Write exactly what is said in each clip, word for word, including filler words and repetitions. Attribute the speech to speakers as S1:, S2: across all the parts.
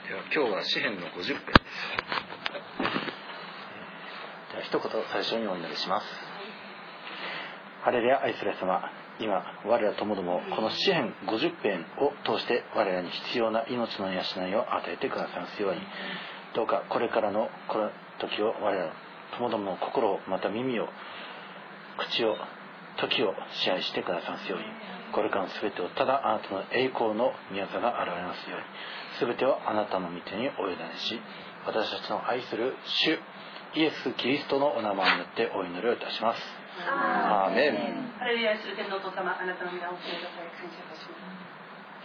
S1: では今日は詩編のごじゅっぺんです。
S2: では一言最初にお祈りします。ハレルヤ、愛する様、今我らともどもこの詩編ごじゅっぺんを通して我らに必要な命の養いを与えてくださいますように、どうかこれからのこの時を我らともどもの心を、また耳を、口を、時を支配してくださいますように、これからの全てをただあなたの栄光の宮座が現れますように、全てをあなたの御手にお委ねし、私たちの愛する主イエス・キリストのお名前によってお祈りをいたします。アーメン。
S3: ハレルヤ、愛する天のお父様、あなたの皆をお褒めください。感謝いたします。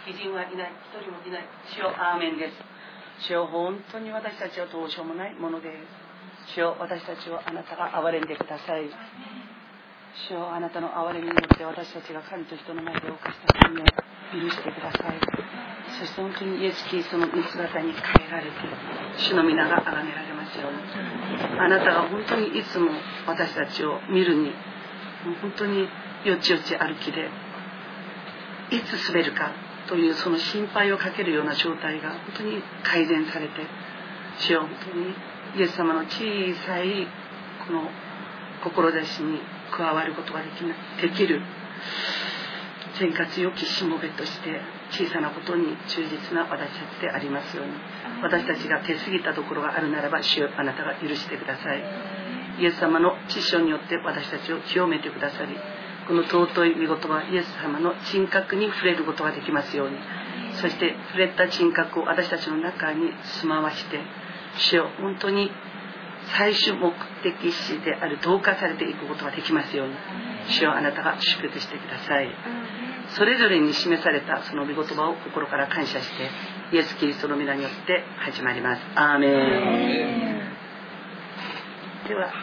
S3: 偉人はいない、一人もいない。主よ、アーメンです。主よ、本当に私たちはどうしようもないものです。主よ、私たちをあなたが憐れんでください。主よ、あなたの憐れみによって私たちが神と人の前で犯した罪を許してください。そして本当にイエス・キリストの御姿に変えられて、主の皆が崇められますように。あなたが本当にいつも私たちを見るに、もう本当によちよち歩きで、いつ滑るかというその心配をかけるような状態が本当に改善されて、主よ、本当にイエス様の小さいこの志に加わることができなできる生活良きしもべとして小さなことに忠実な私たちでありますように。私たちが手過ぎたところがあるならば、主よ、あなたが許してください。イエス様の知性によって私たちを清めてくださり、この尊い御言葉イエス様の人格に触れることができますように。そして触れた人格を私たちの中に住まわして、主よ、本当に最終目的地である同化されていくことができますように。主よ、あなたが祝福してください。それぞれに示されたその御言葉を心から感謝して、イエス・キリストの皆によって始まります。アーメン。では、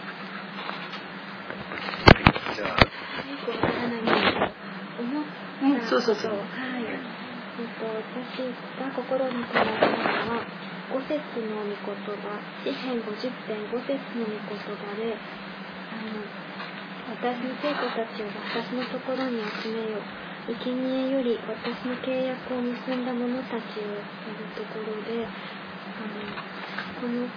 S1: じゃあ、
S3: うん、そうそうそう。
S4: はい。えっと、私が心に留まったのは、五節の御言葉、詩編ごじゅっぺんご節の御言葉で、あの、私の生徒たちを私のところに集めよ。生贄より私の契約を結んだ者たちをやるところで、あの、この、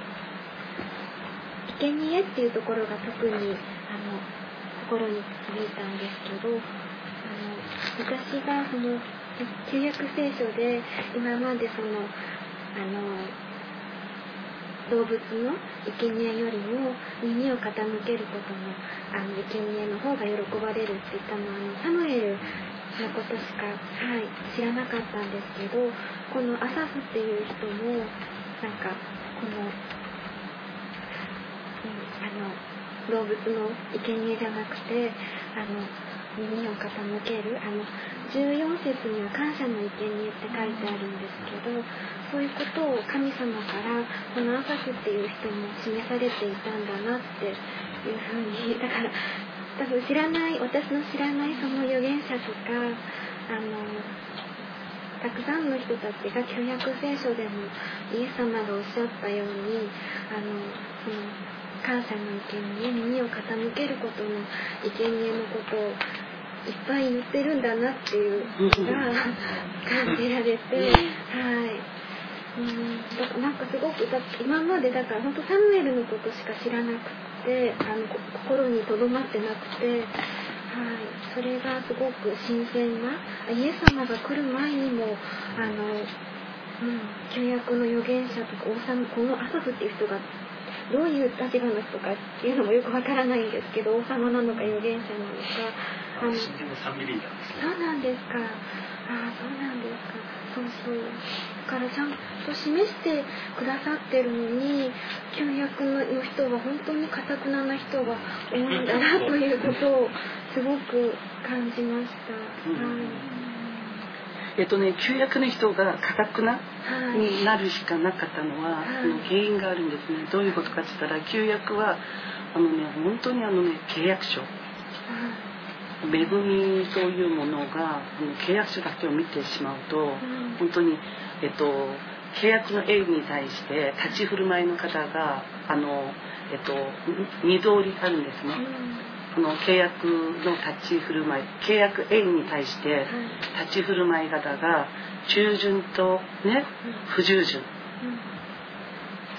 S4: 生贄っていうところが特に、あの、心に響いたんですけど、あの、私がその、旧約聖書で今までその、あの、動物の生贄よりも耳を傾けることの、あの生贄の方が喜ばれるって言ったのは、あのサムエルのことしか、はい、知らなかったんですけど、このアサフっていう人もなんかこの、うん、あの動物の生贄じゃなくて、あの耳を傾ける、あのじゅうよん節には感謝の生贄って書いてあるんですけど、そういうことを神様からこのアサフっていう人も示されていたんだなっていうふうに、だから多分知らない、私の知らないその預言者とか、あのたくさんの人たちが旧約聖書でもイエス様がおっしゃったように、あのその感謝の生贄、耳を傾けることの生贄のことをいっぱい言ってるんだなっていうのが感じられて、はい、うん、だからなんかすごくだ今までだから本当サムエルのことしか知らなくて、あの心に留まってなくて、はい、それがすごく新鮮な、イエス様が来る前にもあの、うん、旧約の預言者とか王様、このアサフっていう人がどういう立場の人かっていうのもよくわからないんですけど、王様なのか預言者なのか、あのそうなんですか。ああ、そうなんですか。そうそう。だからちゃんと示してくださってるのに、旧約の人は本当に堅くなな人が多いんだなということをすごく感じました。うん、はい。
S3: えっとね、旧約の人が堅くなになるしかなかったのは、はい、その原因があるんですね。どういうことかって言ったら、旧約はあのね、本当にあのね、契約書。はい、恵みというものが契約書だけを見てしまうと、うん、本当に、えっと、契約の縁に対して立ち振る舞いの方があの、えっと、二通りあるんですね。うん、この契約の立ち振る舞い、契約縁に対して立ち振る舞い方が従順とね、不従順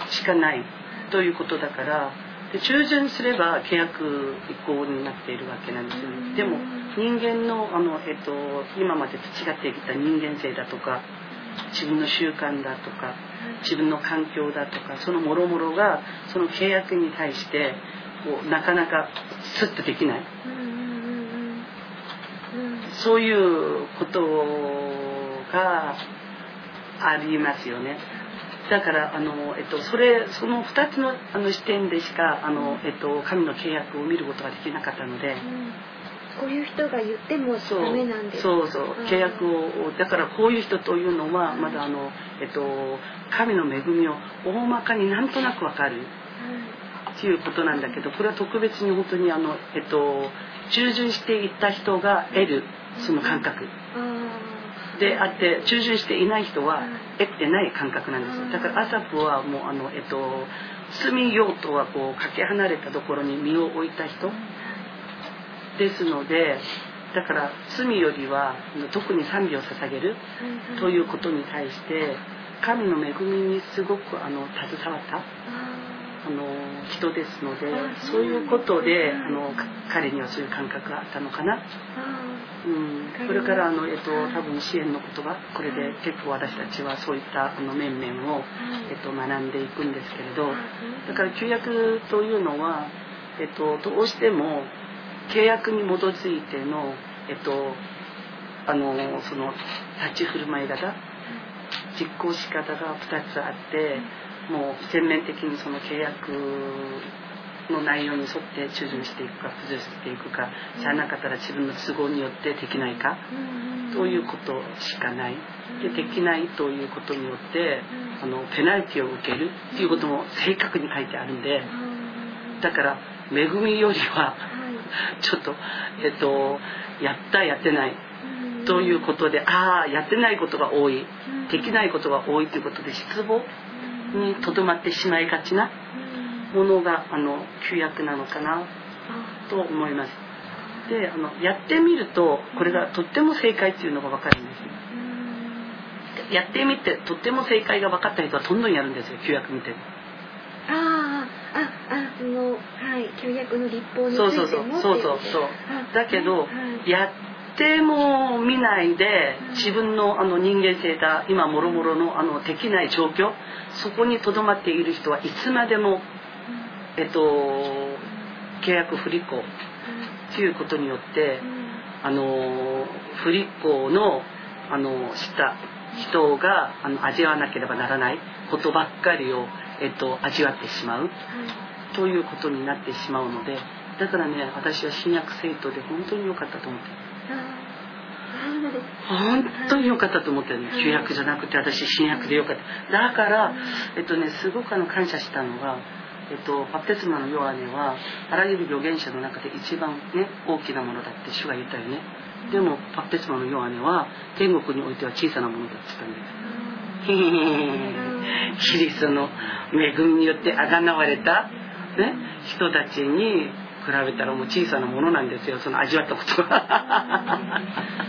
S3: しかないということだから、で従順すれば契約違法になっているわけなんですよね。でも人間の、あの、えっと、今まで培ってきた人間性だとか自分の習慣だとか自分の環境だとか、その諸々がその契約に対してこうなかなかスッとできない、そういうことがありますよね。だからあの、えっと、それそのふたつの、あの視点でしかあの、えっと、神の契約を見ることができなかったので、うん、
S4: こういう人が言ってもダメなんです。
S3: そうそうそう、契約をだからこういう人というのはまだあの、えっと、神の恵みを大まかになんとなくわかるっていうことなんだけど、これは特別に本当にあの、えっと、従順していった人が得るその感覚であって、従順していない人は得てない感覚なんですよ。だからアサプはもうあの、えっと、罪よとはこうかけ離れたところに身を置いた人ですので、だから罪よりは特に賛美を捧げるということに対して神の恵みにすごくあの携わったあの人ですので、そういうことであの彼にはそういう感覚があったのかな。うん、これからあの、えっと、多分支援の言葉、これで結構私たちはそういったあの面々を、えっと、学んでいくんですけれど、だから旧約というのは、えっと、どうしても契約に基づいての、えっと、あのその立ち振る舞い方、実行し方がふたつあって、もう全面的にその契約の内容に沿って従順していくか崩していくか、じゃなかったら自分の都合によってできないかということしかない。でできないということによってあのペナルティを受けるということも正確に書いてあるんで、だから恵みよりはちょっと、えっと、やったやってないということで、ああやってないことが多い、できないことが多いということで失望にとどまってしまいがちなものがあの旧約なのかなと思います。であのやってみるとこれがとっても正解っていうのが分かるんですよ。やってみてとっても正解が分かった人はどんどんやるんですよ、旧約見てる。
S4: ああ、あ、あ、その、はい、旧約の立法についても
S3: そうそうそうそうそうそうだけど、はい、やっても見ないで自分のあの人間性だ、今もろもろのあのできない状況、そこにとどまっている人はいつまでも、えっと、契約不履行ということによってあの不履行のあのした人があの味わわなければならないことばっかりを、えっと、味わってしまうということになってしまうので、だからね、私は新約聖徒で本当に良かったと思ってる。本当に良かったと思ってるね。旧約じゃなくて私新約で良かった。だから、えっとね、すごくあの感謝したのが、えっと、バプテスマのヨハネはあらゆる預言者の中で一番ね大きなものだって主が言ったよね。でもバプテスマのヨハネは天国においては小さなものだって言ったんです。キリストの恵みによってあがなわれた、ね、人たちに比べたらもう小さなものなんですよ、その味わったことが。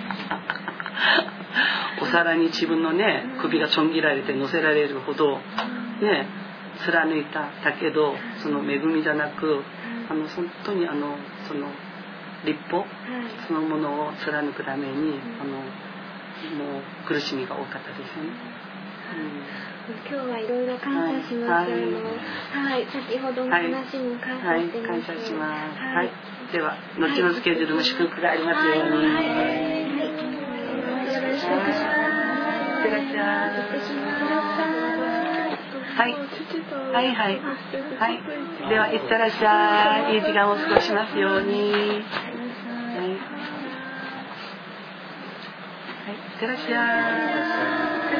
S3: お皿に自分のね首がちょん切られて乗せられるほどね貫いた。だけどその恵みじゃなく、あの本当にあのその立法そのものを貫くためにあのもう苦しみが多かったですよね。
S4: うん、今日はいろいろ感謝します。はい、はい、先ほどの話に感謝してます。はい、感謝します。
S3: はい、では後のスケジュールも祝福がありますように。はい、はい、よろしくお願いします。いってらっしゃい。はい、はいはいはい、ではいってらっしゃい。いい時間を過ごしますように。はい、はい、いってらっしゃい。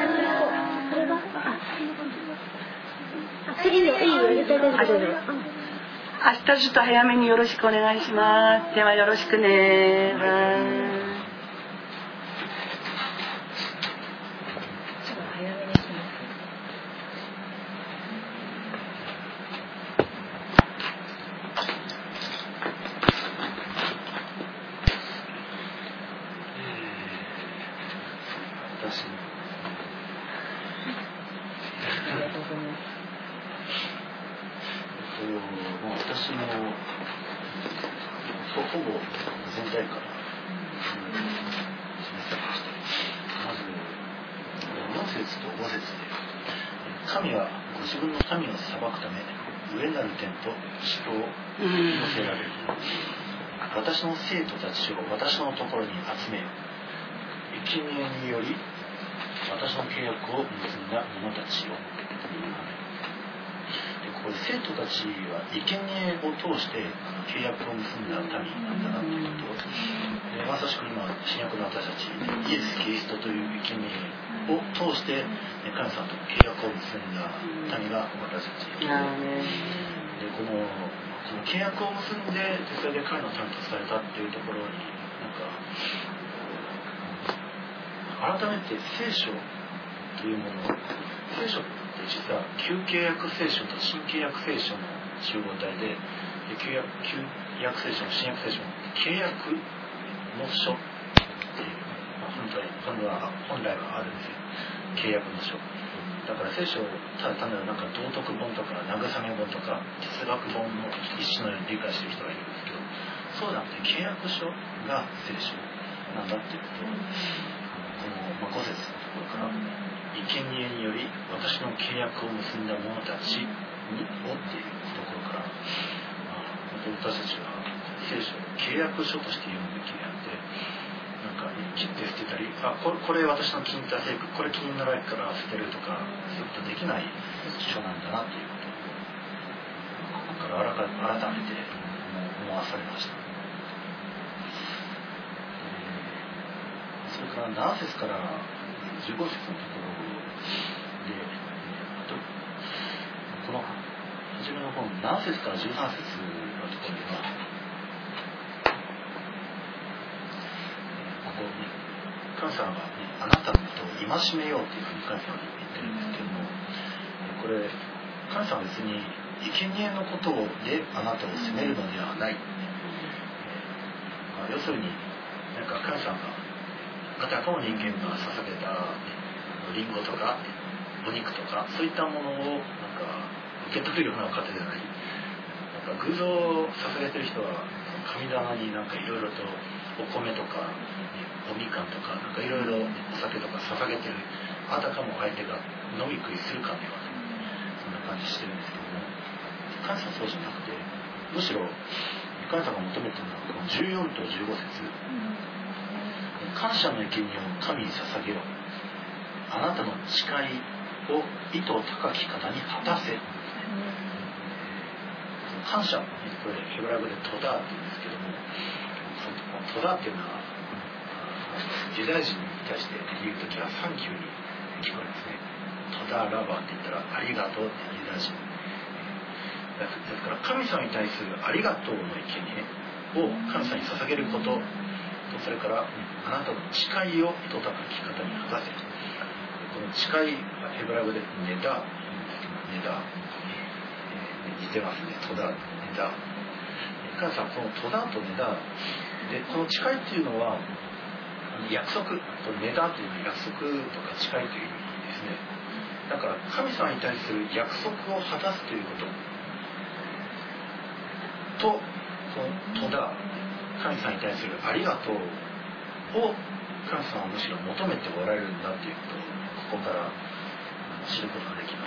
S4: 次のいいよ、言ってください。明
S3: 日ちょっと早めによろしくお願いします。ではよろしくね。はい。
S2: とまあ、私のほぼ全体から示されました。まずよん節とご節で、神はご自分の民を裁くため上なる天と地とを乗せられる。私の生徒たちを私のところに集めよ。生贄により私の契約を結んだ者たちを。でここで生徒たちは生贄を通して契約を結んだ民なんだなということで、まさしく今新約の私たちイエス・キリストという生贄を通して神様と契約を結んだ民が私たちで、このその契約を結んでそれで彼の民とされたっていうところになんか改めて聖書というもの、聖書って実は旧契約聖書と新契約聖書の集合体で、旧約、旧約聖書も新約聖書も契約の書っていう、まあ、本来本来は本来はあるんですよ。契約の書だから聖書をただ単なるなんか道徳本とか慰め本とか哲学本の一種のように理解している人がいるんですけど、そうじゃなくて契約書が聖書なんだっていうことを、このご節のところから生贄により私の契約を結んだ者たちにをっていうところから、まあ、本当に私たちは聖書を契約書として読むべきであって、なんか、ね、切って捨てたり、あ、これ、これ私の気に入った聖句、これ気にならないから捨てるとか、そういうことできない書なんだなっていうことを、ここから改めて思わされました。それからなな節からじゅうご節のところで、この初めの本なな節からじゅうさん節のところでは、ここね、神様が、ね、あなたのことを戒めようというふうに神様に言ってるんですけども、これ神様は別に生贄のことであなたを責めるのではない、まあ、要するになんか神様があたかも人間が捧げたリンゴとかお肉とかそういったものをなんか受け取るような方ではない。なんか偶像を捧げてる人は神棚になんかいろいろとお米とかおみかんとかなんかいろいろお酒とか捧げてる、あたかも相手が飲み食いするかのようなそんな感じしてるんですけども、神様はそうじゃなくて、むしろ神様が求めているのはこのじゅうよんとじゅうご節、感謝の生贄を神に捧げよう。あなたの誓いを意図高き方に果たせ。感謝、これヘブライ語でトダーって言うんですけども、トダーっていうのはユダヤ人に対して言うときはサンキューに聞こえますね。トダーラバーって言ったらありがとうってユダヤ人。ですから神様に対するありがとうの生贄を神様に捧げること、それからあなたの誓いを意図高き方に果たせ。この誓いはヘブライ語でネダーと言うんですけど、ネダー、えー、似てますね。トダー、ネダー。神様このトダーとネダーで、この誓いっていうのは約束、ネダーというのは約束とか誓いという意味ですね。だから神様に対する約束を果たすということと、このトダー、神様に対するありがとうを神様はむしろ求めておられるんだということをここから知ることができます。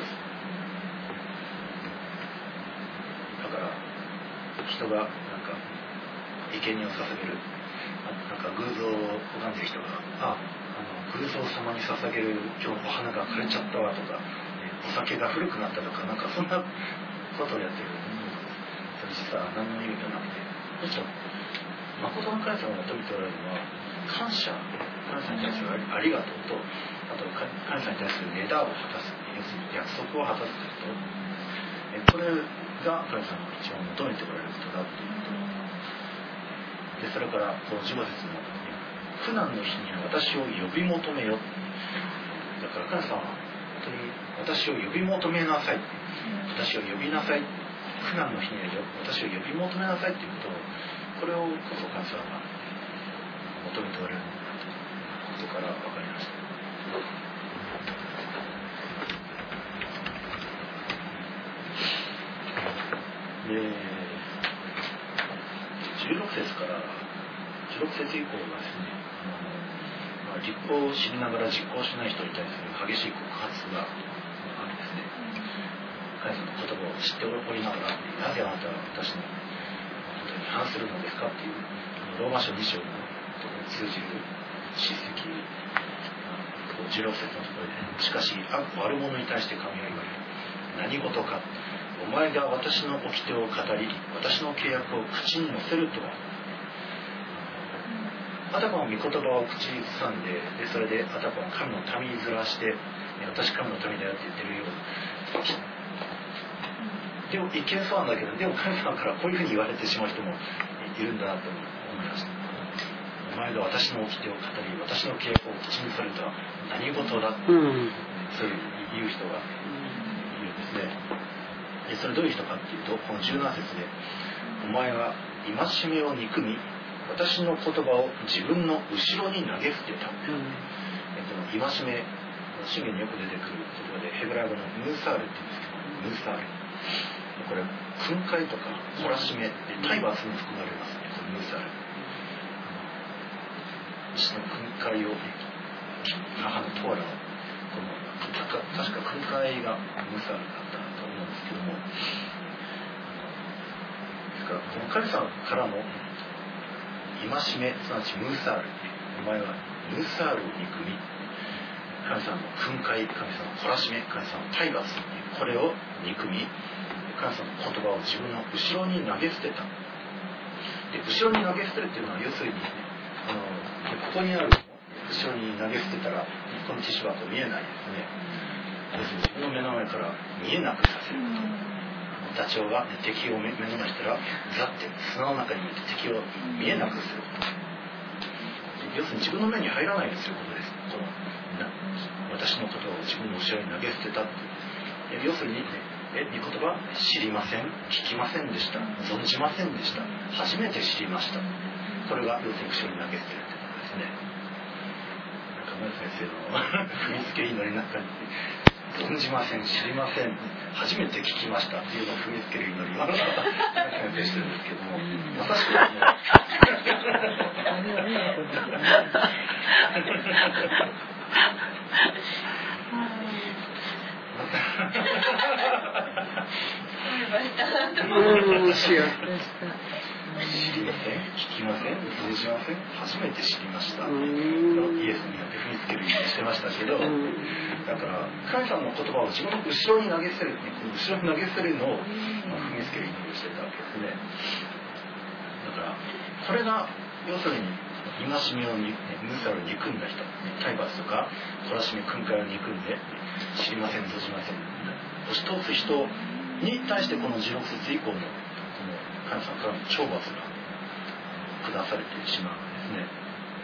S2: だから人がなんか生贄を捧げる、なんか偶像を拝んでる人が、あ、あの偶像様に捧げる今日お花が枯れちゃったわとか、お酒が古くなったとか、なんかそんなことをやってる。それ実は何の意味がなくて、むしろ誠の神様が求めておられるのは感謝、神様に対するありがとうと、あと神様に対するネダーを果たす、要するに約束を果たすということ、これが神様が一番求めておられることだということで、それからこのじゅうご節の苦難の日に私を呼び求めよ、だから神様は本当に私を呼び求めなさい、私を呼びなさい、苦難の日に私を呼び求めなさいということを、これをこそ神様が求めておられるんだということから分かりました。 でじゅうろく節からじゅうろく節以降はですね、あの、まあ、立法を知りながら実行しない人に対する激しい告発があるんですね。神様の言葉を知っておりながら、なぜあなたは私のことに反するのですかっていうローマ書に章のところに通じる叱責、じゅうろく節のところで、しかし悪者に対して神は言われる。何事か、お前が私の掟を語り、私の契約を口に乗せるとは、あたかも御言葉を口にずさんで、でそれであたかも神の民にずらして、私神の民だよって言ってるような。でも一見そうなんだけど、でも神様からこういうふうに言われてしまう人もいるんだなと思いました。お前が私の掟を語り、私の契約を口にするとは何事だって、うん、そういう言う人がいるんですね。でそれどういう人かっていうと、このじゅうなな節で、お前は戒めを憎み、私の言葉を自分の後ろに投げ捨てた。うん、この戒め、信玄によく出てくる言葉で、ヘブライ語のムーサールって言うんですけど、ムーサール。これ、訓戒とか懲らしめ、体罰に含まれますね、このムーサール。父の訓戒を、母のトーラを、この確か訓戒がムーサールだったと思うんですけども、ですからこの神様からの戒め、すなわちムーサール、お前はムーサールを憎み、神様の訓戒、神様の懲らしめ、神様の体罰、これを憎み、神様の言葉を自分の後ろに投げ捨てた。で後ろに投げ捨てるっていうのは、要するに、ね、あのここにある後ろに投げ捨てたらこのティッシュ箱見えないですね。要するに自分の目の前から見えなくさせること。ダチョウが、ね、敵を目の前にしたらザッて砂の中にいて敵を見えなくすること。要するに自分の目に入らないということです。この私のことを自分の後ろに投げ捨てたっていう。要するに、ね、え御言葉知りません、聞きませんでした、存じませんでした、初めて知りました。これが要するに後ろに投げ捨てるってことですね。中村先生の踏みつけ祈りの中に存じません、知りません、初めて聞きましたっていうのを踏みつける祈りを先生してるんですけども、まさしくですね知りません、聞きません、存じません、初めて知りました。イエスによって踏みつけるようにしてましたけど、だから神様の言葉を自分の後ろに投げ捨てる、この後ろに投げ捨てるのを踏みつけるようにしてたわけですね。だからこれが要するに戒めをムーサルを憎んだ人、体罰とか懲らしめ訓戒を憎んで知りません、存じません、押し通す人に対してこのじゅうろく節以降のこの神様からの懲罰が下されてしまうんですね。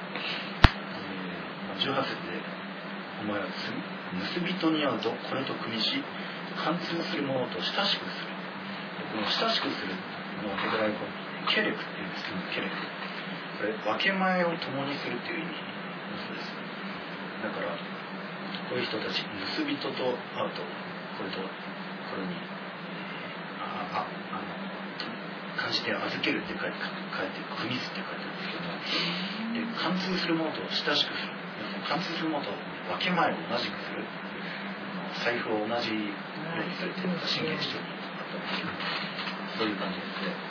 S2: じゅうはち節で、お前は盗人に会うとこれと組みし、貫通するものと親しくする。この親しくするのヘブライ語ケレクっていうんですけど、ケレク、これ分け前を共にするという意味のそうです。だからこういう人たち、盗人と会うとこれとこれにあああの感じて預けるって書いて、書いて組みすって書いてあるんですけども、で貫通するものと親しくする、貫通するものと分け前を同じくする、財布を同じようにするっていうのが信玄師長にあったんですけど、そういう感じですね。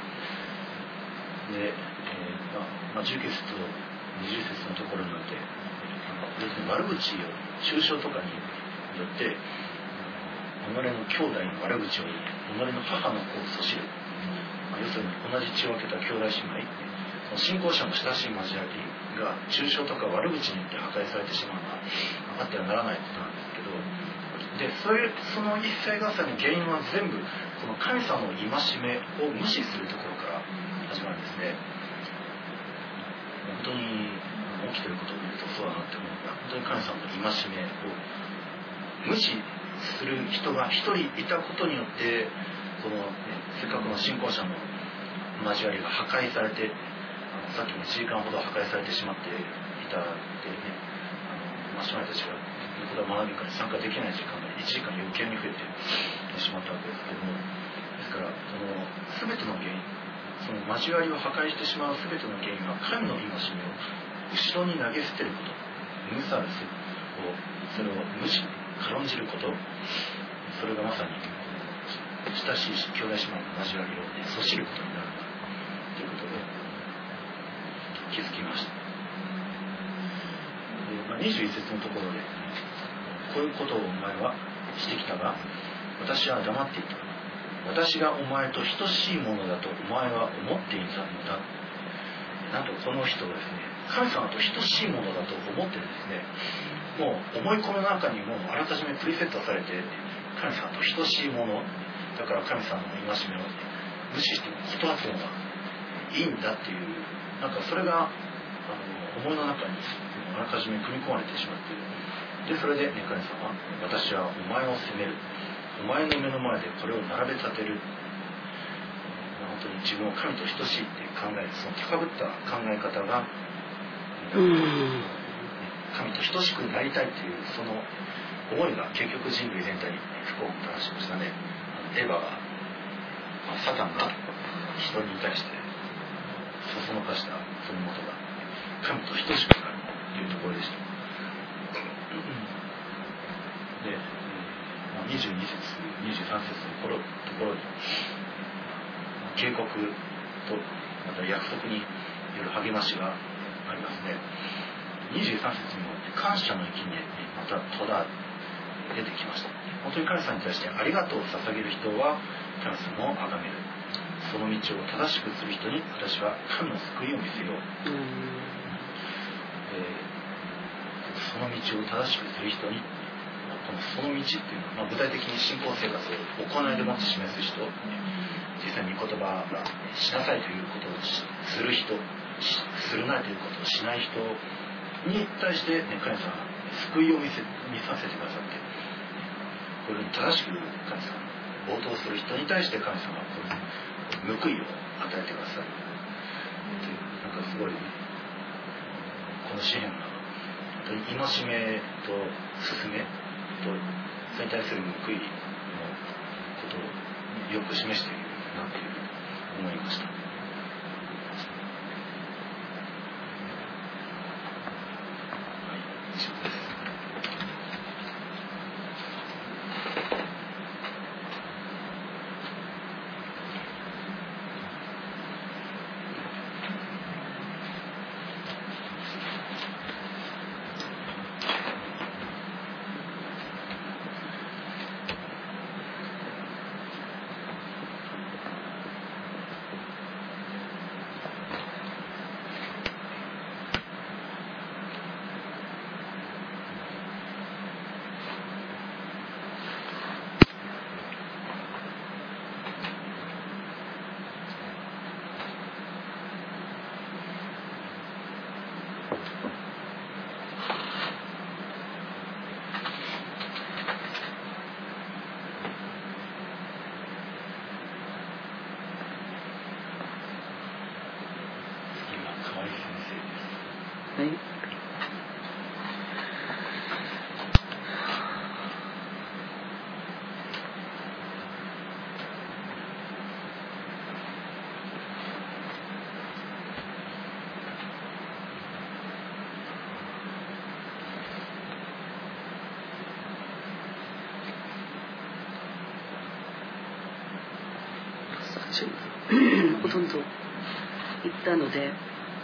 S2: で、えーまあ、じゅうきゅう節とにじゅう節のところにおいて、要するに悪口を中傷とかによって、己の兄弟の悪口を言い、己の母の子をそしる、まあ、要するに同じ血を分けた兄弟姉妹、信仰者の親しい交わりが中傷とか悪口によって破壊されてしまうのはあってはならないことなんですけど、でそういうその一切合切の原因は全部この神様の戒めを無視するところから始まるんですね。本当に起きていることを見るとそうだなって思うのが、本当に神様の戒めを無視する人が一人いたことによって、この、ね、せっかくの信仰者の交わりが破壊されて、あのさっきもいちじかんほど破壊されてしまっていたっていうね、あの、まあ、姉妹たちがこの学び会に参加できない時間がいちじかん余計に増えてしまったわけですけども、ですからこの全ての原因、その交わりを破壊してしまう全ての原因は神の戒めを後ろに投げ捨てること、無サービスをそれを無視軽んじること、それがまさに親しい兄弟姉妹の交わりを阻止ることになるんだということで気づきました。で、まあ、にじゅういち節のところでこういうことをお前はしてきたが私は黙っていた。私がお前と等しいものだとお前は思っていたのだ。なんとこの人はですね、神様と等しいものだと思ってですね、もう思い込みの中にもうあらかじめプリセットされて、神様と等しいものだから神様の戒めを無視して断つのがいいんだっていう、なんかそれがあの思いの中にあらかじめ組み込まれてしまっている。でそれで、ね、神様は私はお前を責める、お前の目の前でこれを並べ立てる、本当に自分を神と等しいっていう考え、その高ぶった考え方が、うん、神と等しくなりたいっていうその思いが結局人類全体に不幸をもたらしましたね。エヴァが、まあ、サタンが人に対してそそのかしたその元が神と等しくなるというところでした。で、まあ、にじゅうに節にじゅうさん節のところに警告とまた約束による励ましがありますね。にじゅうさん節にも感謝の域にまた戸田出てきました。本当に神様に対してありがとうを捧げる人は神様を崇める。その道を正しくする人に私は神の救いを見せよう。えー、その道を正しくする人に、このその道っていうのは、まあ、具体的に信仰生活を行いでもって示す人、実際に御言葉がしなさいということをする人、するなということをしない人に対して、ね、神様が救いを見せ見させてくださって、こういうふうに正しく神様応答する人に対して神様はこういう報いを与えてくださるという、なんかすごいこの詩篇が本当に戒めと勧めとそれに対する報いのことをよく示しているなというふうに思いました。
S3: はい。ほとんど言ったので、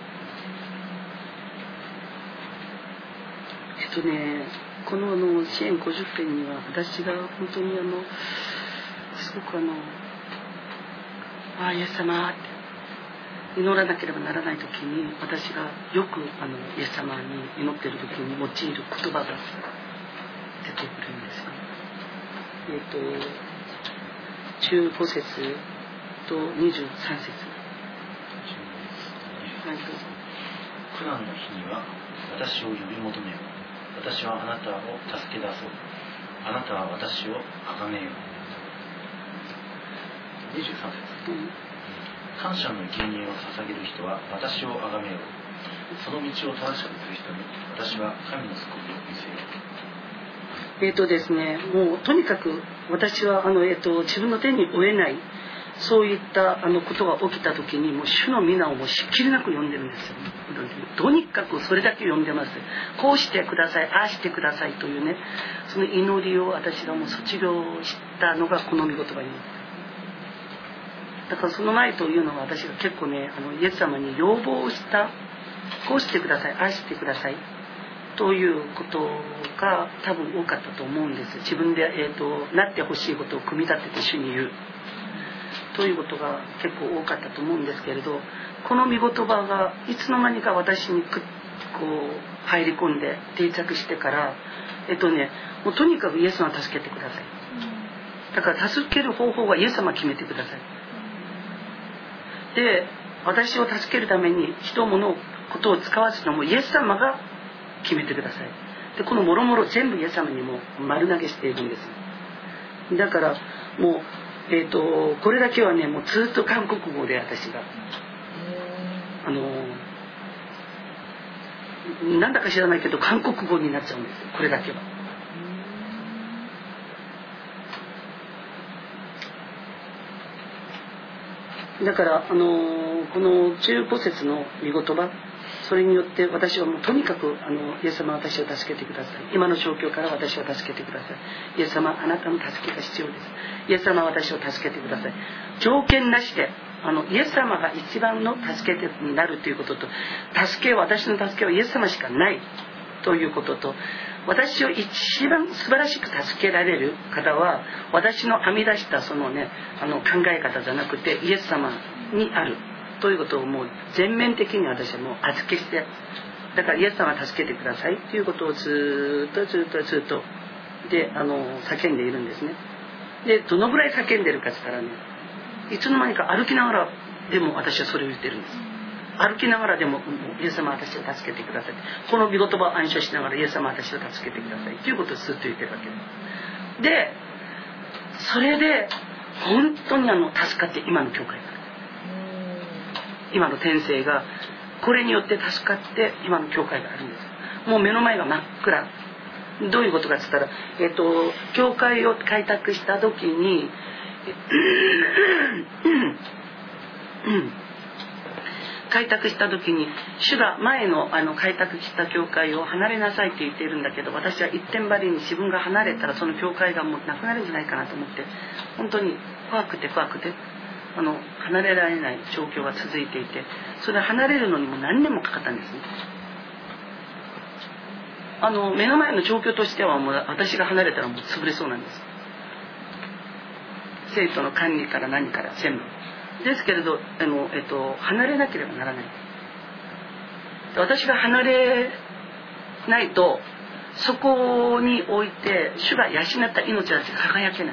S3: えっとね、このあの詩篇ごじゅっぺんには私が本当にあのすごくあのああイエス様って祈らなければならない時に、私がよくあのイエス様に祈っている時に用いる言葉が出てくるんですよ。えっとじゅうご節とにじゅうさん節。はい、どうぞ。
S2: 苦難の日には私を呼び求めよう。私はあなたを助け出そう。あなたは私を崇めよう。にじゅうさん節、うん、感謝の生贄を捧げる人は私を崇めよう。その道を正しくする人に私は神の救いを見せよう。
S3: えっとですね、もうとにかく私はあの、えっと、自分の手に負えないそういったあのことが起きた時にもう主の皆をもうしっきりなく読んでるんですよ。とにかくそれだけ読んでます。こうしてください、ああしてくださいというね、その祈りを私がもう卒業したのがこの御言葉に。だからその前というのは私が結構ね、あのイエス様に要望をした、こうしてください、ああしてくださいということが多分多かったと思うんです。自分で、えーと、なってほしいことを組み立てて主に言うということが結構多かったと思うんですけれど、この御言葉がいつの間にか私にくっこう入り込んで定着してから、えっとね、もうとにかくイエス様助けてください。だから助ける方法はイエス様決めてください。で、私を助けるために人物ことを使わすのもイエス様が決めてください。で、このもろもろ全部イエス様にも丸投げしているんです。だからもうえー、とこれだけはね、もうずっと韓国語で私があのなんだか知らないけど韓国語になっちゃうんですよ、これだけは。だからあのこの中古節の御言葉、それによって私はもうとにかくあのイエス様、私を助けてください。今の状況から私を助けてください。イエス様、あなたの助けが必要です。イエス様、私を助けてください。条件なしであのイエス様が一番の助け手になるということと、助けは私の助けはイエス様しかないということと、私を一番素晴らしく助けられる方は私の編み出したそのね、あの考え方じゃなくてイエス様にあるということをもう全面的に私はもう預けして、だからイエス様助けてくださいということをずっとずっとずっとであの叫んでいるんですね。で、どのぐらい叫んでるかって言ったらね、いつの間にか歩きながらでも私はそれを言ってるんです。歩きながらでもイエス様、私を助けてください、この御言葉を暗唱しながらイエス様、私を助けてくださいということをずっと言ってるわけです。で、それで本当にあの助かって今の教会が、今の天性がこれによって助かって今の教会があるんです。もう目の前が真っ暗。どういうことかって言ったら、えっと教会を開拓した時に開拓した時に主が前のあの開拓した教会を離れなさいって言っているんだけど、私は一点張りに自分が離れたらその教会がもうなくなるんじゃないかなと思って、本当に怖くて怖くてあの離れられない状況が続いていて、それ離れるのにも何年もかかったんですね。あの目の前の状況としてはもう私が離れたらもう潰れそうなんです。生徒の管理から何から全部ですけれど、あの、えっと、離れなければならない。私が離れないとそこにおいて主が養った命たちが輝けない。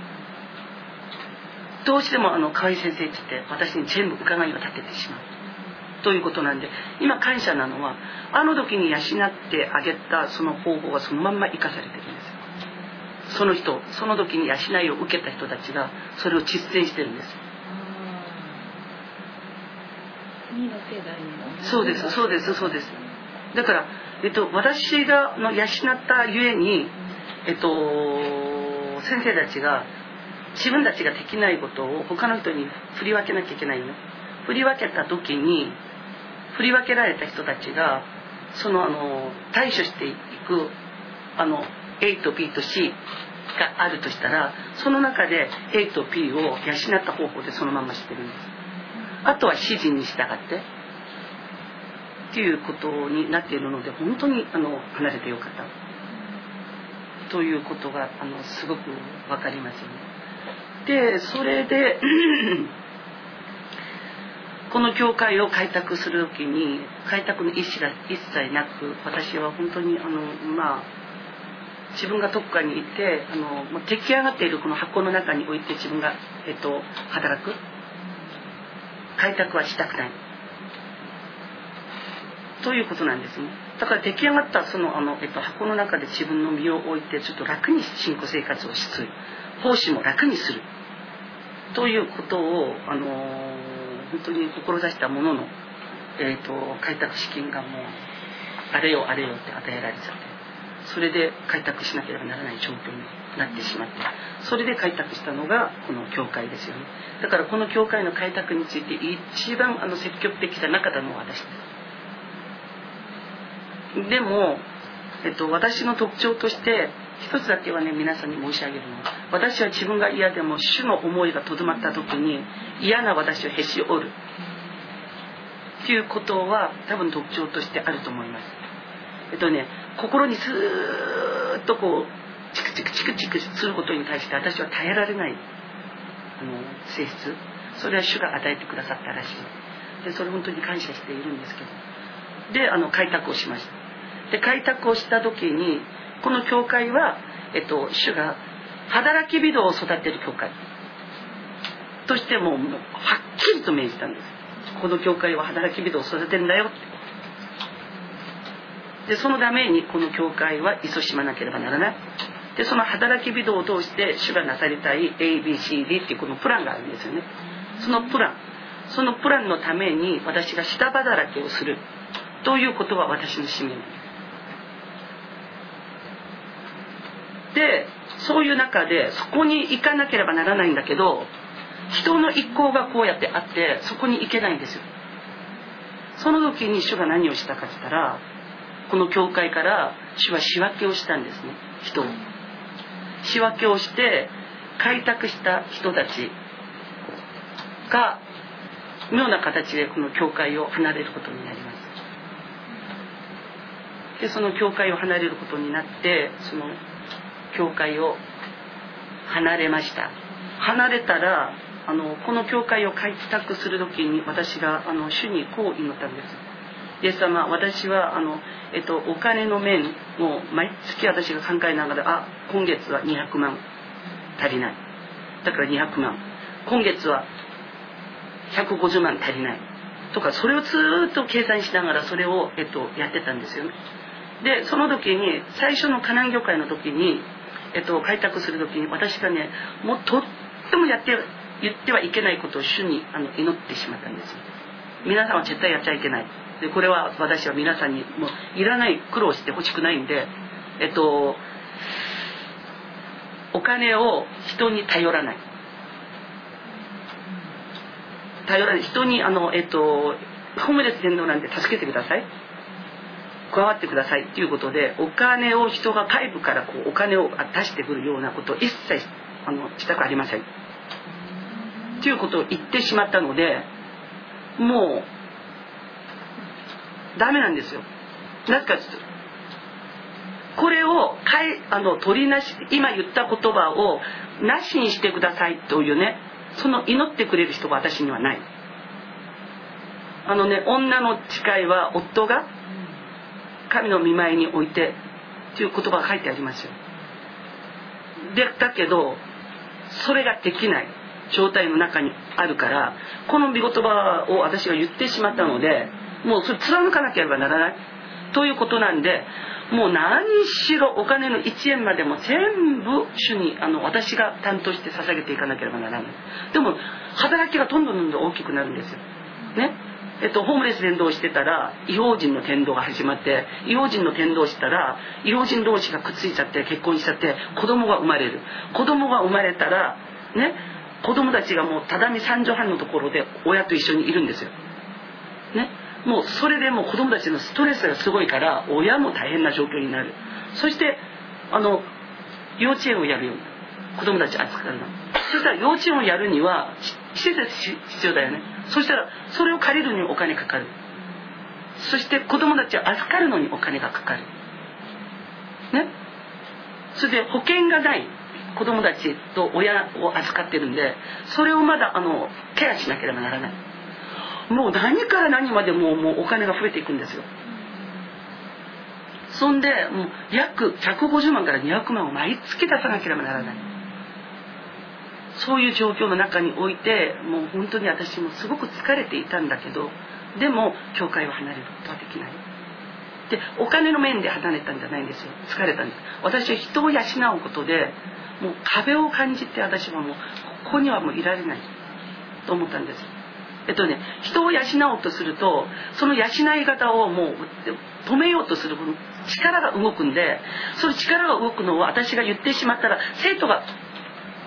S3: どうしてもあの河合先生って言って私に全部伺いを立ててしまうということなんで、今感謝なのはあの時に養ってあげたその方法がそのまんま生かされてるんですよ。その人、その時に養いを受けた人たちがそれを実践してるんです。
S5: 次の世代にも。
S3: そうですそうですそうです。だから、えっと、私がの養ったゆえに、えっと、先生たちが自分たちができないことを他の人に振り分けなきゃいけないの。振り分けた時に振り分けられた人たちがそのあの対処していくあの A と B と C があるとしたら、その中で A と B を養った方法でそのまましてるんです。あとは指示に従ってっていうことになっているので、本当にあの離れてよかったということがあのすごく分かりますよね。で、それでこの教会を開拓するときに開拓の意思が一切なく、私は本当にあのまあ自分がどこかにいてあの出来上がっているこの箱の中において自分が、えっと、働く開拓はしたくないということなんですね。だから出来上がったその、あの、えっと、箱の中で自分の身を置いてちょっと楽に信仰生活をする、奉仕も楽にするということをあの本当に志したものの、えっと、開拓資金がもうあれよあれよって与えられちゃって、それで開拓しなければならない状況になってしまって、 それで開拓したのがこの教会ですよね。だからこの教会の開拓について一番あの積極的じゃなかったのは私です。でも、えっと、私の特徴として一つだけはね、皆さんに申し上げるのは、私は自分が嫌でも主の思いがとどまった時に嫌な私をへし折るっていうことは多分特徴としてあると思います。えっとね、心にスーッとこうチクチクチクチクすることに対して私は耐えられないあの性質、それは主が与えてくださったらしい。でそれ本当に感謝しているんですけど、であの開拓をしました。で開拓をした時にこの教会は、えっと、主が働き人を育てる教会としても、もうはっきりと命じたんです。この教会は働き人を育てるんだよって。でそのためにこの教会は勤しまなければならない。でその働き人を通して主がなさりたい エービーシーディー っていうこのプランがあるんですよね。そのプランそのプランのために私が下働きをするということは私の使命なんです。でそういう中でそこに行かなければならないんだけど、人の一行がこうやってあってそこに行けないんですよ。その時に主が何をしたかって言ったら、この教会から主は仕分けをしたんですね。人を仕分けをして開拓した人たちが妙な形でこの教会を離れることになります。でその教会を離れることになって、その教会を離れました。離れたらあのこの教会を開拓する時に私があの主にこう祈ったんです。イエス様、私はあの、えっと、お金の面を毎月私が考えながら、あ、今月はにひゃくまん足りない、だからにひゃくまん、今月はひゃくごじゅうまん足りないとか、それをずっと計算しながらそれを、えっと、やってたんですよね。でその時に最初のカナン教会の時に、えっと、開拓する時に私がね、もうとってもやって言ってはいけないことを主にあの祈ってしまったんですよ。皆さんは絶対やっちゃいけない。でこれは私は皆さんにもういらない苦労してほしくないんで、えっとお金を人に頼らない頼らない人にあのえっとホームレス伝道なんで助けてください、加わってくださいっていうことで、お金を人が外部からこうお金を出してくるようなことを一切あのしたくありませんっていうことを言ってしまったので、もうダメなんですよ。なぜかというと、これをかいあの取りなし、今言った言葉をなしにしてくださいというね、その祈ってくれる人が私にはない。あのね、女の誓いは夫が神の御前に置いてという言葉が書いてありますよ。でだけどそれができない状態の中にあるから、この御言葉を私は言ってしまったので、もうそれ貫かなければならないということなんで、もう何しろお金のいちえんまでも全部主にあの私が担当して捧げていかなければならない。でも働きがどんどんどんどん大きくなるんですよね。えっと、ホームレス伝道してたら異邦人の伝道が始まって、異邦人の伝道したら異邦人同士がくっついちゃって結婚しちゃって子供が生まれる。子供が生まれたらね、子供たちがもう畳三畳半のところで親と一緒にいるんですよね。もうそれでもう子供たちのストレスがすごいから親も大変な状況になる。そしてあの幼稚園をやるように子供たち扱うの。そしたら幼稚園をやるには施設必要だよね。そしたらそれを借りるにお金かかる。そして子供たちを預かるのにお金がかかるね。それで保険がない子供たちと親を預かってるんで、それをまだあのケアしなければならない。もう何から何までもう、もうお金が増えていくんですよ。そんでもう約ひゃくごじゅうまんからにひゃくまんを毎月出さなければならない。そういう状況の中において、もう本当に私もすごく疲れていたんだけど、でも教会を離れることはできない。でお金の面で離れたんじゃないんですよ。疲れたんです。私は人を養うことでもう壁を感じて、私はもうここにはもういられないと思ったんです。えっとね、人を養おうとすると、その養い方をもう止めようとする力が動くんで、その力が動くのを私が言ってしまったら、生徒が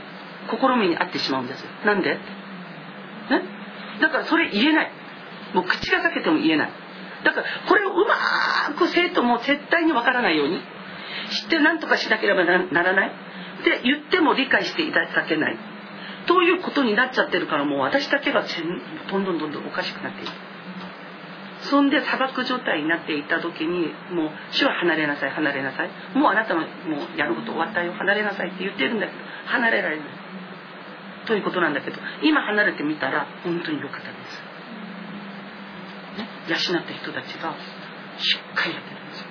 S3: 試みにあってしまうんですよ。なんで？ね？だからそれ言えない。もう口が裂けても言えない。だからこれをうまーく生徒も絶対にわからないように知って何とかしなければならないって言っても理解していただけないということになっちゃってるから、もう私だけがどんどんどんどんおかしくなっている。そんで砂漠状態になっていた時に、もう主は離れなさい離れなさい、もうあなたのもうやること終わったよ、離れなさいって言ってるんだけど離れられないということなんだけど、今離れてみたら本当に良かったです、ね、養った人たちがしっかりやってるんですよ、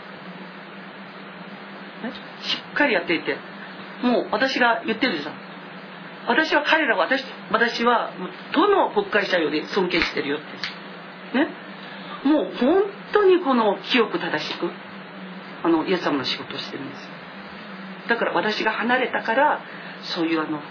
S3: ね、しっかりやっていて、もう私が言ってるじゃん、私は彼らは私私はどの国会者より尊敬してるよってね、もう本当にこの清く正しくあのイエス様の仕事をしてるんです。だから私が離れたからそういうあの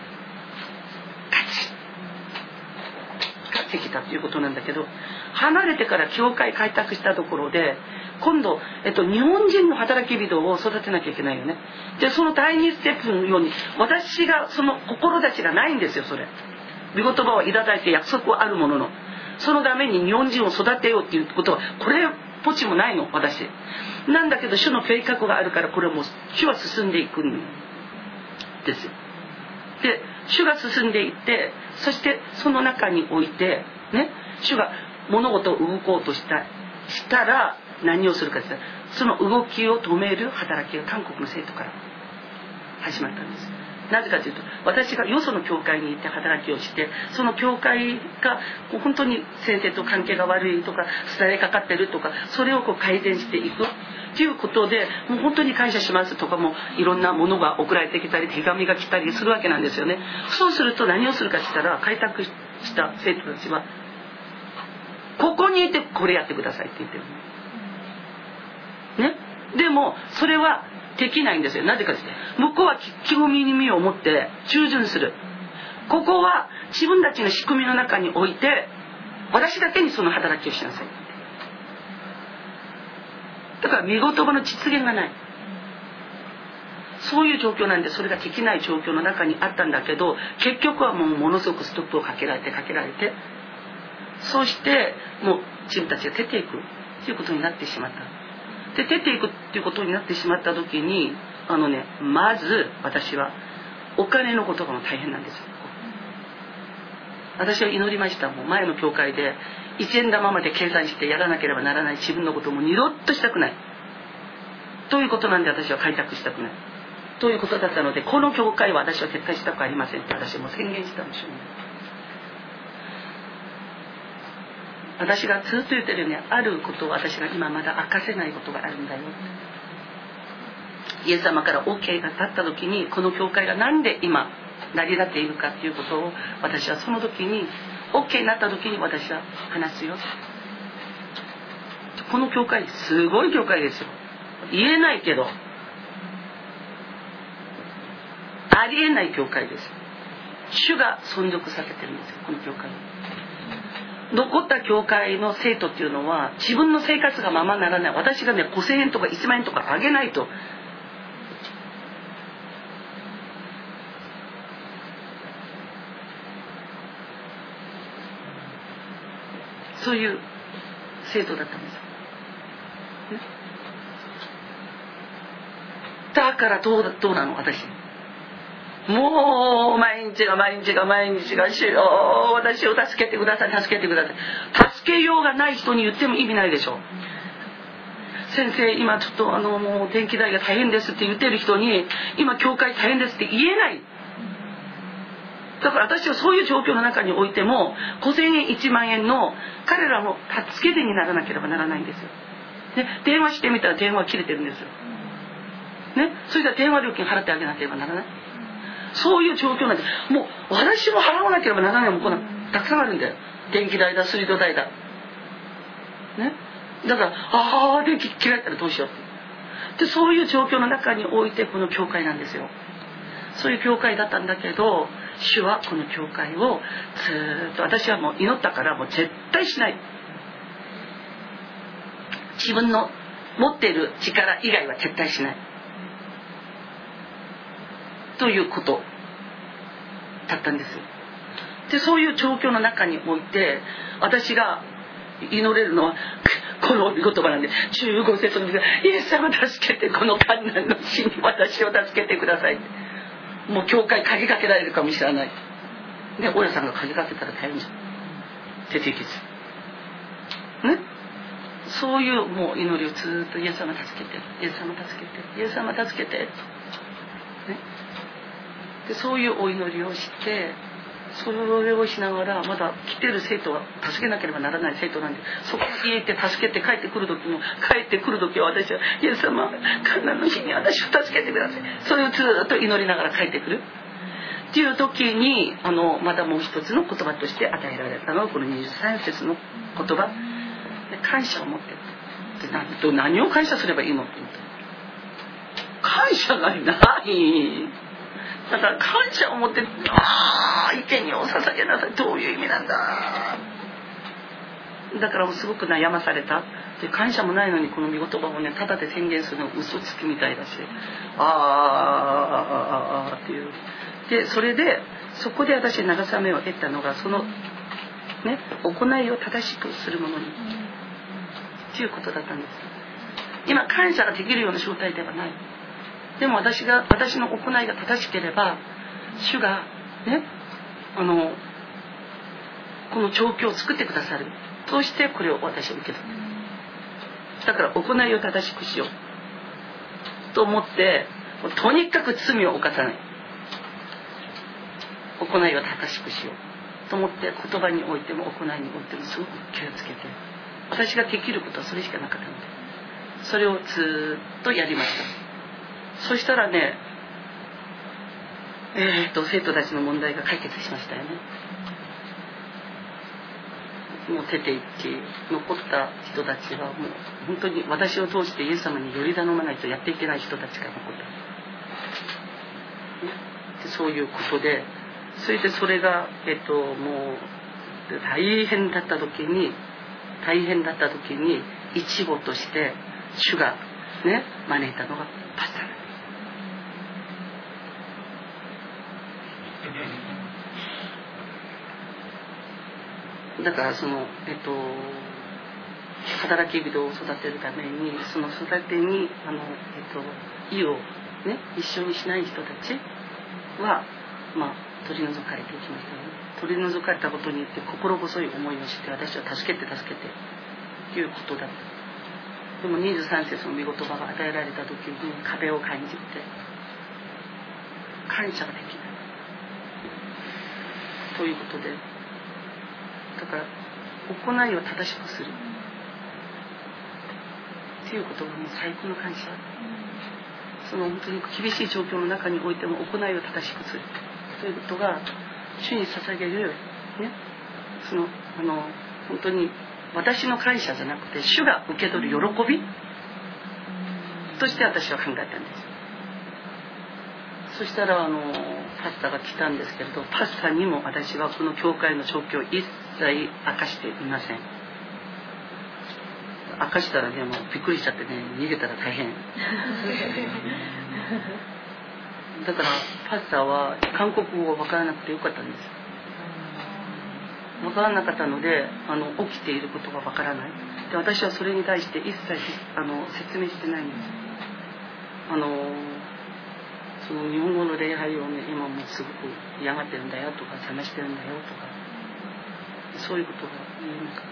S3: 勝ち勝ってきたということなんだけど、離れてから教会開拓したところで今度、えっと、日本人の働き人を育てなきゃいけないよね。でその第二ステップのように私がその志がないんですよ。それ御言葉をいただいて約束はあるものの、そのために日本人を育てようっていうことはこれっぽちもないの私なんだけど、主の計画があるからこれはもう主は進んでいくんですよ。で主が進んでいって、そしてその中においてね、主が物事を動こうとしたしたら何をするかというと、その動きを止める働きが韓国の生徒から始まったんです。なぜかというと、私がよその教会に行って働きをして、その教会が本当に先生と関係が悪いとか伝えかかってるとか、それをこう改善していくということで、もう本当に感謝しますとか、もいろんなものが送られてきたり手紙が来たりするわけなんですよね。そうすると何をするかって言ったら、開拓した生徒たちはここにいてこれやってくださいって言ってるね。でもそれはできないんですよ。なぜかというと、向こうは聞く耳を持って従順する。ここは自分たちの仕組みの中において私だけにその働きをしなさい。だから御言葉の実現がない、そういう状況なんで、それができない状況の中にあったんだけど、結局はもうものすごくストップをかけられてかけられて、そしてもう自分たちが出ていくということになってしまった。で出ていくっていうことになってしまった時に、あのね、まず私はお金のことが大変なんですよ。私は祈りました。もう前の教会で一円玉まで計算してやらなければならない自分のことも二度としたくないということなんで、私は開拓したくないということだったので、この教会は私は撤退したくありませんって私も宣言したんでしょうね。私がずっと言ってるように、あることを私が今まだ明かせないことがあるんだよ。イエス様から OK が立った時に、この教会がなんで今成り立っているかということを私はその時に OK になった時に私は話すよ。この教会すごい教会ですよ。言えないけどありえない教会です。主が存続させてるんですよ、この教会。残った教会の生徒っていうのは自分の生活がままならない。私がねごせんえんとかいちまんえんとかあげないと、そういう生徒だったんですよ、ね、だからどうだどうなの私、もう毎日が毎日が毎日が主よ私を助けてください助けてください。助けようがない人に言っても意味ないでしょ。先生今ちょっとあのもう電気代が大変ですって言ってる人に今教会大変ですって言えない。だから私はそういう状況の中においてもごせんえんいちまんえんの彼らの助け手にならなければならないんですよ。で電話してみたら電話切れてるんですよ、ね、それじゃ電話料金払ってあげなければならない。そういう状況なんで、もう私も払わなければならないものたくさんあるんだよ。電気代だ水道代だ、ね、だからああ電気切られたらどうしようってで、そういう状況の中においてこの教会なんですよ。そういう教会だったんだけど、主はこの教会をずっと、私はもう祈ったからもう絶対しない、自分の持っている力以外は絶対しないということだったんですよ。でそういう状況の中において私が祈れるのはこの言葉なんで、じゅうご節のイエス様助けて、この患難の死に私を助けてください。もう教会鍵かけられるかもしれない。で大家さんが鍵かけたら大変じゃん、出てきずね。そういうもう祈りをずっとイエス様助けて、イエス様助けて、イエス様助けて、ね、でそういうお祈りをして、それをしながらまだ来てる生徒は助けなければならない生徒なんで、そこに行って助けて帰ってくる時も、帰ってくる時は私はイエス様患難の日に私を助けてください、それをずっと祈りながら帰ってくるっていう時に、あのまたもう一つの言葉として与えられたのはこのにじゅうさん節の言葉で、感謝を持ってる。で何を感謝すればいいのって言うと、感謝がない。だから感謝を持って、ああ生贄を捧げなさい、どういう意味なんだ。だからもうすごく悩まされた。で感謝もないのにこの御言葉をねただで宣言するのは嘘つきみたいだし、ああああああっていう。でそれでそこで私慰めを得たのが、そのね行いを正しくするものにっていうことだったんです。今感謝ができるような状態ではない。でも私が私の行いが正しければ、主がねあのこの状況を作ってくださる。そうしてこれを私は受け取って、だから行いを正しくしようと思って、とにかく罪を犯さない、行いを正しくしようと思って、言葉においても行いにおいてもすごく気をつけて、私ができることはそれしかなかったので、それをずっとやりました。そしたらね、えー、っと生徒たちの問題が解決しましたよね。もう出て行き残った人たちはもう本当に私を通してイエス様により頼まないとやっていけない人たちが残った。でそういうことで、それでそれがえっともう大変だった時に大変だった時に一語として主がね招いたのがパスタなんです。だからそのえっと働き人を育てるために、その育てにあのえっと意をね一緒にしない人たちはまあ取り除かれていきましたよね。取り除かれたことによって心細い思いをして、私は助けて助けてということだった。でもにじゅうさん節の御言葉が与えられた時に壁を感じて感謝ができないということで、だから行いを正しくするっていうことがもう最高の感謝。その本当に厳しい状況の中においても行いを正しくするということが主に捧げる、ね、そのあの本当に私の感謝じゃなくて主が受け取る喜びとして私は考えたんです。そしたらあのパスタが来たんですけれど、パスタにも私はこの教会の状況を一切明かしていません。明かしたらねもうびっくりしちゃってね、逃げたら大変だからパスタは韓国語が分からなくてよかったんです。分からなかったのであの起きていることが分からない。で私はそれに対して一切あの説明してないんです。あのその日本語の礼拝をね今もすごく嫌がってるんだよとか探してるんだよとか、そういうことが言えなかった。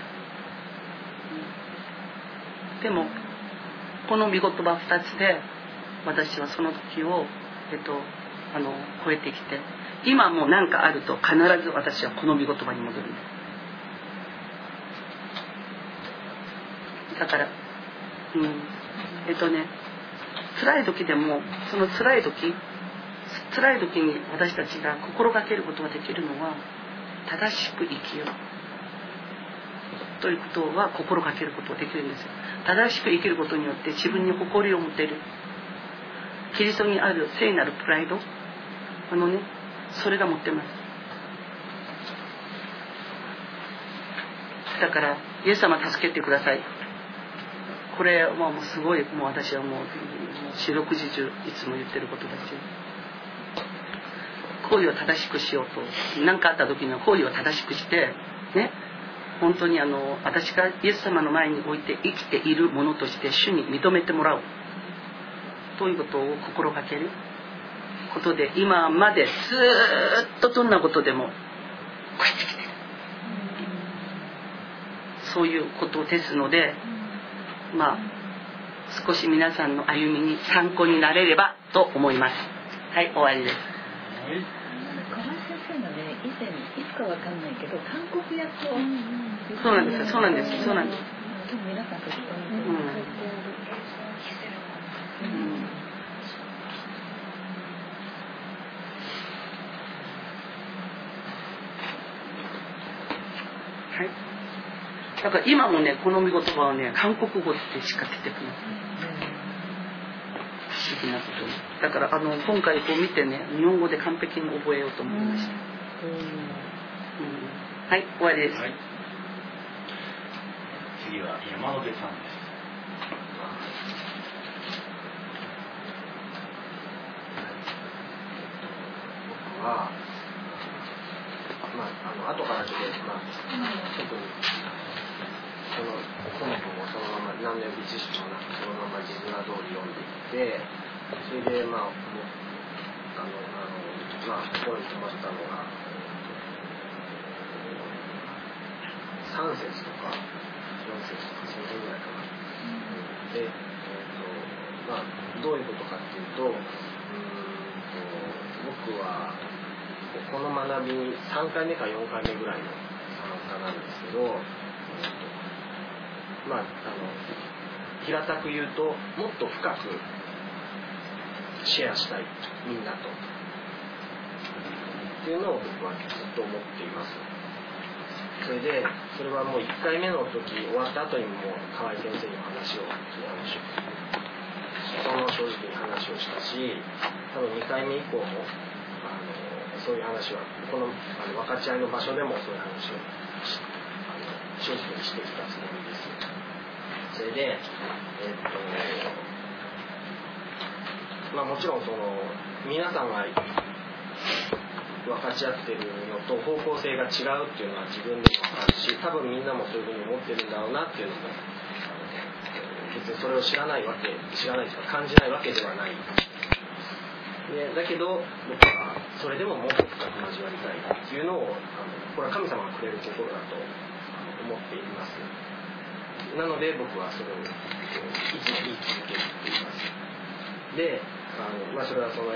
S3: でもこの御言葉ふたつで私はその時を、えっと、あの超えてきて、今も何かあると必ず私はこの御言葉に戻るんです。だから、うん、えっとね辛い時でもその辛い時辛い時に私たちが心がけることができるのは正しく生きようということは心がけることができるんですよ。正しく生きることによって自分に誇りを持てる、キリストにある聖なるプライド、あのねそれが持ってます。だからイエス様助けてください。これはもうすごい、もう私はもう四六時中いつも言ってることだし、 行為を正しくしようと、何かあった時には行為を正しくしてね、本当にあの私がイエス様の前に置いて生きているものとして主に認めてもらうということを心がけることで、今までずっとどんなことでもこうやってきてる、そういうことですので、まあ少し皆さんの歩みに参考になれればと思います。はい、終わりです。
S5: 河合先生がね、以前いつかわかんないけど韓国訳を、うんうん、
S3: そうなんですそうなんですそうなんです。
S5: 今日皆さんと聞こえてる、うんうん、
S3: はい。だから今もね、この見言葉はね、韓国語でしか出てこない。不思議なこと。だからあの今回こう見てね、日本語で完璧に覚えようと思いました。うんうん、はい、終わりです。はい、
S2: 次は山野手さんです。
S6: 僕は、まあ、あの後から来て、まあ、特にその本文をそのまま何の予備知識もなくそのまま字面通り読んでいって、それでまああのあのまあ心に留まったのがさん節とかよん節とかその辺ぐらいかな。で、えーとまあ、どういうことかっていうと、うーんと僕はこの学びにさんかいめかよんかいめぐらいの参加なんですけど、まあ、あの平たく言うともっと深くシェアしたい、みんなとっていうのを僕はずっと思っています。それでそれはもういっかいめの時終わった後にも河合先生に話をその正直に話をしたし、多分にかいめ以降もあのそういう話はこのあの分かち合いの場所でもそういう話をあの正直にしてきたつもりです。それで、えっとまあ、もちろんその皆さんが分かち合ってるのと方向性が違うっていうのは自分でも分かるし、多分みんなもそういうふうに思ってるんだろうなっていうのも別にそれを知らないわけ知らないというか感じないわけではない。でだけど僕はそれでももっと深く交わりたいっていうのをあのこれは神様がくれる心だと思っています。なので僕はそれをいつも言い続けています。で、あのまあ、それはそのあの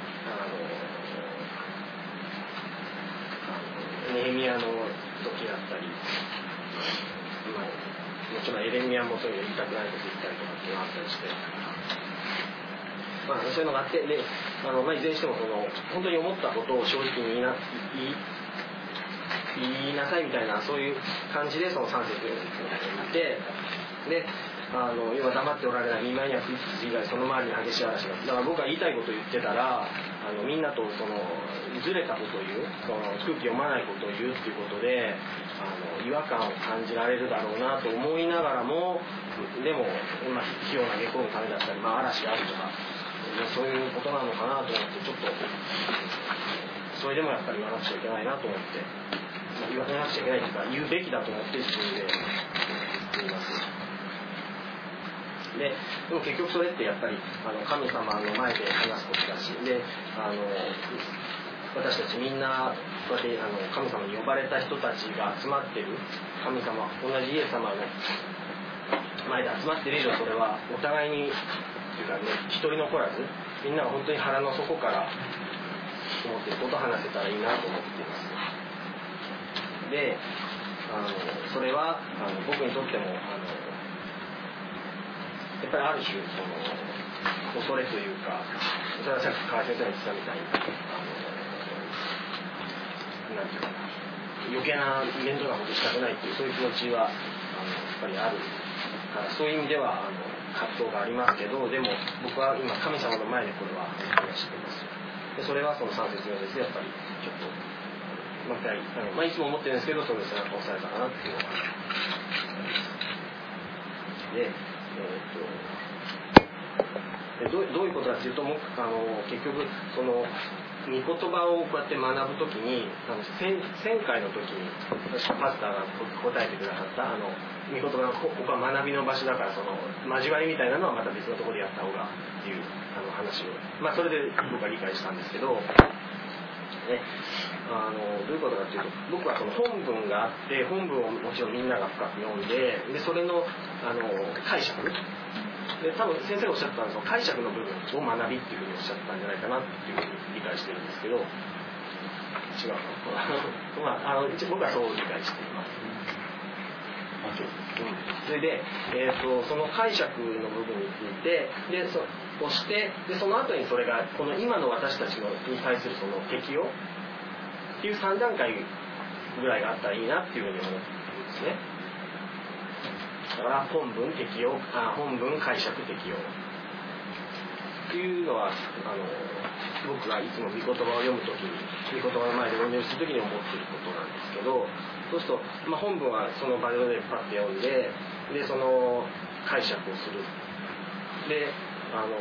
S6: ネヘミヤの時だったり、まあ、もちろんエレミヤもそういう言いたくないこと言ったりとかっていうのがあったりして、まあ、そういうのがあって、であの、まあ、いずれにしてもその本当に思ったことを正直に言いな言い言いなさいみたいなそういう感じでそのさん節を言ってであの要は黙っておられない見舞いには降りつつ以外その周りに激しい嵐がだから僕が言いたいことを言ってたらあのみんなとそのずれたことを言うその空気読まないことを言うっていうことであの違和感を感じられるだろうなと思いながらもでも、まあ、火を投げ込むためだったり、まあ、嵐があるとかそういうことなのかなと思ってちょっとそれでもやっぱり言わなくちゃいけないなと思って、まあ、言わなくちゃいけないというか言うべきだと思って自分で言います。で, でも結局それってやっぱりあの神様の前で話すことだしであの私たちみんなこうやってあの神様に呼ばれた人たちが集まってる神様同じイエス様の前で集まってる以上それはお互いにというかね一人残らずみんなが本当に腹の底から思っていることを話せたらいいなと思っています。であのそれはあの僕にとってもあのやっぱりある種その恐れというかそれはさっき川先生が言ってたみたいにあのなんていうかな余計な面倒なことしたくないっていうそういう気持ちはあのやっぱりあるからそういう意味ではあの葛藤がありますけどでも僕は今神様の前でこれは話しています。でそれはそのさん節よん節でやっぱりちょっとまあ、まあ、いつも思ってるんですけどその背中を押されたかなっていうのがあります。でえー、とで ど, うどういうことかというともあの結局その御言葉をこうやって学ぶときに、あの前回の時に確かパスターが答えてくださったあの御言葉のここは学びの場所だから、その交わりみたいなのはまた別のところでやった方がっていうあの話を、まあそれで僕は理解したんですけど、ね、あのどういうことかというと、僕はその本文があって、本文をもちろんみんなが深く読んで、でそれのあの解釈で、多分先生がおっしゃったのは解釈の部分を学びっていうふうにおっしゃったんじゃないかなっていうふうに理解してるんですけど、違うのまあ、あの僕はそう理解しています。それで、えー、とその解釈の部分についてでそをしてでその後にそれがこの今の私たちのに対するその適用っていうさん段階ぐらいがあったらいいなっていうふうに思っているんですね。だから本文適用あ本文解釈適用っていうのはあの僕がいつも御言葉を読むときに御言葉の前でお祈りするときに思っていることなんですけど、そうすると、まあ、本文はその場でパッて読んででその解釈をするであの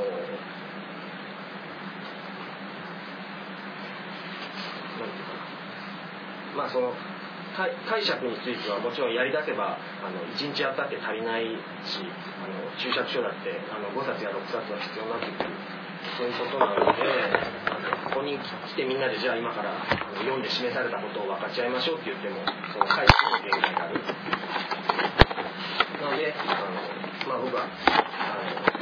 S6: なんていうかなまあその解釈についてはもちろんやりだせばあのいちにちやったって足りないし、あの注釈書だってあのごさつやろくさつは必要になってくる、そういうことなので、あのここに来てみんなでじゃあ今から読んで示されたことを分かち合いましょうって言ってもその解釈の限界がある。なのであの、まあ、僕はあの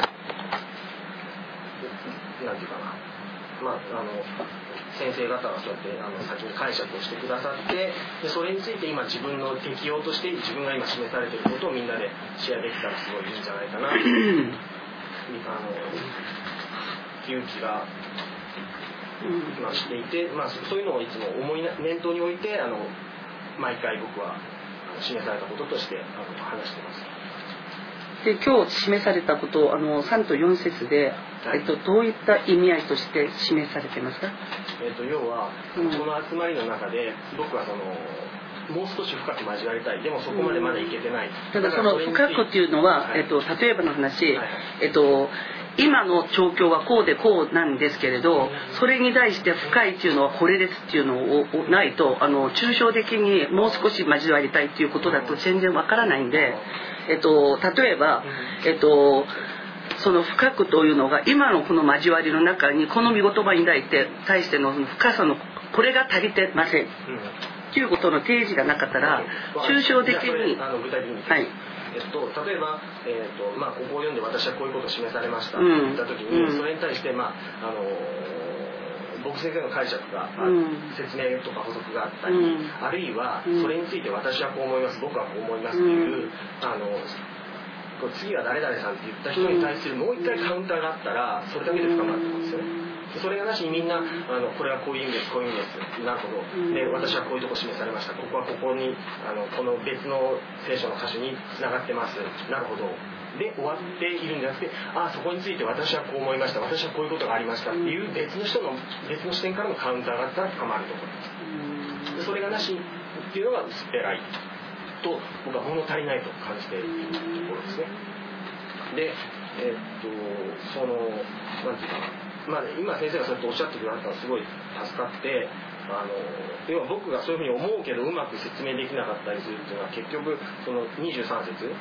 S6: なんていうかな、まああの先生方はそうやってあの先に解釈をしてくださってでそれについて今自分の適用として自分が今示されていることをみんなでシェアできたらすごいいいんじゃないかなとあのいう気が今していて、まあ、そういうのをいつも思いな念頭に置いてあの毎回僕は示されたこととしてあの話してます。
S3: で今日示されたことをあのさんとよん節で、はい、えっと、どういった意味合いとして示されていますか？
S6: えっと、要は、うん、この集まりの中で僕はそのもう少し深く交わりたい、でもそこまでまだいけてない、うん、
S3: ただその深くっていうのは、はい、えっと、例えばの話、はい、えっと今の状況はこうでこうなんですけれど、それに対して深いっていうのはこれですっていうのをないと、あの抽象的にもう少し交わりたいっていうことだと全然わからないんで、えっと、例えば、えっと、その深くというのが今のこの交わりの中にこの御言葉に対しての深さのこれが足りてませんということの提示がなかったら抽象的に、
S6: あの具体的に、はいえっと、例えば、えっとまあ、ここを読んで私はこういうことを示されましたと言ったときに、うん、それに対して、まああの僕先生の解釈が、うん、説明とか補足があったり、うん、あるいはそれについて私はこう思います僕はこう思いますっていう、うん、あのこう次は誰々さんって言った人に対するもう一回カウンターがあったらそれだけで深まると思うんですよね。それがなしにみんなあのこれはこういう意味ですこういう意味ですなるほどで私はこういうとこ示されましたここはここにあのこの別の聖書の箇所に繋がってますなるほどで終わっているんじゃなくてあそこについて私はこう思いました私はこういうことがありましたっていう別の人の別の視点からのカウンターがあったら深まると思います。でそれがなしっていうのが薄っぺらいと僕は物足りないと感じているところですね。でえー、っとそのなんていうかなまあ、今先生がそうやっておっしゃってくださったのはすごい助かってあの今僕がそういうふうに思うけどうまく説明できなかったりするっていうのは結局そのにじゅうさん節、うん、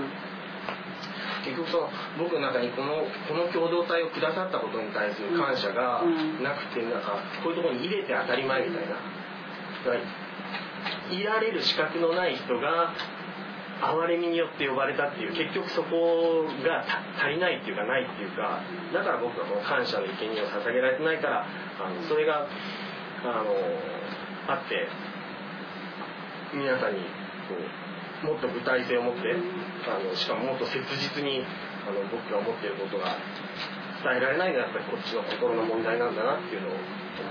S6: 結局その僕の中にこのこの共同体をくださったことに対する感謝がなくてなんかこういうところに入れて当たり前みたいなだからいられる資格のない人が憐れみによって呼ばれたっていう結局そこが足りないっていうかないっていうかだから僕はこの感謝の生贄を捧げられてないからあのそれがあのあって皆さんにこうもっと具体性を持ってあのしかももっと切実にあの僕が思っていることが伝えられないのはやっぱりこっちの心の問題なんだなっていうのを思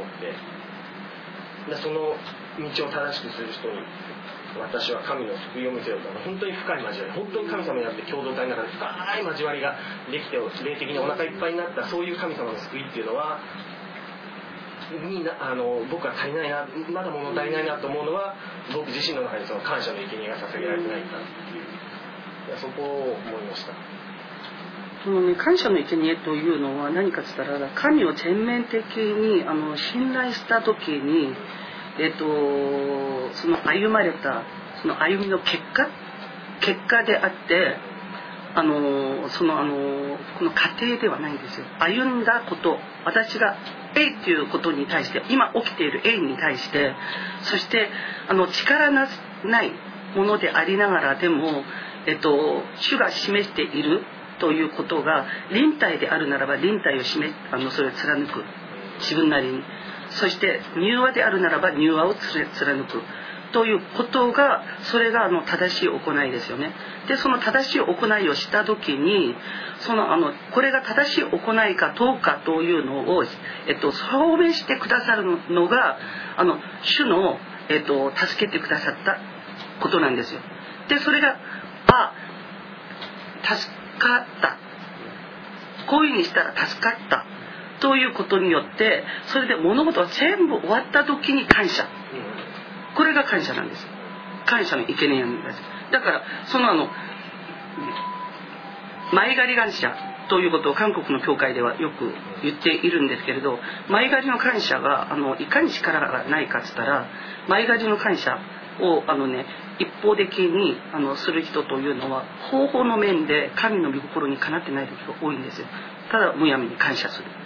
S6: ってでその道を正しくする人に私は神の救いを見せようと本当に深い交わり本当に神様になって共同体の中で深い交わりができて霊的にお腹いっぱいになったそういう神様の救いっていうのはになあの僕は足りないなまだ物足りないなと思うのは僕自身の中にその感謝の生贄が捧げられてないんだっていういやそこを思いました。
S3: そのね、感謝の生贄というのは何かと言ったら、神を全面的にあの信頼した時に、えっと、その歩まれたその歩みの結果結果であって、あのそのあのこの過程ではないんですよ。歩んだこと、私が A っていうことに対して、今起きている A に対して、そしてあの力なないものでありながらでも、えっと、主が示しているということが臨体であるならば臨体を示あのそれを貫く、自分なりに。そして柔和であるならば柔和を貫くということが、それがあの正しい行いですよね。でその正しい行いをした時に、そのあのこれが正しい行いかどうかというのを、えっと、証明してくださるのがあの主の、えっと、助けてくださったことなんですよ。でそれがあ助かった、こういうふうにしたら助かったということによって、それで物事が全部終わった時に感謝、これが感謝なんです。感謝の生贄なんです。だからそのあの前借り感謝ということを韓国の教会ではよく言っているんですけれど、前借りの感謝があのいかに力がないかっつったら、前借りの感謝をあの、ね、一方的にあのする人というのは方法の面で神の御心にかなってない時が多いんですよ。ただむやみに感謝する。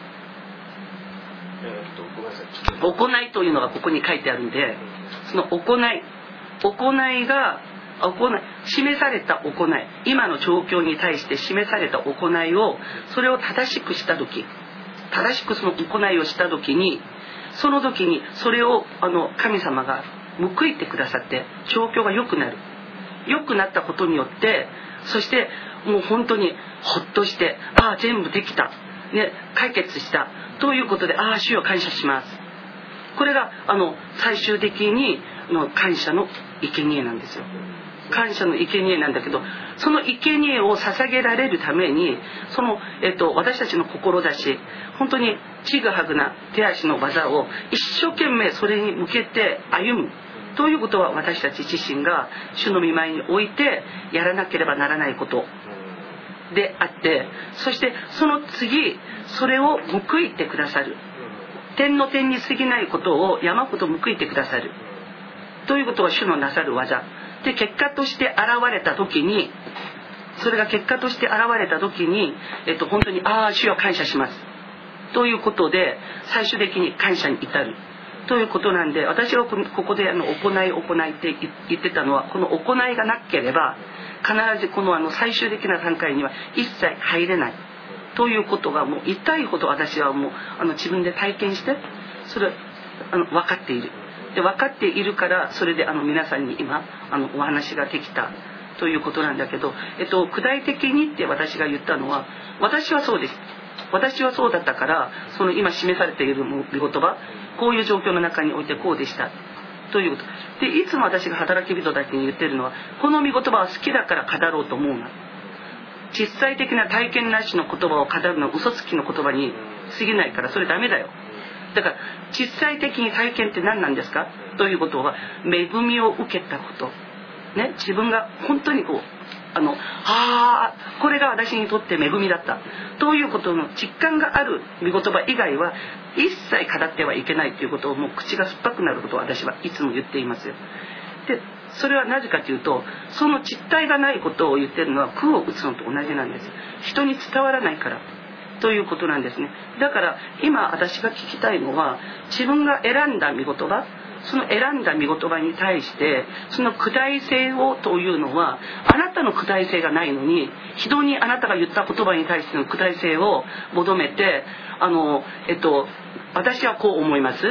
S6: えー、っとごめんなさい。
S3: 行いというのがここに書いてあるんで、その行い行いが行い示された行い、今の状況に対して示された行いを、それを正しくした時、正しくその行いをした時に、その時にそれをあの神様が報いてくださって状況が良くなる、良くなったことによって、そしてもう本当にほっとして、ああ全部できた、ね、解決したということで、ああ主よ感謝します。これがあの最終的にの感謝の生贄なんですよ。感謝の生贄なんだけど、その生贄を捧げられるために、その、えっと、私たちの志、本当にちぐはぐな手足の技を一生懸命それに向けて歩むということは、私たち自身が主の御前に置いてやらなければならないことであって、そしてその次それを報いてくださる、天の天に過ぎないことを山ほど報いてくださるということが主のなさる技で、結果として現れた時に、それが結果として現れた時に、えっと、本当にああ主よ感謝しますということで、最終的に感謝に至るということなんで、私はここであの行い行いって言ってたのは、この行いがなければ必ずこのあの最終的な段階には一切入れないということが、もう痛いほど私はもうあの自分で体験して、それあの分かっている。で分かっているから、それであの皆さんに今あのお話ができたということなんだけど、えっと、具体的にって私が言ったのは、私はそうです、私はそうだったから、その今示されている御言葉、こういう状況の中においてこうでしたということで、いつも私が働き人たちに言ってるのは、この御言葉は好きだから語ろうと思うな、実際的な体験なしの言葉を語るのは嘘つきの言葉に過ぎないから、それダメだよ。だから実際的に体験って何なんですかということは、恵みを受けたこと、ね、自分が本当にこうあのあこれが私にとって恵みだったということの実感がある御言葉以外は一切語ってはいけないということを、もう口が酸っぱくなることを私はいつも言っていますよ。でそれはなぜかというと、その実体がないことを言ってるのは空を打つのと同じなんです。人に伝わらないからということなんですね。だから今私が聞きたいのは、自分が選んだ御言葉、その選んだ御言葉に対してその具体性をというのは、あなたの具体性がないのに、人にあなたが言った言葉に対しての具体性を求めて、あのえっと私はこう思います、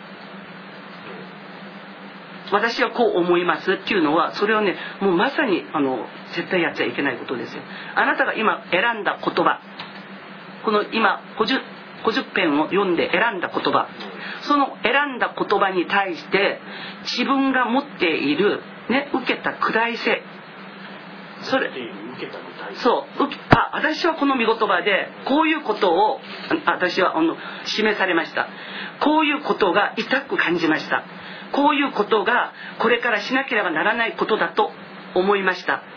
S3: 私はこう思いますっていうのは、それはね、もうまさにあの絶対やっちゃいけないことですよ。あなたが今選んだ言葉、この今 50, 50編を読んで選んだ言葉、その選んだ言葉に対して自分が持っている、ね、受けた具体性、それそうあ私はこの御言葉でこういうことを私はあの示されました、こういうことが痛く感じました、こういうことがこれからしなければならないことだと思いました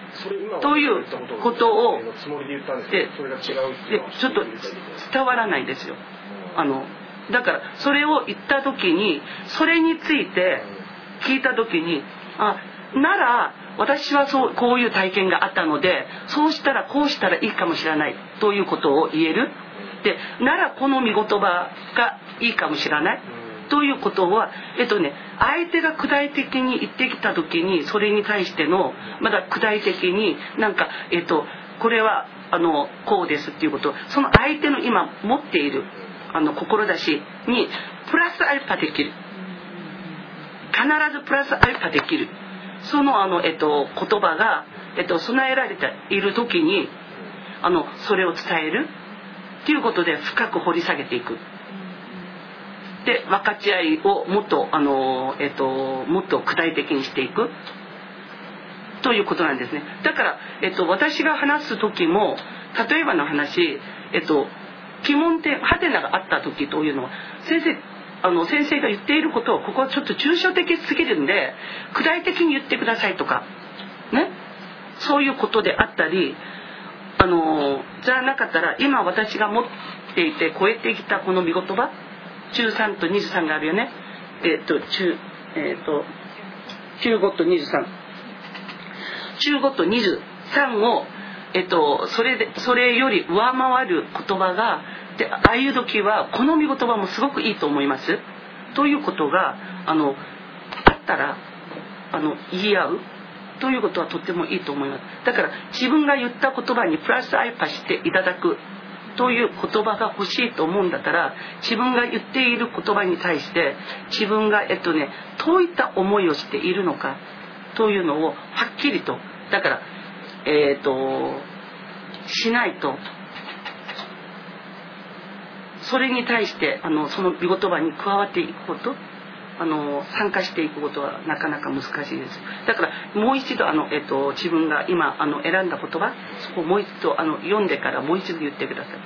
S3: ということを
S6: つもりで言ったんです
S3: で
S6: けど、それが違うっていうのは
S3: ちょっと伝わらないですよ。あのだからそれを言った時に、それについて聞いた時に、あ、なら私はそうこういう体験があったので、そうしたらこうしたらいいかもしれないということを言える。でならこの御言葉がいいかもしれないということは、えっとね、相手が具体的に言ってきた時に、それに対してのまだ具体的になんか、えっと、これはあのこうですっていうこと、その相手の今持っているあの志にプラスアルファできる、必ずプラスアルファできる、そのあの、えっと、言葉が、えっと、備えられている時に、あのそれを伝えるということで深く掘り下げていく。で分かち合いをもっと、あの、えっと、もっと具体的にしていくということなんですね。だから、えっと、私が話す時も、例えばの話、えっと、疑問点ハテナがあった時というのは、先生あの先生が言っていることを、ここはちょっと抽象的すぎるんで具体的に言ってくださいとかね、そういうことであったり、あのじゃなかったら、今私が持っていて超えてきたこの御言葉、中さんとにじゅうさんがあるよね。えっと中えっと中ごとにじゅうさん、中ごとにじゅうさんを、えっとそれでそれより上回る言葉が、でああいう時はこの御言葉もすごくいいと思いますということが、あのあったら、あの言い合うということはとってもいいと思います。だから自分が言った言葉にプラスアルファしていただくという言葉が欲しいと思うんだったら、自分が言っている言葉に対して自分が、えっとね、どういった思いをしているのかというのをはっきりと、だからえっとしないと、それに対してあのその御言葉に加わっていくこと、あの参加していくことはなかなか難しいです。だからもう一度あの、えっと、自分が今あの選んだ言葉、そこをもう一度あの読んでからもう一度言ってください。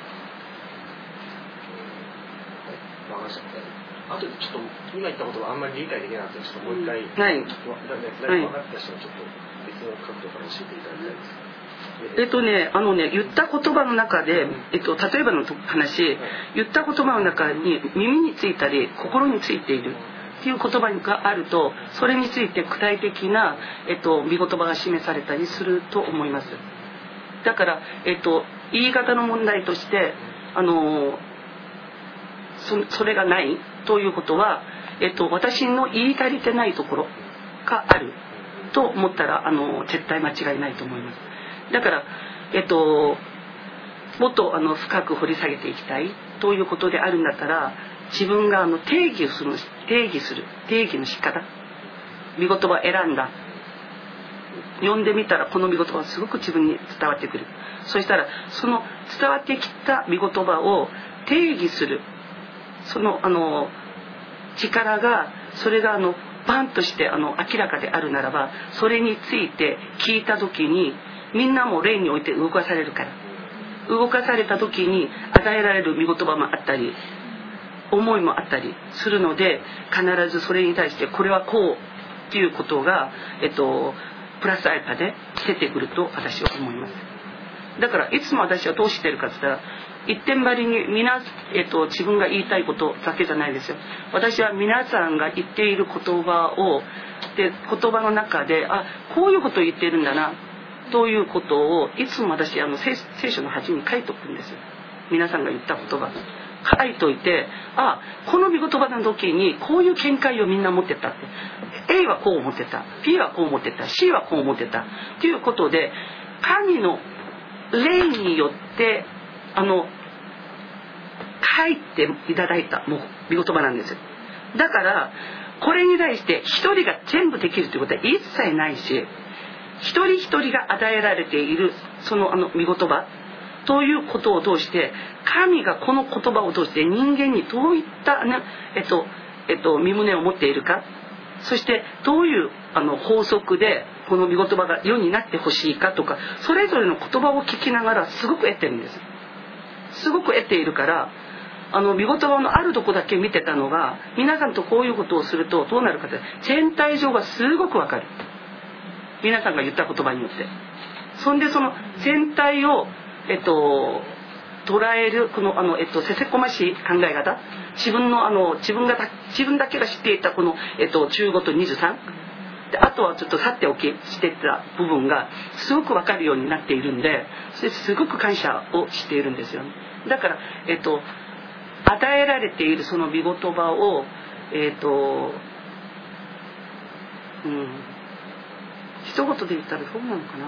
S6: わかりました。あとちょっと今言ったことがあんまり理解できなかったので、ちょっともう一回、
S3: はい、
S6: 分かった人はちょっと別の角度から教えていただきたいです。
S3: えっとね、あのね、言った言葉の中で、えっと、例えばの話、言った言葉の中に耳についたり心についているっていう言葉があると、それについて具体的な、えっと、御言葉が示されたりすると思います。だから、えっと、言い方の問題として、あの そ, それがないということは、えっと、私の言い足りてないところがあると思ったら、あの絶対間違いないと思います。だから、えっと、もっとあの深く掘り下げていきたいということであるんだったら、自分があの定義する定義する定義の仕方、御言葉を選んだ、読んでみたらこの御言葉はすごく自分に伝わってくる。そしたらその伝わってきた御言葉を定義する、そのあの力が、それがあのバンとしてあの明らかであるならば、それについて聞いた時にみんなも霊において動かされるから、動かされた時に与えられる御言葉もあったり思いもあったりするので、必ずそれに対してこれはこうっていうことが、えっと、プラスアルファで出てくると私は思います。だからいつも私はどうしてるかって言ったら、一点張りに皆、えっと、自分が言いたいことだけじゃないですよ。私は皆さんが言っている言葉をで言葉の中で、あ、こういうことを言っているんだなということをいつも私あの 聖, 聖書の端に書いておくんですよ。皆さんが言った言葉書いといて、あ、この御言葉の時にこういう見解をみんな持ってたって、 A はこう思ってた、 B はこう思ってた、 C はこう思ってたということで、神の霊によってあの書いていただいたもう御言葉なんですよ。だからこれに対して一人が全部できるということは一切ないし、一人一人が与えられているそのあの御言葉ということを通して、神がこの言葉を通して人間にどういった、ね、えっとえっと身旨を持っているか、そしてどういうあの法則でこの御言葉が世になってほしいかとか、それぞれの言葉を聞きながらすごく得てるんです。すごく得ているから、あの御言葉のあるとこだけ見てたのが、皆さんとこういうことをするとどうなるかって、全体上がすごくわかる。 皆さんが言った言葉によって。そんでその全体を、えっと、捉えるこのあの、えっと、せせこましい考え方、自分のあの自分が自分だけが知っていたこの、えっと、じゅうごとにじゅうさんで、あとはちょっと去っておきしていた部分がすごく分かるようになっているんで、それすごく感謝をしているんですよね。だから、えっと、与えられているその御言葉を、えっと、うん、一言で言ったらどうなのかな、うん、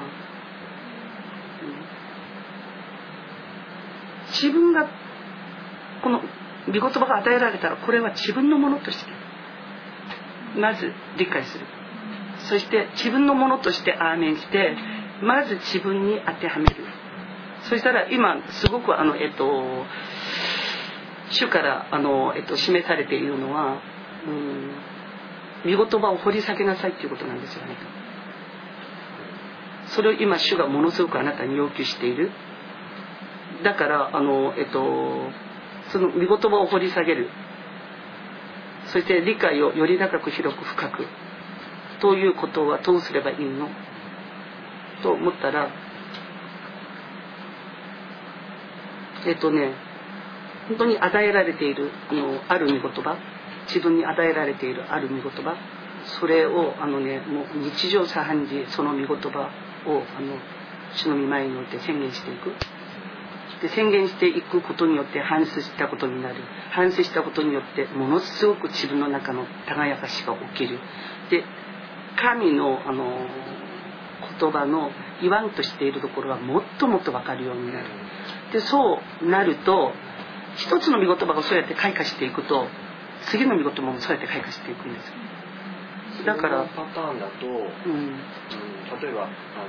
S3: 自分がこの御言葉が与えられたら、これは自分のものとしてまず理解する。そして自分のものとしてアーメンして、まず自分に当てはめる。そしたら今すごくあの、えっと、主からあの、えっと、示されているのは、うん、御言葉を掘り下げなさいっていうことなんですよね。それを今主がものすごくあなたに要求している。だからあの、えっと、その御言葉を掘り下げる。そして理解をより長く広く深くということはどうすればいいのと思ったら、えっとね本当に与えられているあのある御言葉、自分に与えられているある御言葉、それをあのねもう日常茶飯事その御言葉をあの主の御前において宣言していく。で宣言していくことによって反芻したことになる。反芻したことによってものすごく自分の中の輝かしが起きる。で神のあの言葉の言わんとしているところはもっともっと分かるようになる。でそうなると、一つの御言葉がそうやって開花していくと、次の御言葉もそうやって開花していくんです。だから
S6: パターンだと、うんうん、例えばあの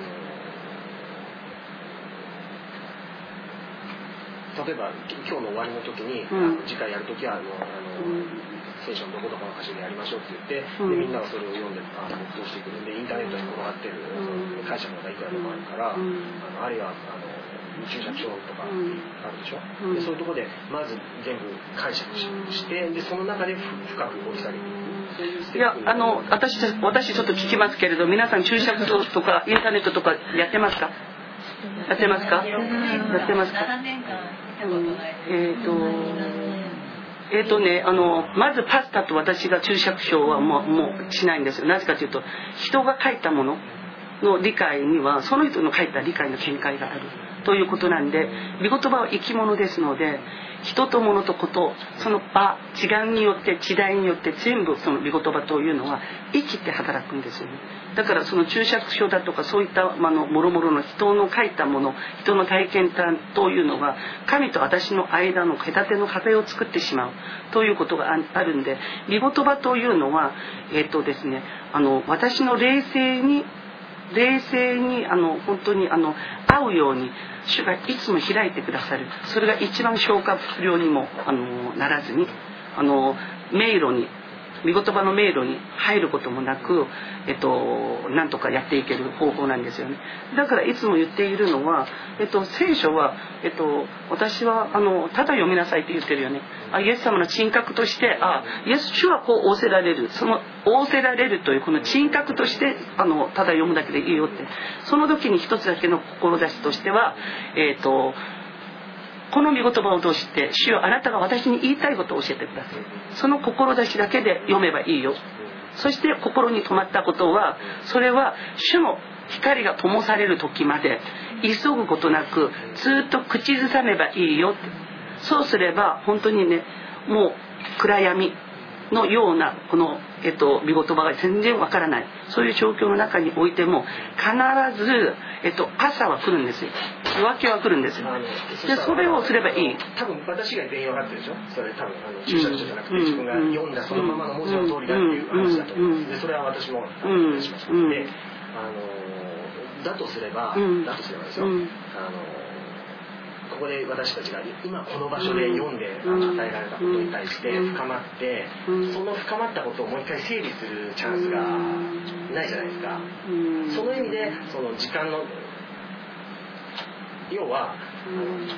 S6: 例えば今日の終わりの時に、うん、次回やる時はあのあの、うん、聖書のどこどこの箇所でやりましょうって言って、うん、でみんながそれを読んであの没頭していくので、インターネットに転がってる、うん、解釈がいくらでもあるから、うん、あのあるいはあの注釈書とかあるでしょ、うん、でそういうところでまず全部解釈し、うん、してでその中で深く掘り下げていく。
S3: いやあの 私, 私ちょっと聞きますけれど、皆さん注釈書とかインターネットとかやってますか？やってますか？やってますか？うん、えっ、ー、とえっ、ー、とねあのまずパスタと私が注釈書はもう、もうしないんですよ。なぜかというと、人が書いたものの理解にはその人の書いた理解の見解があるということなんで、御言葉は生き物ですので、人と物とこと、その場時間によって時代によって全部その御言葉というのは生きて働くんですよね。だからその注釈書だとかそういったあの諸々の人の書いたもの、人の体験談というのが神と私の間の隔ての壁を作ってしまうということがあるんで、御言葉というのはえっとですねあの私の冷静に冷静にあの本当にあの合うように主がいつも開いてくださる。それが一番消化不良にもあのならずに、あの迷路に御言葉の迷路に入ることもなく、えっと、なんとかやっていける方法なんですよね。だからいつも言っているのは、えっと、聖書は、えっと、私はあのただ読みなさいって言ってるよね。あイエス様の人格として、あイエス主はこう仰せられる、その仰せられるというこの人格としてあのただ読むだけでいいよって。その時に一つだけの志としては、えっとこの御言葉を通して主よあなたが私に言いたいことを教えてください。その志だけで読めばいいよ。そして心に留まったことは、それは主の光が灯される時まで急ぐことなくずっと口ずさめばいいよって。そうすれば本当にね、もう暗闇のようなこの、えっと、御言葉が全然わからない、そういう状況の中においても必ず、えっと、朝は来るんですよ。夜明けは来るんですよ。でそれをすればいい。
S6: 多分私が全員分かってるでしょ。それ多分あの注釈書じゃなくて、自分が読んだそのままの文字の通りだっていう話だと思うんです。でそれは私も話しました。であのだとすれば、だとすればですよ、あのここで私たちが今この場所で読んで、うん、与えられたことに対して深まって、うん、その深まったことをもう一回整理するチャンスがないじゃないですか、うん、その意味でその時間の要は、うん、あの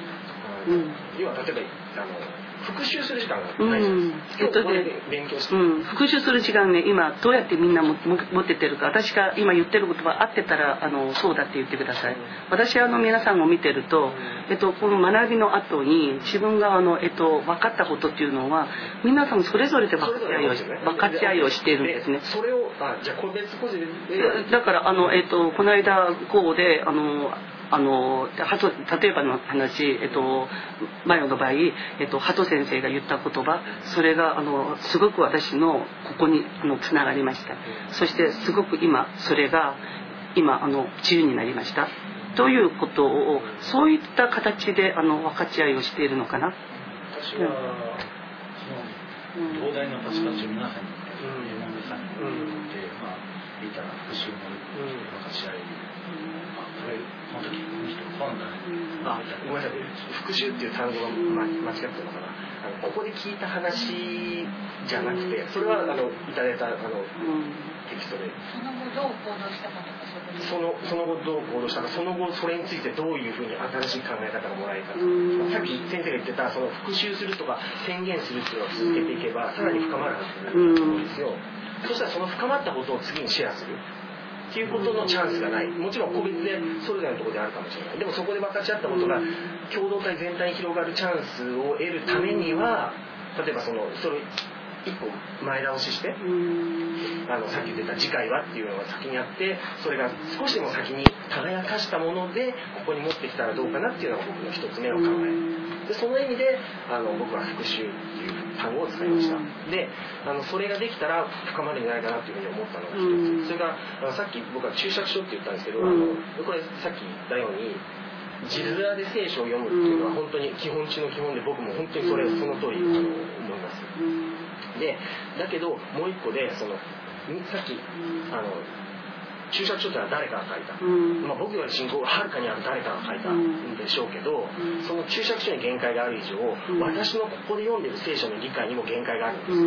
S3: うん、
S6: 要は例えばあの復習する時間がないじゃないですか、うん、今日これで勉強して、
S3: うん、復習する時間ね、今どうやってみんなも持ってってるか、私が今言ってることが合ってたらあのそうだって言ってください。私はあの皆さんを見てると、えっと、この学びの後に自分があの、えっと、分かったことっていうのは皆さんそれぞれで分かち合いを、分かち合いをしているんですね。
S6: それをあじゃあ個別個人で
S3: だからあの、えっと、この間こうであのあの例えばの話、えっと、マヨの場合、えっと、ハト先生が言った言葉、それがあのすごく私のここにあのつながりました。そしてすごく今それが今あの自由になりましたということを、そういった形であの分かち合いをしているのかな。
S2: 私はその東大のパチパチを皆さんに山本さんに言ってまあ見たら復習も分かち合い、まあこれその時この人ファンだね。
S6: あ、ごめんなさい。復習っていう単語が、ま、間違ってるのかな。あのここで聞いた話じゃなくて、それはあのいただいたあの、うん、テキストで。
S7: その後どう行動したかとか
S6: そのその後どう行動したか、その後それについてどういうふうに新しい考え方がもらえるか、まあ、さっき先生が言ってたその復習するとか宣言するっていうのを続けていけば、さらに深まるはずになると思うんですよ。そしたらその深まったことを次にシェアするっていうことのチャンスがない。もちろん個別でそれぞれのところであるかもしれない。でもそこで分かち合ったことが共同体全体に広がるチャンスを得るためには、例えばそのそれ一歩前倒しして、あのさっき言ってた次回はっていうのが先にあって、それが少しでも先に輝かしたものでここに持ってきたらどうかなっていうのが僕の一つ目の考えで、その意味であの僕は復習っていう単語を使いました。であのそれができたら深まるんじゃないかなっていうふうに思ったのが一つ。それからあのさっき僕は注釈書って言ったんですけど、あのこれさっき言ったように字面で聖書を読むっていうのは本当に基本中の基本で、僕も本当にそれその通りあの思います。でだけどもう一個でそのさっきあの注釈書ってのは誰かが書いた、まあ、僕より信仰がはるかにある誰かが書いたんでしょうけど、その注釈書に限界がある以上、私のここで読んでる聖書の理解にも限界があるんです。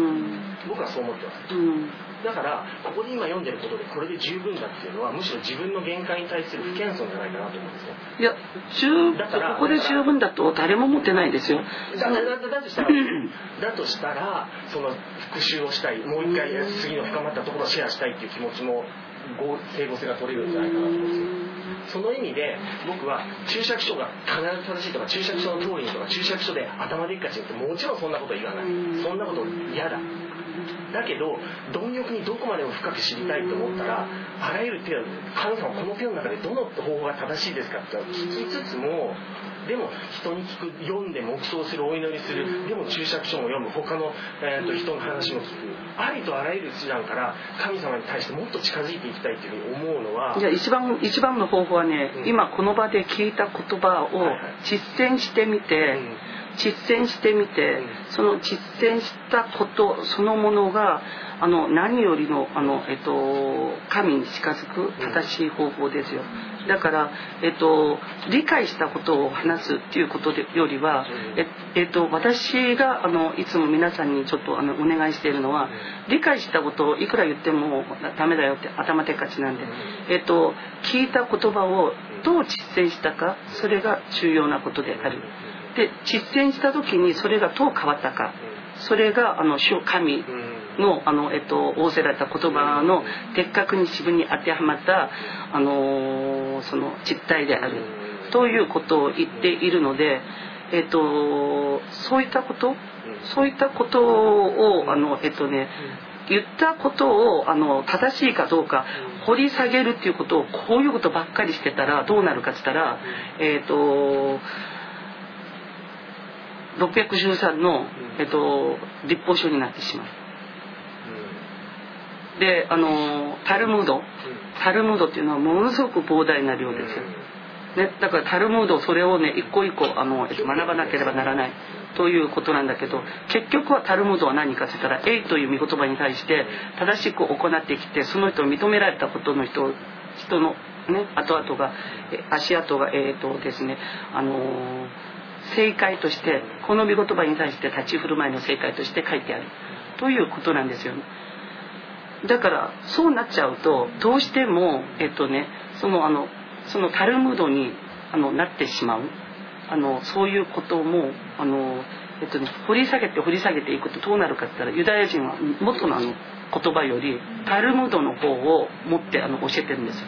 S6: 僕はそう思ってます。だからここで今読んでることでこれで十分だっていうのは、むしろ自分の限界に対する不謙遜じゃないかなと思うんですよ。
S3: いや十だからここで十分だと誰も持ってないですよ。
S6: だ, だ, だ, だとしたらだとしたらその復習をしたい、もう一回次の深まったところをシェアしたいっていう気持ちも整合性が取れるんじゃないかなと思うんですよ。その意味で僕は注釈書が必ず正しいとか、注釈書の通りにとか、注釈書で頭でっかちにって、もちろんそんなこと言わない。そんなこと嫌だ。だけど貪欲にどこまでも深く知りたいと思ったら、あらゆる手を、神様この手の中でどの方法が正しいですかって聞きつつも、でも人に聞く、読んで黙想する、お祈りする、でも注釈書も読む、他の、えー、と人の話も聞く、ありとあらゆる手段から神様に対してもっと近づいていきたいというふうに思うのは、
S3: いや一番一番の方法はね、うん、今この場で聞いた言葉を実践してみて、はいはい、うん実践してみて、その実践したことそのものがあの何よりの、あの、えっと、神に近づく正しい方法ですよ。だから、えっと、理解したことを話すっていうことよりは、ええっと、私があのいつも皆さんにちょっとあのお願いしているのは、理解したことをいくら言ってもダメだよって頭でっかちなんで、えっと、聞いた言葉をどう実践したか、それが重要なことである。で実践した時にそれがどう変わったか、それがあの主神の、あの、えっと、仰せられた言葉の的確に自分に当てはまった、あのー、その実態であるということを言っているので、えっと、そういったことそういったことをあの、えっとね、言ったことをあの正しいかどうか掘り下げるっていうことを、こういうことばっかりしてたらどうなるかって言ったら、えっとろっぴゃくじゅうさんの、えっと、立法書になってしまう。で、あのタルムードタルムードっていうのはものすごく膨大な量ですよ、ね、だからタルムードそれをね一個一個あの、えっと、学ばなければならないということなんだけど、結局はタルムードは何かって言ったら、エイという御言葉に対して正しく行ってきて、その人を認められたことの人人のね後々が足跡がえっとですねあのー正解として、この御言葉に対して立ち振る舞いの正解として書いてあるということなんですよね。だからそうなっちゃうとどうしてもえっとねそのあのそのタルムードにあのなってしまう。 あのそういうこともあの、えっとね、掘り下げて掘り下げていくとどうなるかって言ったら、ユダヤ人は元のあの言葉よりタルムドの方を持ってあの教えてるんですよ。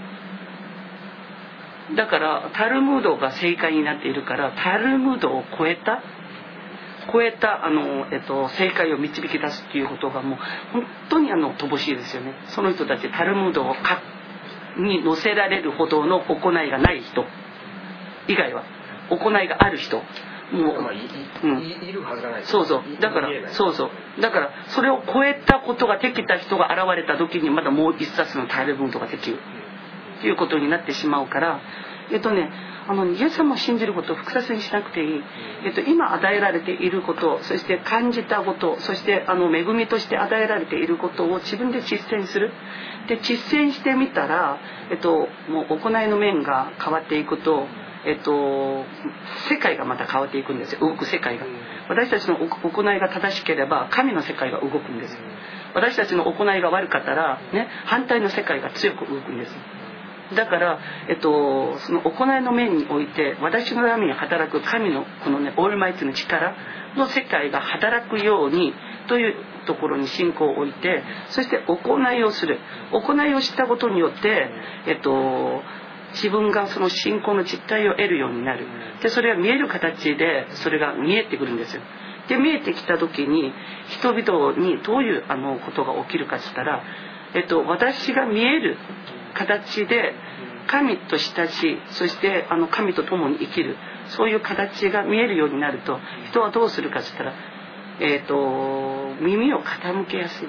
S3: だからタルムドが正解になっているから、タルムドを超えた超えたあの、えっと、正解を導き出すっていうことがもう本当にあの乏しいですよね。その人たちタルムドをかに載せられるほどの行いがない人以外は、行いがある人もう、
S6: まあ、い, うん、いるはずがない。
S3: そうそうだからそうそうだからそれを超えたことができた人が現れた時にまたもう一冊のタルムドができるということになってしまうから、えっとねあのイエス様を信じることを複雑にしなくていい、えっと、今与えられていること、そして感じたこと、そしてあの恵みとして与えられていることを自分で実践する。で実践してみたら、えっと、もう行いの面が変わっていくと、えっと、世界がまた変わっていくんですよ。動く世界が、私たちの行いが正しければ神の世界が動くんです。私たちの行いが悪かったら、ね、反対の世界が強く動くんです。だから、えっと、その行いの面において私のために働く神のこのねオールマイティの力の世界が働くようにというところに信仰を置いて、そして行いをする。行いをしたことによって、えっと、自分がその信仰の実態を得るようになる。でそれが見える形でそれが見えてくるんですよ。で見えてきた時に人々にどういうあのことが起きるかって言ったら、えっと、私が見える形で神と親しい、そしてあの神と共に生きる、そういう形が見えるようになると、人はどうするかって言ったら、えーと、耳を傾けやすい。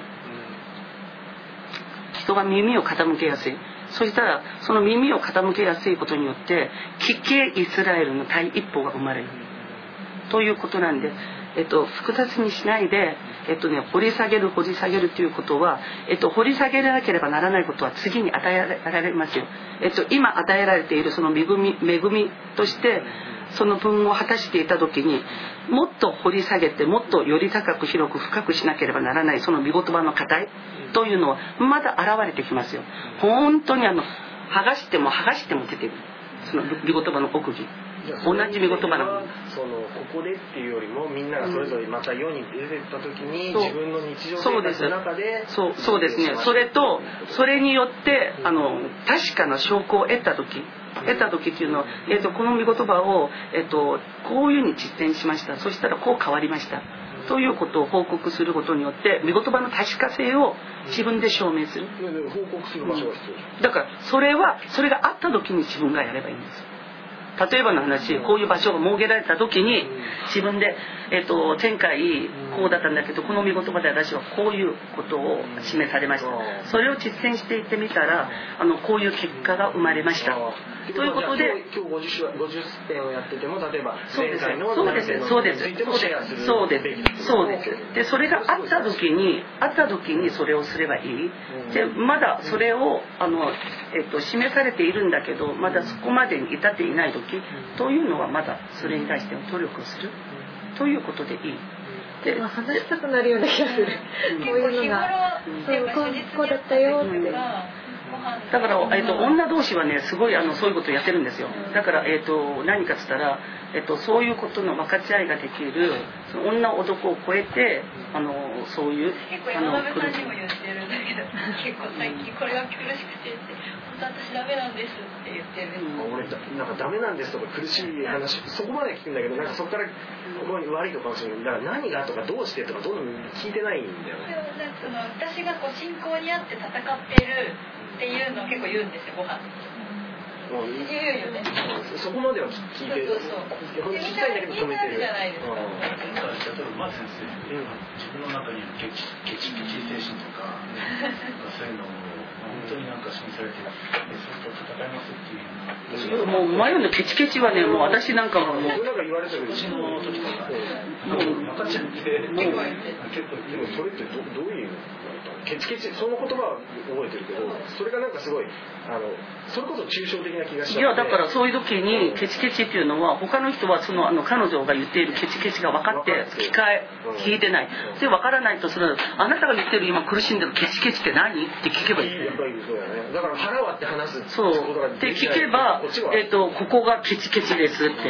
S3: 人が耳を傾けやすい。そしたらその耳を傾けやすいことによって聞けイスラエルの第一歩が生まれるということなんで、えっと、複雑にしないで、えっとね、掘り下げる掘り下げるということは、えっと、掘り下げなければならないことは次に与えられますよ。えっと、今与えられているその恵み、恵みとしてその分を果たしていた時に、もっと掘り下げてもっとより高く広く深くしなければならないその御言葉の課題というのはまだ現れてきますよ。本当にあの剥がしても剥がしても出てくる、その御言葉の奥義、同じ御言葉なの。
S6: そのここでっていうよりも、みんながそれぞれまた世に出てった時に、自分の日常生活の中で、
S3: そうそうですね。それとそれによってあの確かな証拠を得た時得た時っていうのは、えっと、この御言葉を、えっと、こういうふうに実践しました、そしたらこう変わりましたということを報告することによって御言葉の確か性を自分で証明する。
S6: 報告する場所が必要
S3: だからそれはそれがあった時に自分がやればいいんです。例えばの話、こういう場所が設けられた時に自分で、えっと、前回こうだったんだけど、この御言葉で私はこういうことを示されました、それを実践していってみたら、あのこういう結果が生まれましたということで、
S6: 今日ごじゅってんをやってても、例えば
S3: そうですそうですそうですそうですそうですでそれがあった時にあった時にそれをすればいい。でまだそれをあの、えっと、示されているんだけど、まだそこまでに至っていない時というのは、まだそれに対して努力をするということでいい。
S8: で話したくなるような気がする。こういうのがそうこうだったよって。
S3: だから、えー、と女同士はねすごいあのそういうことをやってるんですよ。だから、えー、と何かっつったら、えー、とそういうことの分かち合いができる、その女男を超えてあのそういう
S7: 結構山辺さんにも言ってるんだけど、結構最近これが苦しくてって本当私ダメなんですって言ってる、うん、
S6: 俺なんかダメなんですとか苦しい話そこまで聞くんだけど、なんかそこからここに悪いとかもしれない。だから何がとかどうしてとかどんどん聞いてないんだよね。
S7: でもなんかその私がこう信仰にあって戦っているっていうのを結構言うんですよ、ご飯に。言うよね。
S6: そこまでは聞いて、
S7: そうそうそう
S6: 聞きたいんだけど止めてる。
S7: じゃないですか。
S9: 例えばまず先生、自分の中にケチケチケチ精神とか、そういうのを本当になんか示されて、それと戦いますっていう。
S3: もう前のケチケチはね、もう私なんかももう
S6: なんか言われてる。
S9: うちの時とか、
S3: もう
S9: 分かっちゃって、もう
S6: 結構でもそれってどどういうの？ケチケチその言葉は覚えてるけど、それがなんかすごいあのそれこそ抽象的な気がしちゃって。
S3: いやだからそういう時にケチケチっていうのは、他の人はそのあの彼女が言っているケチケチが分かって聞かえ聞いてない。で分からないとする、あなたが言ってる今苦しんでるケチケチって何って聞けばいい。
S6: やっぱりそうだね。だから腹割って話す。
S3: そうで聞けば、えっとここがケチケチですって。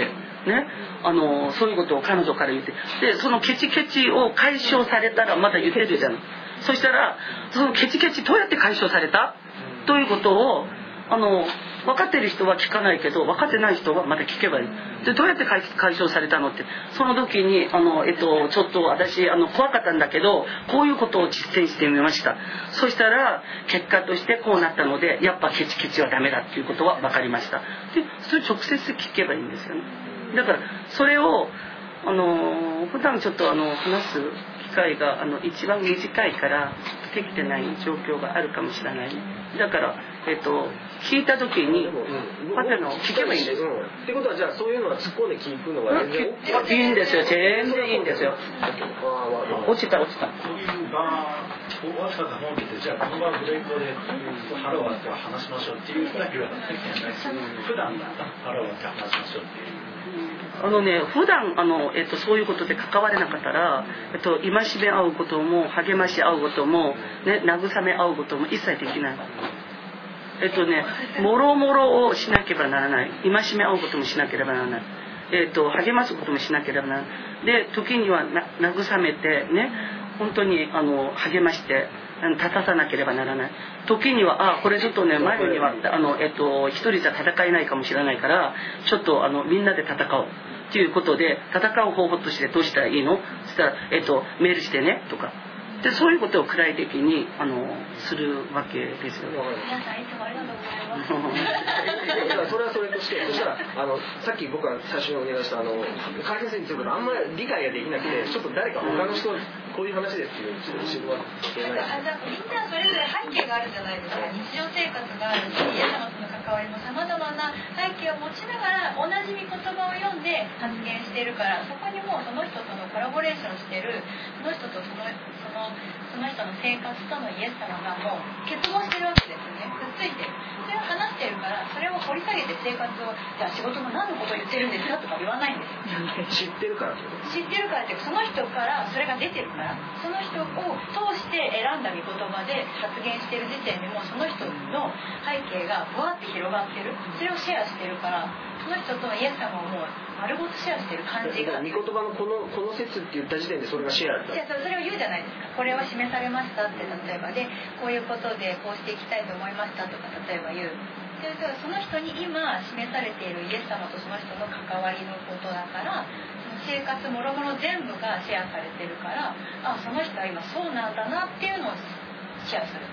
S3: ね、あのそういうことを彼女から言って、でそのケチケチを解消されたらまた言ってるじゃん。そしたらそのケチケチどうやって解消されたということをあの分かってる人は聞かないけど、分かってない人はまた聞けばいい。でどうやって解消されたのって、その時にあの、えっと、ちょっと私あの怖かったんだけど、こういうことを実践してみました。そしたら結果としてこうなったので、やっぱケチケチはダメだっていうことは分かりました。でそれ直接聞けばいいんですよね。だからそれをあの普段ちょっとあの話す機会があの一番短いからできてない状況があるかもしれない。だからえっと聞いた時にパテの聞けばいいんです。
S6: うん、ってことはじゃあそういうのは突っ込んで聞くのが全然
S3: いいんですよ。全然いいんですよ。落ちた落ちた。
S9: そういう場をわざわざ設けて、じゃあこの場ブレイクで腹を割って話しましょうっていうだけはできないし、普段腹を割って話しましょうっていう。
S3: あのね、普段あの、えっと、そういうことで関われなかったら、えっと、戒め合うことも励まし合うことも、ね、慰め合うことも一切できない。えっとね、もろもろをしなければならない。戒め合うこともしなければならない。えっと、励ますこともしなければならない。で、時にはな慰めてね、本当にあの励まして立たさなければならない。時にはあこれちょっとね前にはあの、えっと、一人じゃ戦えないかもしれないから、ちょっとあのみんなで戦おうということで、戦う方法としてどうしたらいいの？そしたら、えっと、メールしてねとかで、そういうことを具体的にあのするわけですよ。
S7: 皆さんいつもありがとうございます。
S6: それはそれとして、そしたらあのさっき僕が最初にお願いしたあの解説についてあんまり理解ができなくて、ちょっと誰か他の人こういう話ですっていうちょっと知るわけない。
S7: あ、じゃあみんなそれぞれ背景があるじゃないですか。日常生活があるし、イエス様との関わりもさまざまな背景を持ちながら同じ御言葉を読んで発言しているから、そこにもその人とのコラボレーションしてる、その人とそのそのその人の生活とのイエス様がもう結合してるわけですよね。くっついてる。それを話してるから、それを掘り下げて生活を、じゃあ仕事の何のことを言ってるんですかとか言わないんですよ。
S6: 知ってるから
S7: 知ってるからっていうか、その人からそれが出てるから、その人を通して選んだ御言葉で発言してる時点でもうその人の背景がぶわって広がってる。それをシェアしてるから、その人とのイエス様をもう丸ごとシェアしてる感じが。
S6: 御言葉のこのこの説って言った時点でそれがシェアだ。
S7: じゃあそれを言うじゃないですか。これは示されましたって、例えばでこういうことでこうしていきたいと思いましたとか例えば言う。でその人に今示されているイエス様とその人の関わりのことだから、生活もろもろ全部がシェアされてるから、あ、その人は今そうなんだなっていうのをシェアする。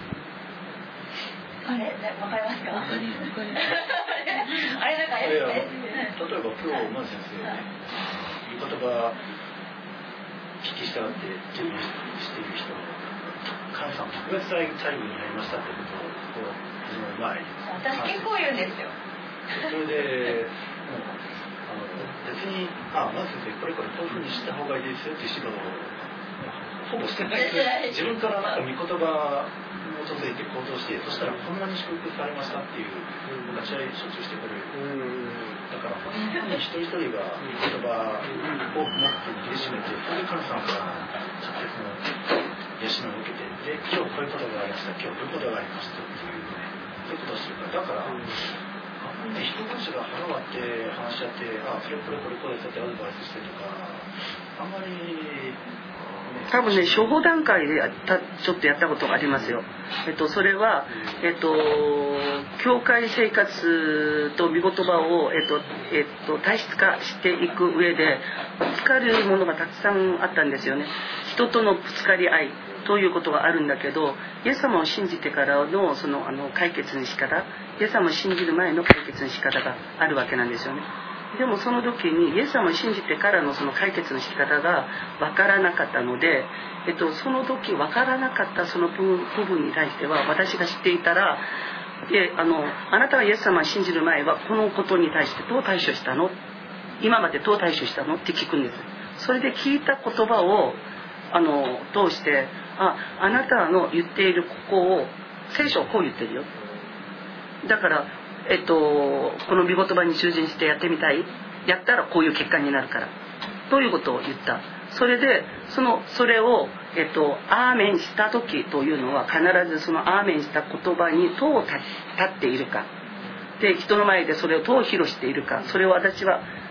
S7: あれ、わかりますか？あれなんかあれですね。
S9: 例えば今日マン先生ね、御言葉聞き従って準備している人、神様特別待遇になりましたってことをこう始める前に。
S7: 私結構言うんですよ。
S9: それで、もうあの別にあマン先生これこれこういうふうにした方がいいですよっていう指導をほぼしてないけど、自分からなんか御言葉に基づいて行動して、そしたらこんなに祝福されましたっていう立ち会い集中してくれる。だから本当に一人一人が御言葉を持って握りしめて、それで神様から直接の養いを受けて、で今日こういうことがありました、今日こういうことがありましたっていうね、そういうことをしてるから。だからあんまりね、人同士が腹割って話し合って、あそれこれこれこれそうやってアドバイスしてとか、あんまり
S3: 多分ね、初歩段階でやったちょっとやったことがありますよ。えっとそれはえっと教会生活と御言葉をえっとえっと体質化していく上でぶつかるものがたくさんあったんですよね。人とのぶつかり合いということがあるんだけど、イエス様を信じてからのそのあの解決の仕方、イエス様を信じる前の解決の仕方があるわけなんですよね。でもその時にイエス様を信じてからのその解決の仕方が分からなかったので、えっと、その時分からなかったその部分に対しては私が知っていたら、であのあなたがイエス様を信じる前はこのことに対してどう対処したの、今までどう対処したのって聞くんです。それで聞いた言葉をあの通して、あ、あなたの言っているここを聖書をこう言ってるよ、だからえっと、この御言葉に従順してやってみたい、やったらこういう結果になるからということを言った。それでそのそれを、えっと、アーメンした時というのは必ずそのアーメンした言葉にどう立っているかで、人の前でそれをどう披露しているか、それを私は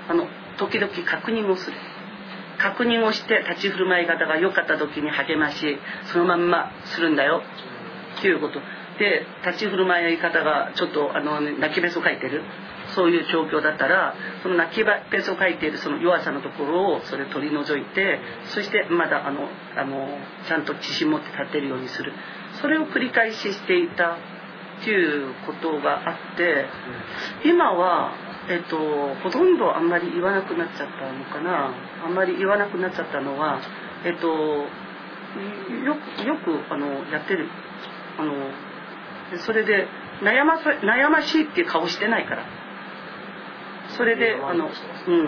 S3: あの時々確認をする。確認をして立ち振る舞い方が良かった時に励まし、そのまんまするんだよっていうことで、立ち振る舞い方がちょっとあの泣きべそかいてる、そういう状況だったら、その泣きべそかいているその弱さのところをそれ取り除いて、そしてまだあのあのちゃんと自信持って立てるようにする、それを繰り返ししていたっていうことがあって、今はえっと、ほとんどあんまり言わなくなっちゃったのかな。あんまり言わなくなっちゃったのは、えっと、よくよくあのやってる。あのそれで悩まさ悩ましいっていう顔してないから。それであの、うん、うん、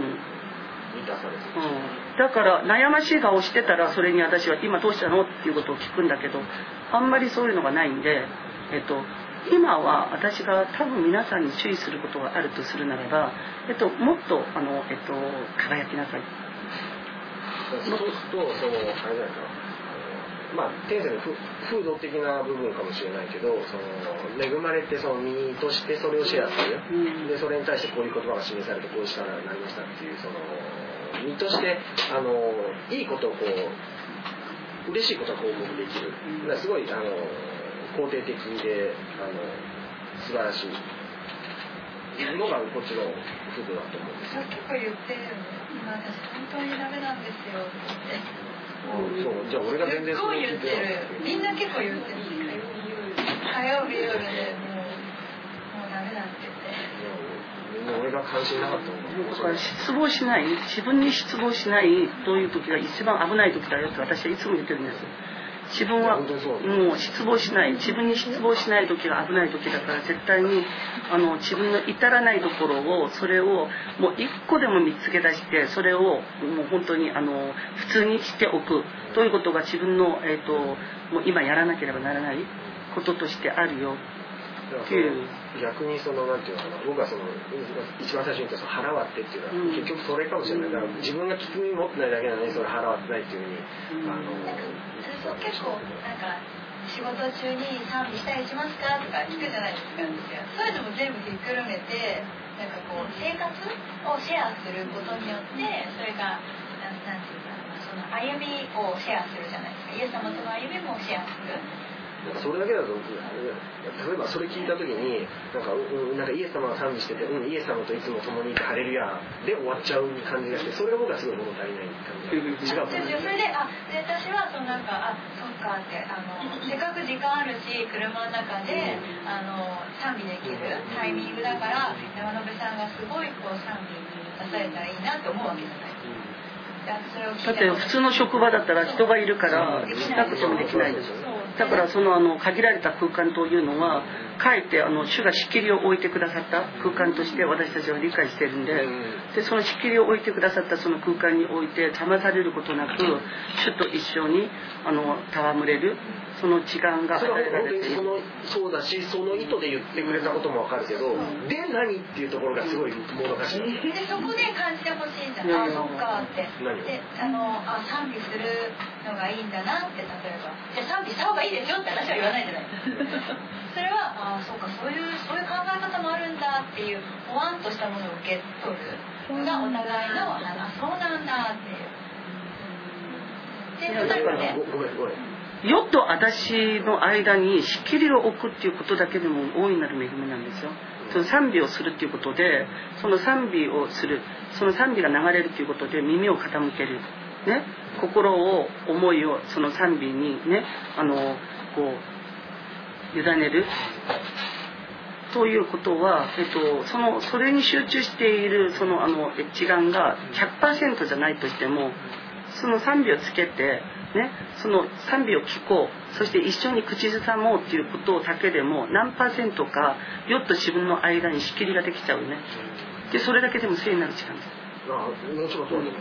S3: だから悩ましい顔してたら、それに私は今どうしたのっていうことを聞くんだけど、あんまりそういうのがないんで、えっと。今は私が多分皆さんに注意することがあるとするならば、えっと、もっとあの、えっと、輝きなさい。
S6: そうすると、そのあれじゃないかな、まあ天性の風土的な部分かもしれないけど、その恵まれてその身としてそれをシェアする、うん、でそれに対してこういう言葉が示されてこうしたらなりましたっていう、その身としてあのいいことをこう嬉しいことを報告できる、だからすごいあの肯定的であの素晴らしいのがこっちの風土だと思うんですよ。
S7: 結構言ってるよね。今私本当にダメなんですよって
S6: 言って。そうじゃあ俺が全然
S7: そう言ってる。みんな結構言ってる。火曜日夜でもうもうダメだって言って。
S6: みんな俺が関心なかったもん。
S3: だから失望しない、自分に失望しないという時が一番危ない時だよって私はいつも言ってるんです。自分はもう失望しない、自分に失望しない時が危ない時だから、絶対にあの自分の至らないところを、それをもう一個でも見つけ出して、それをもう本当にあの普通にしておくということが自分の、えーと、もう今やらなければならないこととしてあるよっていう。
S6: 逆にそのなんていうのかな、僕はその一番最初に言ったその腹割ってっていうのは、うん、結局それかもしれない。だから自分が聞く耳持ってないだけなのにそれ腹割ってないっていうふうに、うん、あの
S7: そう結構なんか仕事中に賛美したりしますかとか聞くじゃないですか。そういうのも全部ひっくるめて、なんかこう生活をシェアすることによって、それがなんなんていうかその歩みをシェアするじゃないですか。イエス様との歩みもシェアする。
S6: なんかそれだけだと、例えばそれ聞いた時になんか、うん、なんかイエス様が賛美してて、うん、イエス様といつも共にいてハレルヤで終わっちゃう感じがして、それが僕はすごい物足りない感じが違う。
S7: それで、あ、で私はそのなんか、あ、そっかって、あのせっかく時間あるし車の中で、うん、あの賛美できるタイミングだから、山野辺さんがすごいこう賛美に出されたらいいなって思うわけじゃない。
S3: だって普通の職場だったら人がいるからしなくてもできないでしょ。だからそのあの限られた空間というのは、かえってあの主が仕切りを置いてくださった空間として私たちは理解しているんで、でその仕切りを置いてくださったその空間において邪魔されることなく、主と一緒にあの戯れるその時間が与えられている。
S6: そのそうだし、その意図で言ってくれたこともわかるけど、で何っていうところがすごいもどかしい。
S7: でそこで感じてほしいんじゃない。あ、そっかって。であのあ賛美するのがいいんだなって、例えばじゃあ賛美した方がいいですよって私は言わないじゃないそれはあそうか、そういうそういう考え方もあるんだっていうほわんとしたものを受け取るのがお互いの、あ、そうなんだっていう。でだからね、
S6: ごめんごめん。
S3: 世と私の間に仕切りを置くっていうことだけでも大いなる恵みなんですよ。その賛美をするっていうことで、その賛美をする、その賛美が流れるということで耳を傾ける、ね、心を思いをその賛美にね、あのこう委ねるということは、えっと、そのそれに集中しているそのあの時間が ひゃくパーセント じゃないとしても、その賛美をつけてね、その賛美を聞こう、そして一緒に口ずさもうっていうことだけでも何パーセントかよっと自分の間に仕切りができちゃうね。でそれだけでも聖になる時間です。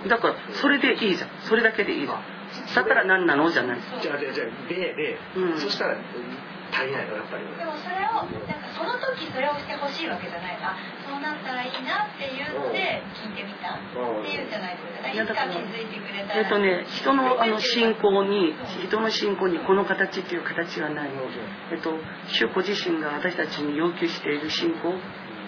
S3: だからそれでいいじゃん、それだけでいいじゃん。だから何なのじゃない。
S6: じゃあじゃあじゃあでで、うん、そしたら足りないのやっぱり。
S7: でもそれをなんかその時それをしてほしいわけじゃない。あ、そうなったらいいなっていうので聞いてみたっていうんじゃないですかね。いつか気づいてくれたら。
S3: えっとね、人のあの信仰に人の信仰にこの形っていう形はない。えっと主ご自身が私たちに要求している信仰、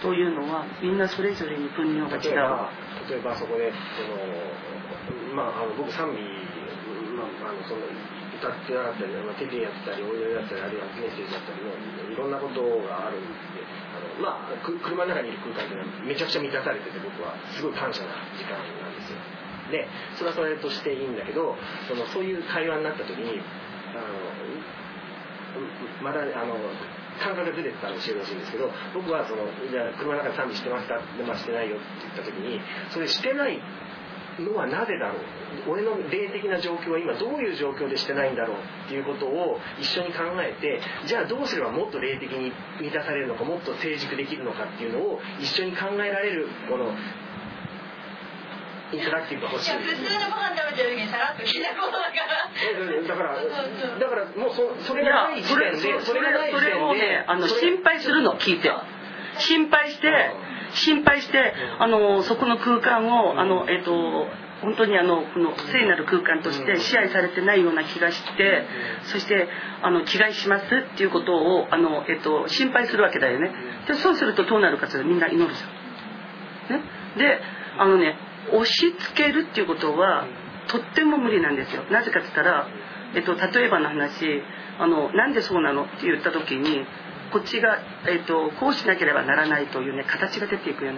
S3: というのはみんなそれぞれに分量が違う。
S6: 例えば、例えばそこでその、まあ、あの僕賛美、まあ、あのその歌ってなかったり、まあ、手でやったり、お祈りだったり、あるいはメッセージだったりのいろんなことがあるんで、あの、まあ、く車の中にいる空間っていうのはめちゃくちゃ満たされてて、僕はすごい感謝な時間なんですよ。で、それはそれとしていいんだけど、そのそういう会話になった時に、あのまだあの感覚がずれてたのを教えてほしいんですけど、僕はそのじゃあ車の中で賛美してますか、まあ、してないよって言った時に、それしてないのはなぜだろう、俺の霊的な状況は今どういう状況でしてないんだろうっていうことを一緒に考えて、じゃあどうすればもっと霊的に満たされるのか、もっと成熟できるのかっていうのを一緒に考えられるこのインタラクティブが欲しい。いや
S7: 普通のご飯食べてる時にさらっと聞いたことだから。
S6: だからだからもう そ, それがない時点で、
S3: それがない時点で、それをね、あの心配するの聞いて、心配して心配してあのそこの空間をあのえっ、ー、と本当にあのこの聖なる空間として支配されてないような気がして、そしてあの違いしますっていうことをあの、えっと、心配するわけだよね。でそうするとどうなるかというとみんな祈るじゃん、ね、であのね押し付けるっていうことはとっても無理なんですよ。なぜかって言ったら、えっと、例えばの話あのなんでそうなのって言った時にこっちが、えっと、こうしなければならないというね形が出ていくよね。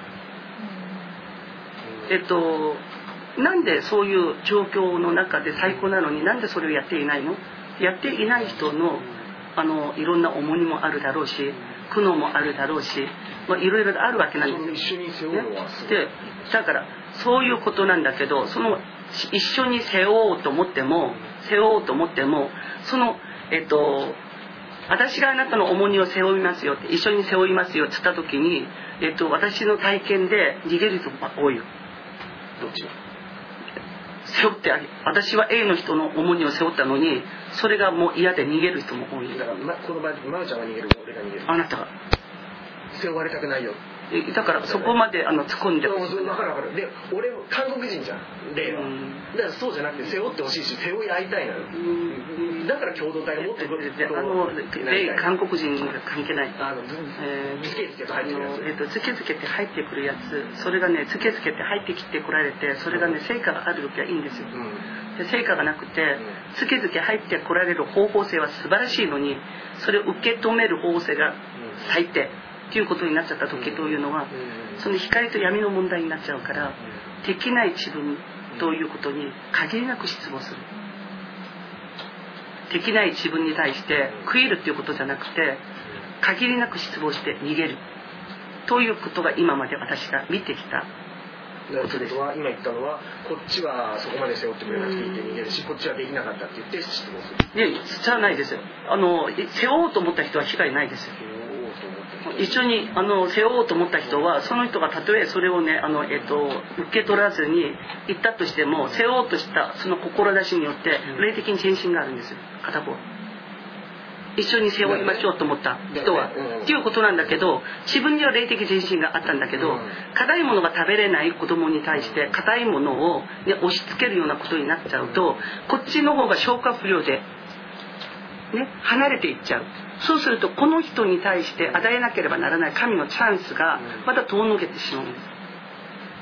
S3: えっとなんでそういう状況の中で最高なのになんでそれをやっていないの、やっていない人の、あのいろんな重荷もあるだろうし苦悩もあるだろうし、まあ、いろいろあるわけなんですよ。
S6: 一緒に背負うのはすごい、
S3: ね、でだからそういうことなんだけど、その一緒に背負おうと思っても背負おうと思ってもそのえっと私があなたの重荷を背負いますよって一緒に背負いますよって言った時に、えっと、私の体験で逃げる人が多いよ。
S6: どっちが
S3: 背負ってあげ私は A の人の重荷を背負ったのにそれがもう嫌で逃げる人も多い。
S6: だから、ま、この場合まるちゃんが逃げる、俺が逃げる。
S3: あなたが
S6: 背負われたくないよ。
S3: だからそこまであの突っ込んで
S6: ほしい。分かる分かる。で俺韓国人じゃん例は、うん、だからそうじゃなくて背負ってほしいし背負い合いたいのよ、うん、だから共同体がもっとグッと
S3: あの例韓国人が関係ない、
S6: あの
S3: えー、
S6: つけつけと入ってくるやつ、
S3: えー、とつけつけて入ってくるやつ、それがねつけつけて入ってきてこられてそれがね成果がある時はいいんですよ、うん、で成果がなくて、うん、つけつけ入ってこられる方法性は素晴らしいのにそれを受け止める方法性が最低っていうことになっちゃった時というのは、その光と闇の問題になっちゃうから、できない自分ということに限りなく失望する。できない自分に対して悔いるっていうことじゃなくて限りなく失望して逃げるということが今まで私が見てきたことです。
S6: は今言ったのはこっちはそこまで背負ってくれなくていいって逃げるし、こっちはできなかったって言って失望する。
S3: いやじゃないですよ。あの背負おうと思った人は被害ないですよ。一緒にあの背負おうと思った人はその人がたとえそれをねあの、えっと、受け取らずに行ったとしても背負おうとしたその志によって霊的に献身があるんですよ片方。一緒に背負いましょうと思った人はっていうことなんだけど、自分には霊的献身があったんだけど硬いものが食べれない子供に対して硬いものを、ね、押し付けるようなことになっちゃうとこっちの方が消化不良で、ね、離れていっちゃう。そうするとこの人に対して与えなければならない神のチャンスがまた遠のけてしまうんです。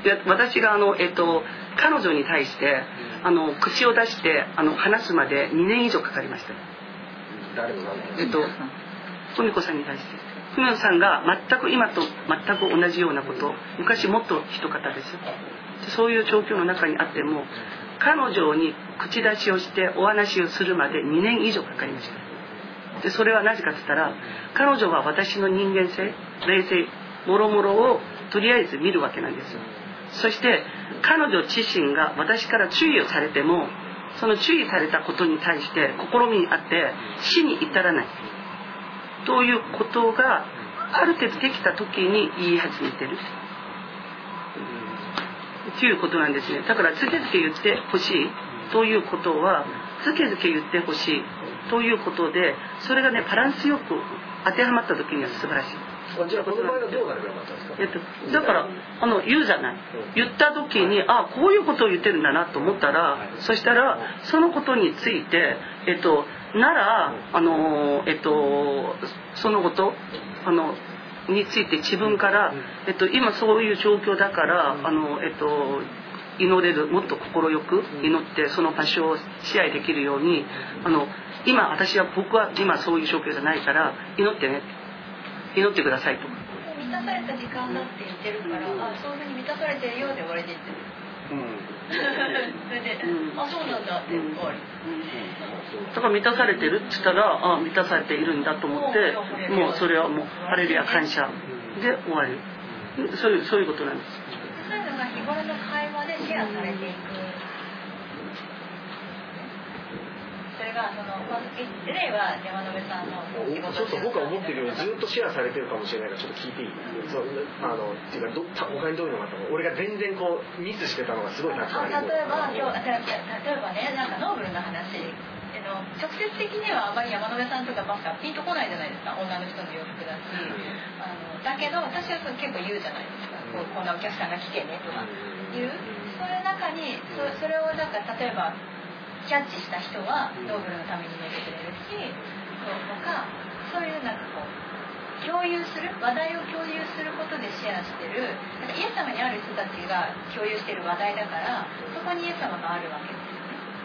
S3: で私があの、えっと、彼女に対してあの口を出してあの話すまでにねん以上かかりました。
S6: 誰も
S3: えっと文子さんに対して文子さんが全く今と全く同じようなこと昔もっと一方ですよ。そういう状況の中にあっても彼女に口出しをしてお話をするまでにねん以上かかりました。でそれはなぜかと言ったら彼女は私の人間性霊性もろもろをとりあえず見るわけなんですよ。そして彼女自身が私から注意をされてもその注意されたことに対して試みにあって死に至らないということがある程度できた時に言い始めてるということなんですね。だからつけづけ言ってほしいということはつけづけ言ってほしいということでそれがねバランスよく当てはまった時には素晴らしい。
S6: じゃあこの場合はどうなればよかったんですか。
S3: えっと、だからあの言うじゃない、言った時にあこういうことを言ってるんだなと思ったらそしたらそのことについて、えっと、ならあの、えっと、そのことあのについて自分から、えっと、今そういう状況だから、あの、えっと、祈れる、もっと心よく祈ってその場所を支配できるように、あの今私は僕は今そういう状況じゃないから祈ってね、祈ってくださいと。
S7: 満たされた時間だって言ってるから、あ、そういうふうに満たされてるようで終わりで言ってる。うん、それで、うん、あ、そうなんだって終わり、うん、
S3: だから満たされてるって言ったら、あ、満たされているんだと思って、もうそれはもうハレルヤ感謝で終わり、そういうそういうことなんです。
S7: そういうのが日頃の会話でシェアされていく。それがそのまず例は山野辺さんの仕事。
S6: ちょっと僕は思ってるよりずっとシェアされてるかもしれないからちょっと聞いていい？そうあのっていうかど他にどういうのがあったの？俺が全然こうミスしてたのがすごいたくさんある。
S7: 例えば今日例えばね、なんかノーブルな話。直接的にはあまり山野辺さんとかばっかピンとこないじゃないですか。女の人の洋服だし、うん、あのだけど私は結構言うじゃないですか。こうこんなお客さんが来てねとか言う。それの中に そ, それをなんか例えばキャッチした人はノーブルのために寝てくれるし、そうとかそういうなんかこう共有する話題を共有することでシェアしてる。なんかイエス様にある人たちが共有してる話題だからそこにイエス様があるわけです。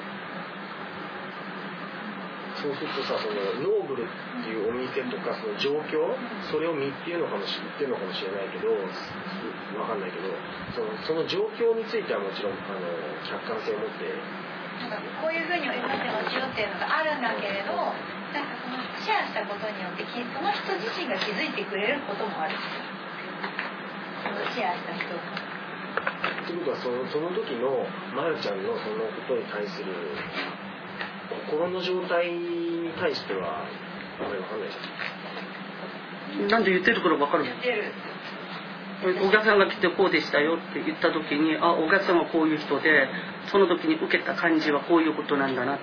S6: そうするとさ、そのノーブルっていうお店とかその状況、それを見っていうのかもし言ってるのかもしれないけど、わかんないけど、そのその状況についてはもちろんあの客観性を持って、
S7: なんかこういうふうに祈ってほしいよっていうのがあるんだけれど、なんかそのシェアしたことによってその人自身が気づいてくれることもある。そのシェアした人が。
S6: ということはそのその時のまるちゃんのそのことに対する心の状態に対してはあまり分かんないじゃん。
S3: なんで言ってるから分かるの？
S7: 言ってる。
S3: お客さんが来てこうでしたよって言った時に、あ、お客さんはこういう人で、その時に受けた感じはこういうことなんだなって。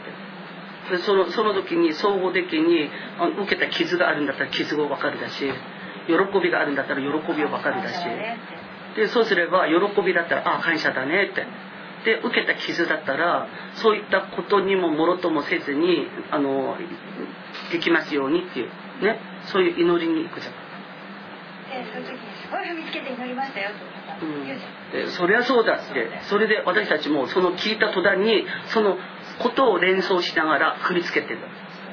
S3: でそのその時に総合的に受けた傷があるんだったら傷が分かるだし、喜びがあるんだったら喜びは分かるだし、でそうすれば喜びだったらあ、感謝だねって。で受けた傷だったらそういったことにももろともせずにあのできますようにっていうね、そういう祈りに行くじゃん。
S7: でその時にすごい踏みつけて祈りましたよとか言うじゃん。
S3: でそりゃそうだって、それで私たちもその聞いた途端にそのことを連想しながら踏みつけてる。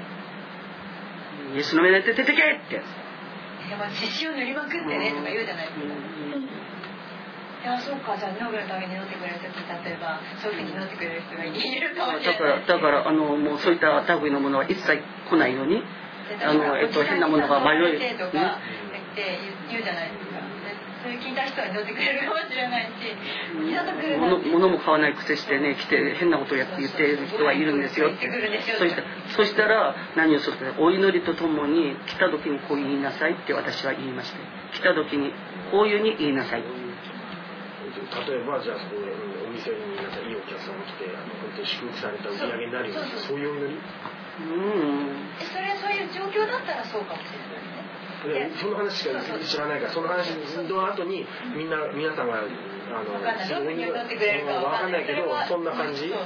S3: イエスの目で出てけって。
S7: でも血潮塗りまくってねとか言うじゃないですか。いやそうか、じゃあノーベルのために祈ってくれるとき、例えばそういうふうに祈ってくれる人がいるかもしれない。だからだからあのもうそういった類のものは一切来ないように、あのえっと変なものが迷いとかって言うじゃないですか。それ聞いた人は祈ってくれるかもしれないし、二度と来る
S3: なんて物も買わないくせしてね来て変なことをやって言ってる人はいるんですよって。そしたそしたら何をするか、お祈りとともに来た時にこう言いなさいって私は言いました。来た時にこういうに言いなさい。
S6: 例えばじゃあそこでお店になんかいいお客さんが来てあの本当に祝福された売り上げになるようなそういう祈り。
S7: うんそれそういう状況だったらそうかもしれないね。
S6: その話しか知らないからその話の後にみんな皆さんがあの
S7: 分かんないどういうふうに祈ってくれるか
S6: 分かんないけどそんな感じ。
S7: そうそう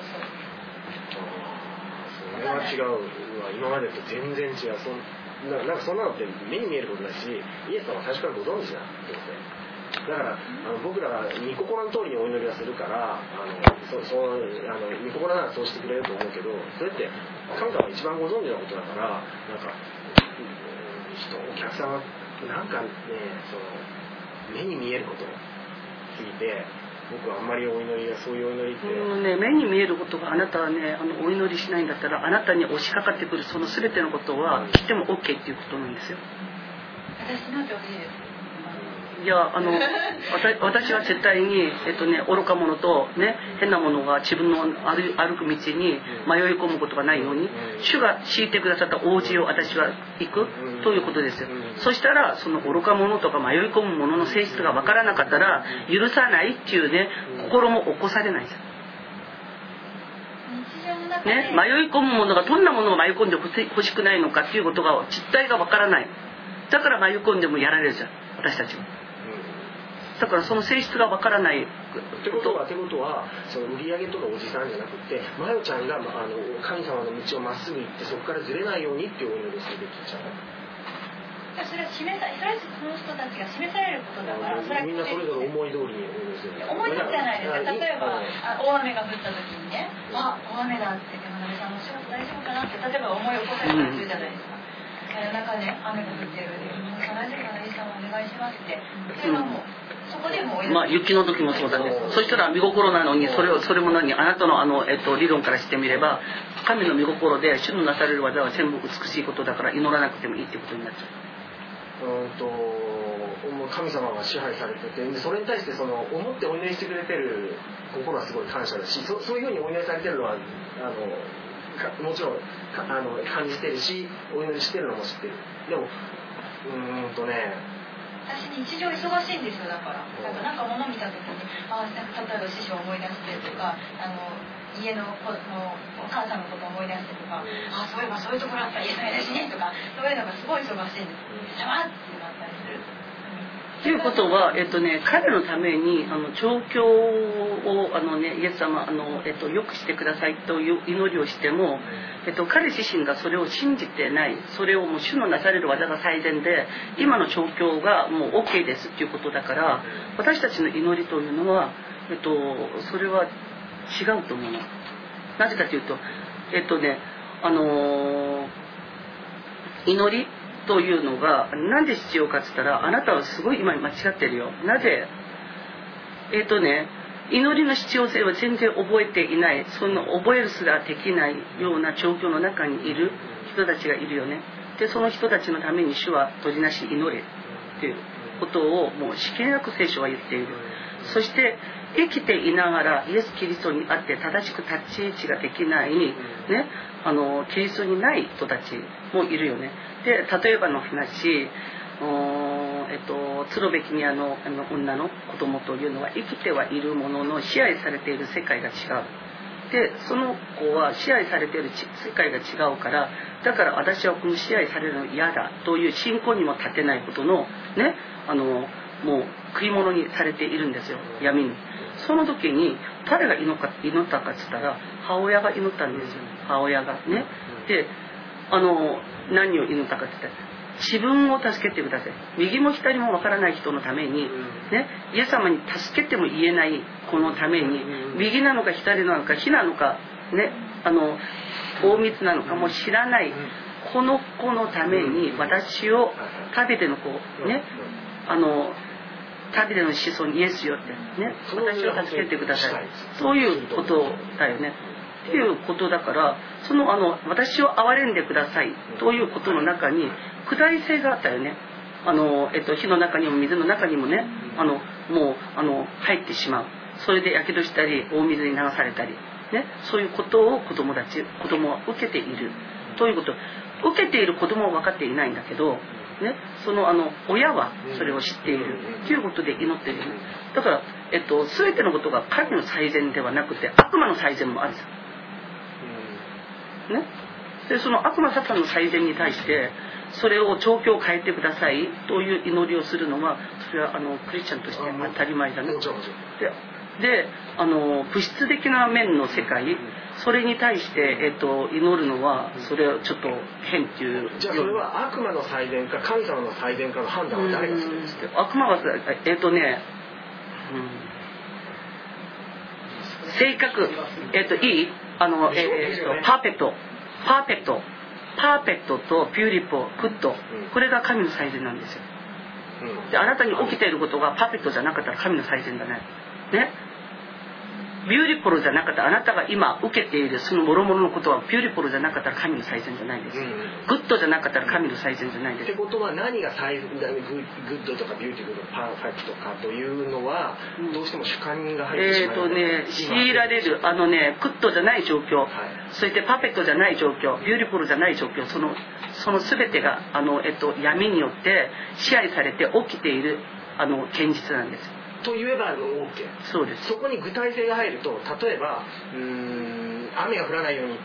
S6: それは違うわ。今までと全然違う。そんななんかそんなのって目に見えることだしイエス様は最初からご存知だってことで。だからあの僕らが御心の通りにお祈りはするからあのそそあの御心ならそうしてくれると思うけどそれって神様が一番ご存知のことだからなんか人お客さんはなんかねその目に見えることすぎて僕はあんまりお祈りがそういうお祈りって、
S3: うんね、目に見えることがあなたはねあのお祈りしないんだったらあなたに押しかかってくるその全てのことは切っても OK っていうことなんですよ。
S7: 私なんて欲しいです。
S3: いやあの私は絶対に、えっとね、愚か者と、ね、変なものが自分の歩く道に迷い込むことがないように主が敷いてくださった王子を私は行くということですよ。そしたらその愚か者とか迷い込む者の性質が分からなかったら許さないっていうね心も起こされないですよ。ね、迷い込む者がどんなものを迷い込んでほしくないのかっていうことが実態が分からない。だから迷い込んでもやられるじゃん私たちは。だからその性質がわからない
S6: ってことはってことはその売り上げとかおじさんじゃなくてマヨちゃんがあの神様の道をまっすぐ行ってそこからずれないようにっていうお祈りをするべきじゃない。
S7: それは示さそれその人たちが示されることだから、それは
S6: みんなそれぞれ思い通りに思いますよね。
S7: 思い立つじゃないですか。例えばあ大雨が降った時にね、あ大雨だって山辺さんの仕事大丈夫かなって例えば思い起こされたりするじゃないですか。夜中ね雨が降ってるで、大丈夫かな、イエス様お願いしますって。それはもう、そこでもう
S3: まあ雪の時もそうだね。そしたら見心なのに、それをそれも何あなたのあのえっと理論からしてみれば、神の見心で主のなされる技は全部美しいことだから祈らなくてもいいってことになっちゃ
S6: う。うんと神様が支配されてて、それに対してその思ってお祈りしてくれてる心はすごい感謝だし、そそういうふうにお祈りされてるのはあのもちろんあの感じてるし、お祈りしてるのも知ってる。でもうーんとね。
S7: 私日常忙しいんですよ。だからなんかなんか物見た時に、あなんか例えば師匠を思い出してとか、あの家の子のお母さんのことを思い出してとか、あそういえばそういうところあったら家のしねとか、そういうのがすごい忙しいんです。シャワーってなったりする。
S3: ということは、えっとね、彼のためにあの状況をあの、ね、イエス様あの、えっと、よくしてくださいという祈りをしても、えっと、彼自身がそれを信じてない、それをもう主のなされる技が最善で今の状況がもう OK ですっていうことだから、私たちの祈りというのは、えっと、それは違うと思うの。なぜかというと、えっとね、あのー、祈りというのがなんで必要かって言ったら、あなたはすごい今間違ってるよ。なぜえっとね祈りの必要性は全然覚えていない、その覚えるすらできないような状況の中にいる人たちがいるよね。でその人たちのために主は取りなし祈れっていうことをもうしきりなく聖書は言っている。そして生きていながらイエス・キリストにあって正しく立ち位置ができない、ね、あのキリストにない人たちもいるよね。で例えばの話、えっと、ツロベキニアの、あの女の子供というのは生きてはいるものの支配されている世界が違う。でその子は支配されている世界が違うから、だから私はこの支配されるの嫌だという信仰にも立てないことのね、あのもう食い物にされているんですよ、闇に。その時に誰が祈ったかって言ったら母親が祈ったんですよ。母親がね。であの何を祈ったかって言ったら、自分を助けてください。右も左もわからない人のために、ね、イエス様に助けても言えない子のために、右なのか左なのか火なのか、ね、あの大蜜なのかも知らないこの子のために、私を食べての子ね、あの旅での子孫イエスよってね、私を助けてください。そういうことだよね。っていうことだから、そのあの私を憐れんでくださいということの中に具体性があったよね。あのえっと火の中にも水の中にもね、あのもうあの入ってしまう。それで火傷したり大水に流されたりね、そういうことを子供たち子供は受けているということ。受けている子供は分かっていないんだけど。ね、そのあの親はそれを知っているということで祈っている。だから、えっと、全てのことが神の最善ではなくて悪魔の最善もあるんですよ、ね、でその悪魔サタンの最善に対してそれを状況を変えてくださいという祈りをするのは、それはあのクリスチャンとして当たり前だね。でであの物質的な面の世界、それに対して、えっと、祈るのはそれはちょっと変っていう。
S6: じゃあそれは悪魔の最善か神様の最善かの判断は誰がするんですか。
S3: 悪魔はえっとね、うん、性格、えっといいあの、えー、っとパーペットパーペットパーペットとピューリポクッド、これが神の最善なんですよ。であなたに起きていることがパーペットじゃなかったら神の最善だね。ね、ビューティフォルじゃなかったら、あなたが今受けているその諸々のことはビューティフォルじゃなかったら神の最善じゃないです、うん、グッドじゃなかったら神の最善じゃないです。
S6: ってことは何が最グッドとかビューティフルとかパーフェクトかというのは、うん、どうしても主観が入ってしまう。えーとね、
S3: 強いられるあのねグッドじゃない状況、はい、そしてパーフェクトじゃない状況、ビューティフルじゃない状況、そのその全てがあの、えっと、闇によって支配されて起きているあの現実なんです。
S6: と言えば OK。
S3: そうです。
S6: そこに具体性が入ると、例えばうーん雨が降らないように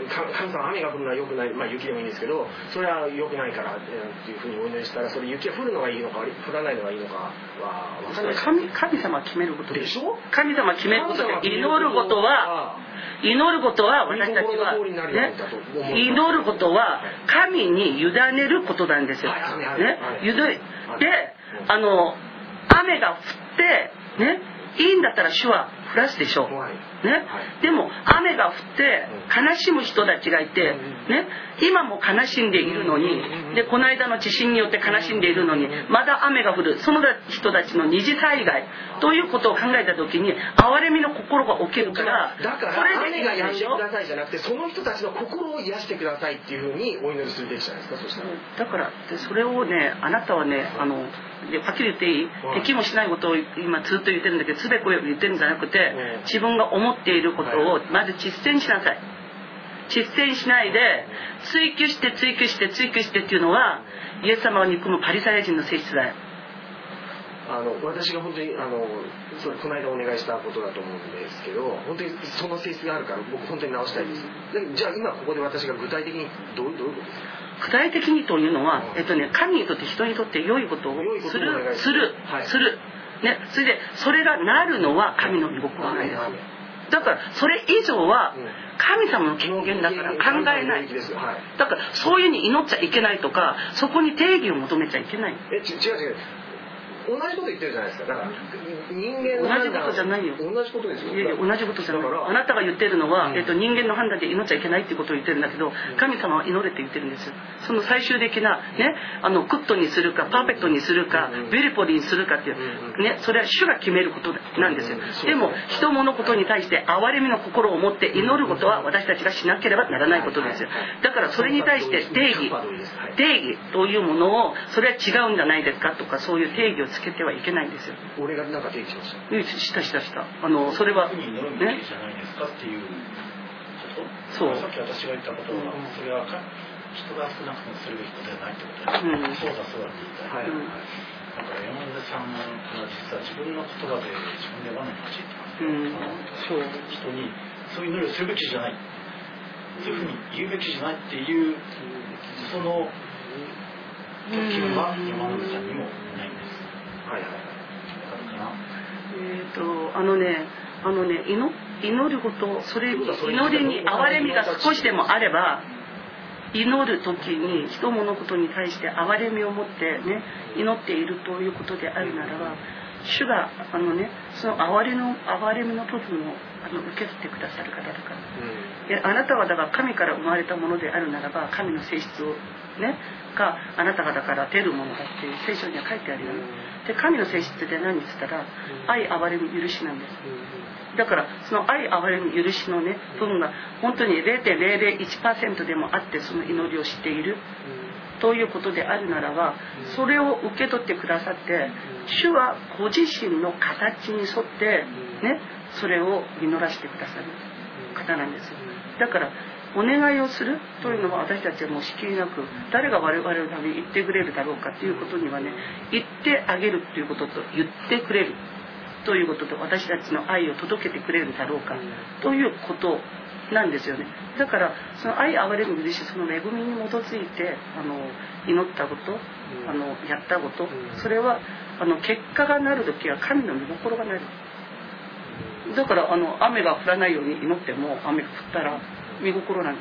S6: 神様雨が降るのは良くない、まあ、雪でもいいんですけど、それは良くないからっていうふうにお祈りしたら、それ雪が降るのがいいのか降らないのがいいのかは分からない。
S3: 神神様は決めること
S6: でしょ。
S3: 神様は決めることで、祈ることは祈ることは私たちは、ね、祈ることは神に委ねることなんですよ。ね、ゆでで、あの雨が降ってね、いいんだったら主は降らすでしょう。ね、でも雨が降って悲しむ人たちがいて、ね、今も悲しんでいるのに、でこの間の地震によって悲しんでいるのにまだ雨が降る、その人たちの二次災害ということを考えた時に憐れみの心が起きるから、
S6: だから雨が止んでくださいじゃなくて、その人たちの心を癒してくださいっていうふうにお祈りするべきじゃないですか。そしたら
S3: だからでそれをね、あなたはね、あのではっきり言っていい、敵もしないことを今ずっと言ってるんだけど、つべこべ言ってるんじゃなくて、自分が思っていることをまず実践しなさい。実践しないで追求して追求して追求してっていうのは、イエス様を憎むパリサイ人の性質だよ。
S6: あの私が本当にあのそれこの間お願いしたことだと思うんですけど、本当にその性質があるから僕本当に直したいです。でじゃあ今ここで私が具体的にどうどういうことですか。
S3: 具体的にというのは、えっとね、神にとって人にとって良いことをするする、はい、する、ね、それでそれがなるのは神の御心なんです。だからそれ以上は神様の権限だから考えない。だからそういうふうに祈っちゃいけないとか、そこに定義を求めちゃいけない。
S6: え違う違う、同じこと言ってるじゃないですか。だから人間の
S3: 同じことじゃないよ。
S6: 同じことですよ。
S3: いやいや同じことじゃない。あなたが言ってるのは、うん、えっと、人間の判断で祈っちゃいけないっていうことを言ってるんだけど、神様は祈れって言ってるんですよ。その最終的なね、あのクットにするかパーフェクトにするか、うん、ビューティフォルにするかっていうね、それは主が決めることなんですよ。でも人物事に対して憐れみの心を持って祈ることは私たちがしなければならないことですよ。だからそれに対して定義定義というものを、それは違うんじゃないですかとか、そういう定義をつけてはいけないんですよ。
S6: 俺がなんか定義しました。
S3: したしたした。あのそれは
S9: ね。じゃないですかっていうこと。そう。さっき私が言ったことは、うん、それは人が少なくともするべきことじゃないってことです。うん、そうだそうだって言いたい。はいはい、だから山根さんは実は自分の言葉で自分で罠に陥ってますよ。うん、そう人にそういうのをするべきじゃない。そういうふうに言うべきじゃないっていうその時は山根さんにもないんです。はいはい。
S3: えーとあのねあのね 祈, 祈ること、それ祈りに憐れみが少しでもあれば、祈る時に人物事に対して憐れみを持ってね祈っているということであるならば、主があのねその憐れの憐れみの部分をあの受け取ってくださる方だから、うん、であなたはだから神から生まれたものであるならば、神の性質をねがあなたがだから出るものだって聖書には書いてあるよね。で神の性質って何って言ったら、愛憐れみ許しなんです。だからその愛憐れみ許しのね部分が本当に ゼロてんゼロゼロいちパーセント でもあって、その祈りをしているということであるならば、それを受け取ってくださって、主はご自身の形に沿ってねそれを祈らせてくださる方なんです。だからお願いをするというのは、私たちはもうしきりなく、誰が我々のために言ってくれるだろうかということにはね、言ってあげるということと、言ってくれるということと、私たちの愛を届けてくれるだろうかということなんですよね。だからその愛憐れみ許し、その恵みに基づいてあの祈ったこと、あのやったこと、それはあの結果がなるときは神の御心がなる。だからあの雨が降らないように祈っても、雨が降ったら見心なんです、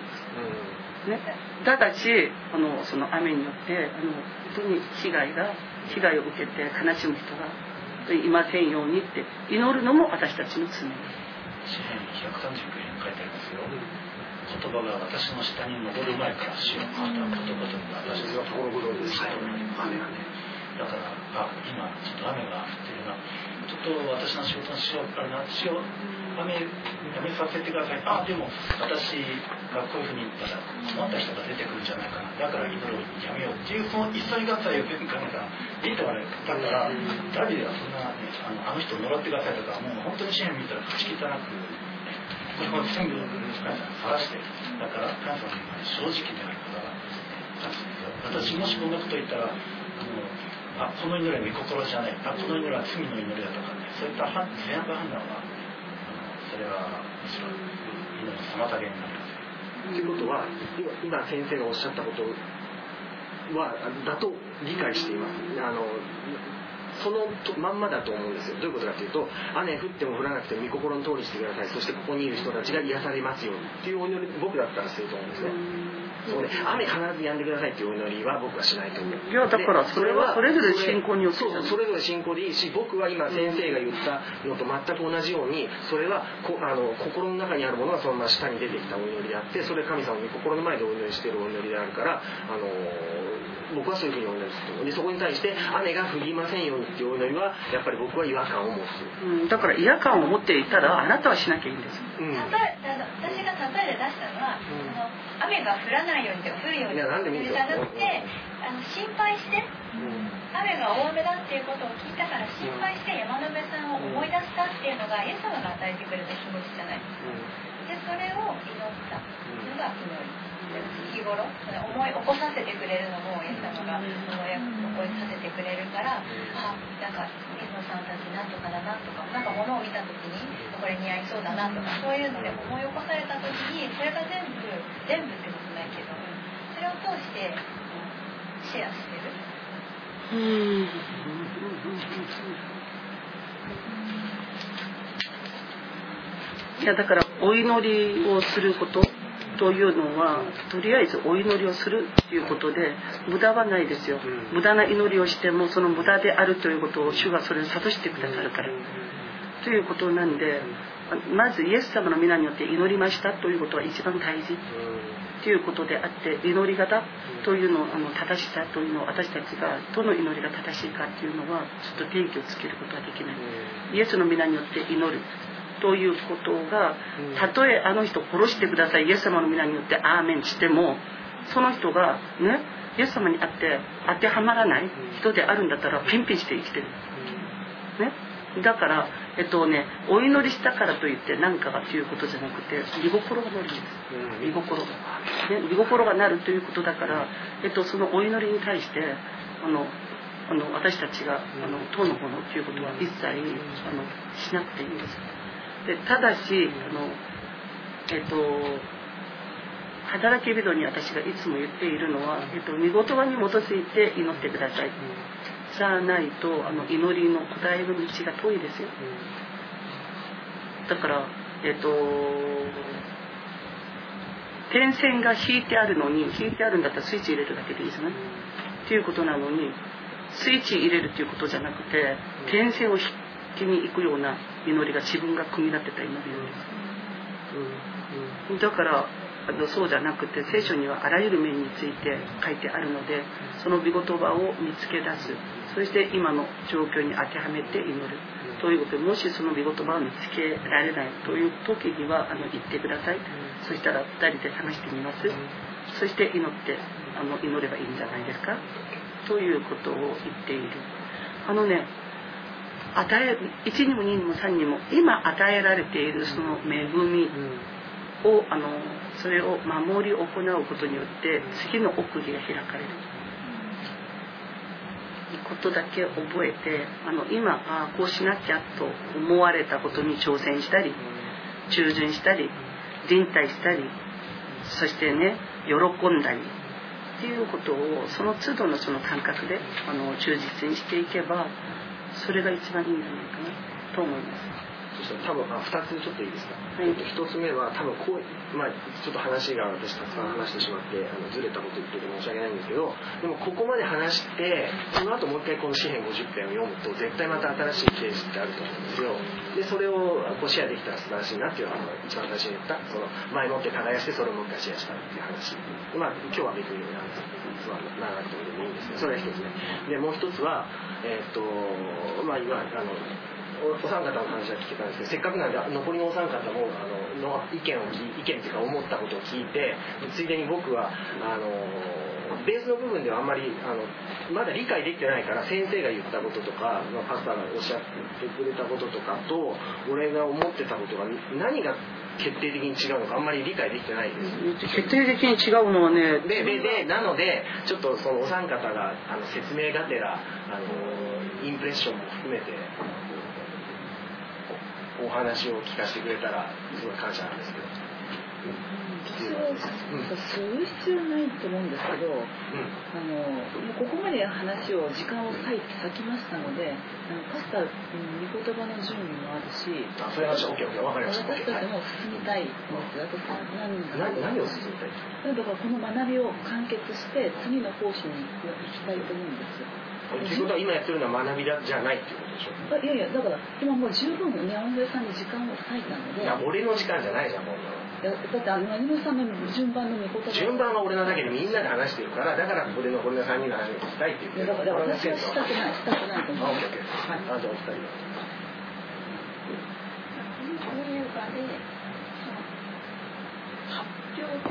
S3: ね、ただしあのその雨によってあの本当に被害が被害を受けて悲しむ人がいませんようにって祈るのも私たちの常に。
S9: 詩編ひゃくさんじゅうきゅう編に書いてありますよ。言葉が私の下に登る前から主よ、あなたは言葉と私のところです。だからあ今ちょっと雨が降ってるな、ちょっと私の仕事のしようからな、しよう雨やめさせてください。あでも私がこういうふうに言ったら困った人が出てくるんじゃないかな、だから祈るをやめようっていう、その急いがさえ神がいいとかね。だからダビデはそんな、ね、あのあの人を呪ってくださいとか、もう本当に支援見たら口汚く、これも全部神様に晒してる。だから神様に正直であることが私もしこんなこと言ったら、あのあこの祈りは御心じゃない、あこの祈りは罪の祈りだとかね、そういった善悪判断はあのそれはむしろ祈りの妨げになります。
S6: ということは今先生がおっしゃったことはだと理解しています。あのそのまんまだと思うんですよ。どういうことかというと、雨降っても降らなくても御心の通りしてください、そしてここにいる人たちが癒されますようにっていうお祈り、僕だったらすると思うんですね。そうね、雨必ず止んでくださいっていうお祈りは僕はしないと思う。
S3: いやだからそれはそれぞれ信仰によって、
S6: そうそう、それぞれ信仰でいいし、僕は今先生が言ったのと全く同じように、それはこあの心の中にあるものがそのまま下に出てきたお祈りであって、それ神様に心の前でお祈りしているお祈りであるから、あの僕はそういうふうにお祈りする。でそこに対して雨が降りませんようにっていうお祈りはやっぱり僕は違和感を持つ、
S3: うん、だから違和感を持っていたらあなたはしなきゃいいんです、
S7: うん、例え私が例えで出したのは、うん、その雨が降らないようにとか降るようにじゃなくて、あの心配して、うん、雨が大雨だっていうことを聞いたから心配して山の目さんを思い出したっていうのがイエス様が与えてくれた気持ちじゃないですか、うん、でそれを祈ったのが祈り、日頃思い起こさせてくれるのもイエス様が思い起こさせてくれるから、あ、なんか水野さんたちなんとかだなとか、なんか物を見た時にこれ似合いそうだなとか、そういうので思い起こされた時にそれが全部全部ってことないけど、それを通してシェアしてる。うん
S3: いやだからお祈りをすることというのはとりあえずお祈りをするということで無駄はないですよ。無駄な祈りをしてもその無駄であるということを主がそれを諭してくださるからということなんで、まずイエス様の皆によって祈りましたということは一番大事ということであって、祈り方というのあの正しさというのを私たちがどの祈りが正しいかというのはちょっと定義をつけることはできない。イエスの皆によって祈るということが、たとえあの人殺してくださいイエス様の皆によってアーメンしても、その人がねイエス様にあって当てはまらない人であるんだったらピンピンして生きてる、ね、だからえっとねお祈りしたからといって何かがということじゃなくて、御心がなるんです。御心が、ね、御心がなるということだから、えっとそのお祈りに対してあのあの私たちがあの当のものということは一切あのしなくていいんです。でただしあの、えっと、働き人に私がいつも言っているのは、えっと、御言葉に基づいて祈ってください。じゃないとあの祈りの答える道が遠いですよ。だから、えっと、点線が引いてあるのに、引いてあるんだったらスイッチ入れるだけでいいですね。っていうことなのに、スイッチ入れるっていうことじゃなくて、点線を引きに行くような祈りが自分が組み立てた祈りです。だからあのそうじゃなくて、聖書にはあらゆる面について書いてあるので、その御言葉を見つけ出す、そして今の状況に当てはめて祈るということで、もしその御言葉を見つけられないという時にはあの言ってください。そしたらふたりで探してみます。そして祈ってあの祈ればいいんじゃないですかということを言っている。あのね与えいちにもににもさんにも今与えられているその恵みをあのそれを守り行うことによって次の奥義が開かれることだけ覚えて、あの今あこうしなきゃと思われたことに挑戦したり従順したり忍耐したり、そしてね喜んだりっていうことをその都度のその感覚であの忠実にしていけば、それが一番いいんじゃないかなと思います。
S6: そしたら多分あふたつちょっといいですか。
S3: はい、
S6: ひとつめは多分こう、まあ、ちょっと話が私たくさん話してしまってあのずれたこと言ってて申し訳ないんですけど、でもここまで話してその後もう一回この詩編ごじゅっぺんを読むと絶対また新しいケースってあると思うんですよ。でそれをこうシェアできたら素晴らしいなっていうのが一番最初に言ったその前もって耕してそれをもう一回シェアしたっていう話、まあ、今日は別になんですが長くてもいいんですけど、それが一つね。でもう一つはえー、っとまあ今あのお三方の話は聞けたんですけど、せっかくなんで残りのお三方もあのの意見を意見というか思ったことを聞いて、ついでに僕はあのベースの部分ではあんまりあのまだ理解できてないから、先生が言ったこととか、まあ、パスタがおっしゃってくれたこととかと俺が思ってたことが何が決定的に違うのかあんまり理解できてないです。
S3: 決定的に違うのはね、
S6: でででなのでちょっとそのお三方があの説明がてらあのインプレッションも含めてお話を聞かせてくれたらすごい感謝なんですけど。
S5: 私はそういう必要ないと思うんですけど、うん、あのもうここまで話を時間を割いて割きましたので、あのパスタ、うん、御言葉の準備もあるし、
S6: あ、それは OK、OK、分かりました。
S5: 私たちも進みたいんですよ。
S6: 何, 何を進みたい？
S5: だからこの学びを完結して次の講師に行きたいと思うんですよ。
S6: ということは今やってるのは学びだじゃないっていうことでしょう。
S5: いやいや、だから今もう十分ね、山添さんに時間を割いたので。いや、
S6: 俺の時間じゃないじゃん、もう。
S5: だってあの山添さんの順番の御言葉。
S6: 順番は俺のだけでみんなで話してるから、だから俺の俺のさんにんの話を聞きたいって言ってる。
S5: だから私はしたくない、したくないと思う。
S6: あ、オッケーオッケー。はい。あ、じゃあお二人は。
S7: こういう場で発表と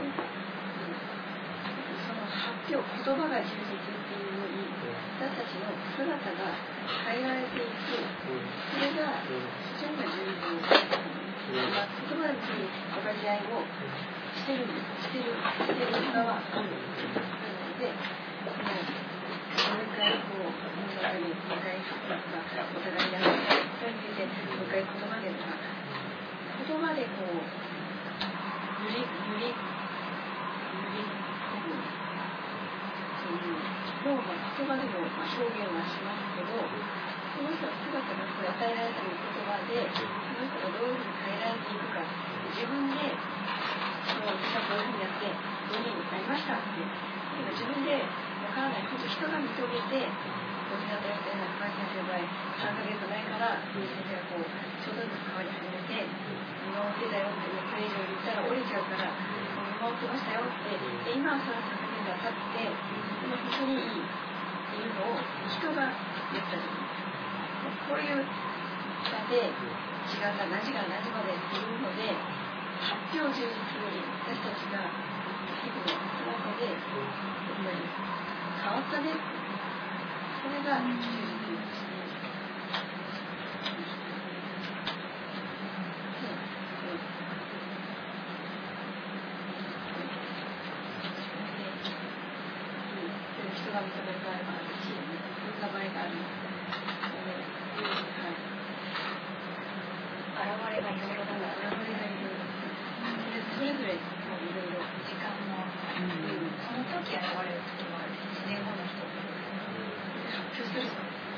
S7: その発表、言葉が充実っていうより、私たちの姿が変えられていく、それが非常に重要です。まあ、言葉について分かり合いをしてるしてるしてる側はあるので、もう一回こう物語にもう一回お互いに話してそれについてもう一回言葉でとか言葉でこう揺り揺り揺り込むそういうのを、まあ、言葉でもまあ表現はしますけど、その人の姿がこう与えられた言葉でその人がどういうふうに変えられていくか、自分でそう私はこういうふうにやってどういうふうになりましたって自分でわからないこと人が認めて、私だったら高橋先生の場合さんかげつまえから先生がこうちょうどずつ変わり始めて見守ってたよっていうこれ以上言ったら折れちゃうから見守ってましたよってで今はそのさんかげつが経ってでも本当にいいっていうのを人が言ったじゃないこういう場で時間が何時から何時までっていうので発表充実より私たちが日々の中でやっぱり変わったねそれが充実ですね。人が認める場合もあるし、いろんな場合がある。現れがいろいろだから現れがいろいろそれぞれもいろいろ時間も、うん、その時現れる時もあるしいちねんごの人発表する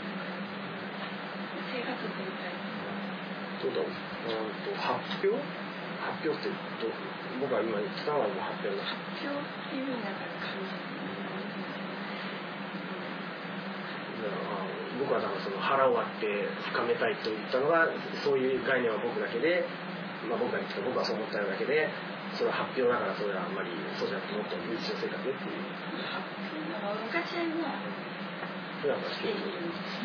S7: 生活ってみたい
S6: どうだうんと発表発表ってどう僕は今言ってたのはもう発表の
S7: 発表っていうふうになんか感じ
S6: 僕はだからその腹を割って深めたいと言ったのがそういう概念は僕だけで、まあ、僕が言ってた僕はそう思っただけでそれは発表だからそれはあんまりそうじゃなくてもっと日常生活でっていう
S7: 発表だから昔は
S6: それはまあしている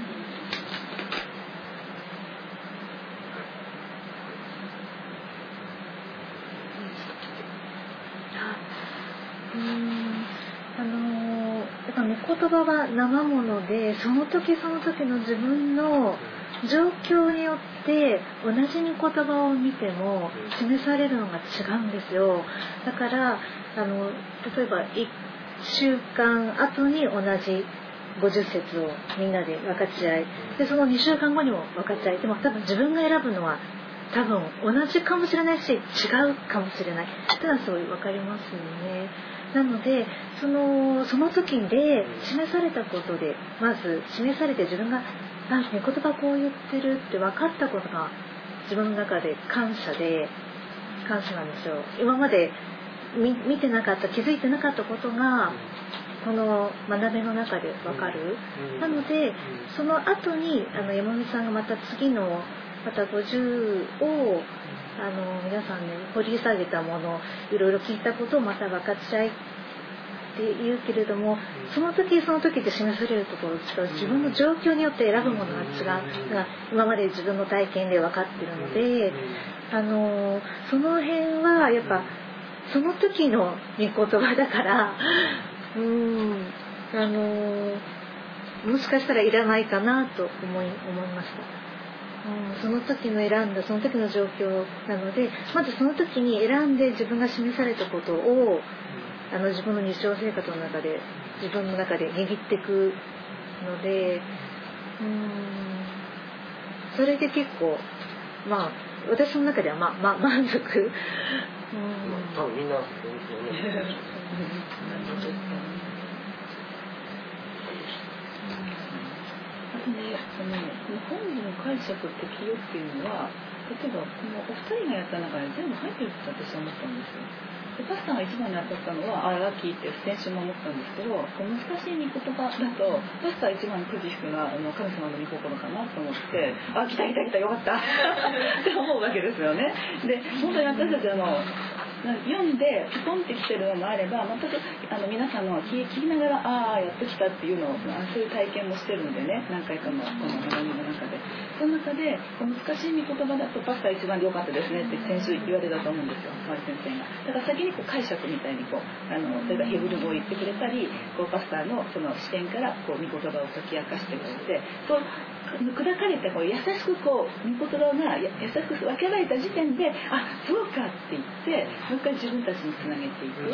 S8: うんあのだから御言葉は生ものでその時その時の自分の状況によって同じ御言葉を見ても示されるのが違うんですよ。だからあの例えばいっしゅうかん後に同じごじゅっ節をみんなで分かち合いでそのにしゅうかんごにも分かち合いでも多分自分が選ぶのは多分同じかもしれないし違うかもしれないっていうのはすごい分かりますよね。なのでそのその時で示されたことでまず示されて自分があ御言葉こう言ってるって分かったことが自分の中で感謝で感謝なんですよ。今まで 見, 見てなかった気づいてなかったことがこの学びの中で分かる。なのでその後にあの山本さんがまた次のまたごじゅうをあの皆さんね掘り下げたものいろいろ聞いたことをまた分かち合いって言うけれどもその時その時で示されるところと自分の状況によって選ぶものが違うが今まで自分の体験で分かっているのであのその辺はやっぱその時の御言葉だからうーんあのもしかしたらいらないかなと思い思いました。うん、その時の選んだその時の状況なのでまずその時に選んで自分が示されたことをあの自分の日常生活の中で自分の中で握っていくのでうーんそれで結構まあ私の中では、まま、満足、うん、
S6: 多分みんな
S5: あとね、その本文解釈適用っていうのは、例えばこのお二人がやった中に全部入ってるって私は思ったんですよ。でパスタが一番に当たったのは、あラッキーって先週も思ったんですけど、こう難しい御言葉だとパスタ一番にくじ引くのはあの神様の御心かなと思って、あ来た来た来たよかったって思うわけですよね。で本当に私たちあの読んでピコンってきてるのもあれば、全くあの皆さんの聞きながらああやっときたっていうのを、まあ、そういう体験もしてるんでね、何回かのこの学びの中で、その中でこの難しい御言葉だとパスタ一番でよかったですねって先週言われたと思うんですよ、河合先生が。だから先にこう解釈みたいにこうあの例えばヘブル語を言ってくれたり、こうパスタのその視点からこう御言葉を解き明かしてくれて、そう砕かれてこう優しくこう御言葉が優しく分けられた時点で、あそうかって言ってもう一回自分たちにつなげていく。うん、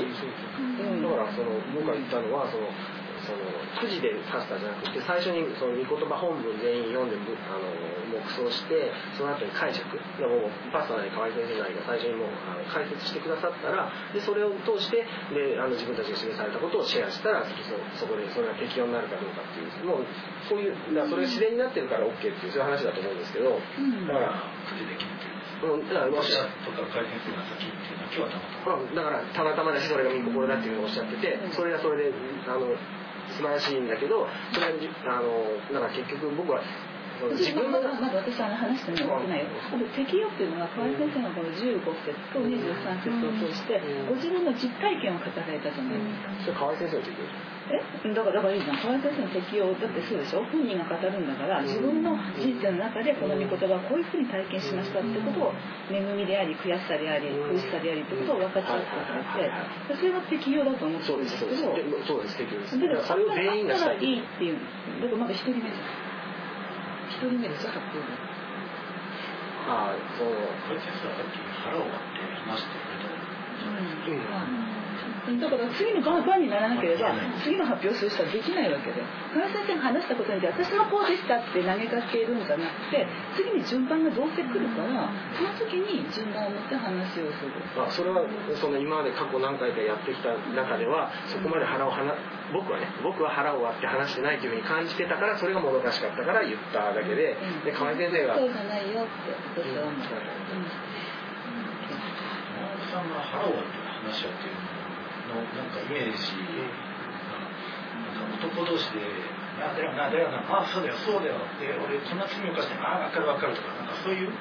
S6: だからその僕が言ったのはそのそのくじでパスタじゃなくて、最初にその御言葉本文全員読んであの黙想して、その後に解釈でもパスタなり河合先生なりが最初にもうあの解説してくださったら、でそれを通してであの自分たちが示されたことをシェアしたら、そ, そこでそれが適用になるかどうかっていう、もうそういうだからそれが自然になってるから OK っていうそういう話だと思うんですけど、うん、だから
S9: くじで決めてる。
S6: うん、だから
S9: ロシアとか河合先生が先っていうのは今日はたまたま、
S6: うん、だからたまたまだし、それが御心だっていうのをおっしゃってて、それがそれであの素晴らしいんだけど、それはあのだから結局僕は
S5: 自分のまだ私は話してもらってないよ。適用っていうのは河合先生のこのじゅうご節とにじゅうさん節を通してご自分の実体験を語られたじゃないですか。
S6: それ河合先生の適用
S5: えだからだからいいじゃん。河合先生の適用だってそうでしょ。本人が語るんだから、自分の人生の中でこの御言葉はこういうふうに体験しましたってことを恵みであり悔しさであり苦しさでありってことを分かち合ってくれて、それは適用だと思ってるんですけど、
S6: そうです適用です。
S5: だからそれを全員がしたらいいっていう、だからまだ一人目じゃん。一人目でしょ、発表で。
S6: ああ、そう。
S9: これ先生はさっき腹を割って話してくれたじゃないですか。
S5: うん、だから次の番にならなければ次の発表する人はできないわけで、河合先生が話したことによって私はこうでしたって投げかけるんじゃなくて、次に順番がどうせ来るから、その時に順番を持って話をする。
S6: まあ、それはその今まで過去何回かやってきた中ではそこまで腹を話僕はね僕は腹を割って話してないというふうに感じてたから、それがもどかしかったから言っただけで、うん、で河合先生が
S5: そうじゃないよって私は思った。
S9: 山本さんが腹を割って話し合っているのなんかイメージ、うん、なんか男同士で「あだよなだよなあそうだよそうだよ」で俺こんな罪を犯して「あ分かる分かる」とかなんかそういう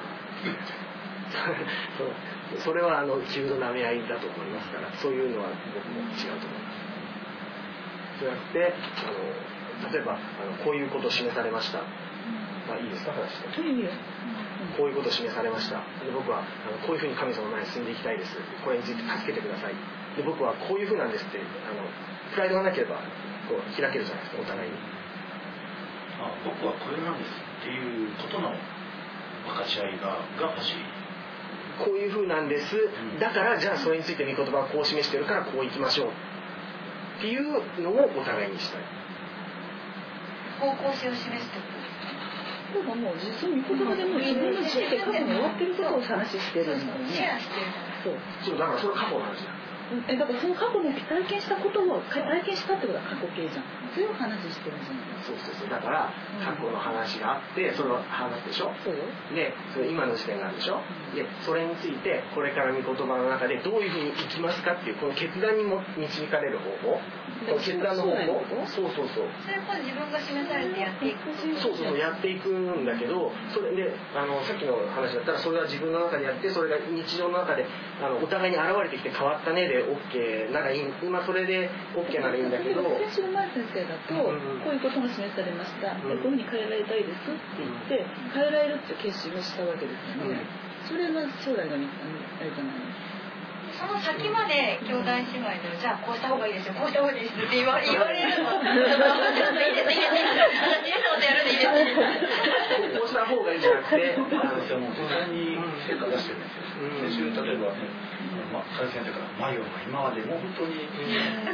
S6: そうそれはあの自分の舐め合いだと思いますから、そういうのは僕も違うと思います。そうやってあの例えばあのこういうことを示されました、まあいいですか話して、
S5: いいよ、
S6: こういうことを示されました。で僕はあのこういうふうに神様の前に進んでいきたいです。これについて助けてください。で僕はこういうふうなんですって、あのプライドがなければこう開けるじゃないですか、お互いに。
S9: あ僕はこれなんですっていうことの分かち合いがが欲しい。
S6: こういうふうなんです、うん、だからじゃあそれについて御言葉はこう示してるからこういきましょうっていうのをお互いにしたい。
S7: 方向性を示して
S5: る。なんかもう実際に御言葉でも自分の人生過去に終わってることを話してるんだよね。
S7: シェアしてる。
S6: そうそうだからそれ過去の話だ。
S5: えだからその過去の体験したことを体験したってことは過去形じゃん。それを話してるじゃん。
S6: そうそうそうだから過去の話があってその話でしょ。
S5: そうよ。
S6: でそれ今の時点があるでしょ。でそれについてこれから御言葉の中でどういうふうにいきますかっていうこの決断にも導かれる方法。この決断の方法。そうそうそう。
S7: それこそ自分が示されてやっていく。
S6: そうそうやっていくんだけど、それであのさっきの話だったらそれは自分の中でやってそれが日常の中であのお互いに現れてきて変わったねで OK ならいい、今それで OK ならいいんだけど、
S5: 先週の前先生だと、うん、こういうことが示されました、うん、でこういうふうに変えられたいですって言って変えられるって決心をしたわけですよね、うん、それは将来があれじゃないの。
S7: その先まで兄弟姉妹でじゃあこうした方がいいですよこうした方がいいですって言わ れ, 言われるのいいですいいですいいです私のことやるんでいいですこうした方がいいじゃなくて
S9: 私はもう実際に成果出してるんですよ、うん、先週例えばねまあ、河合先生からマヨが今までもう本当に、うん、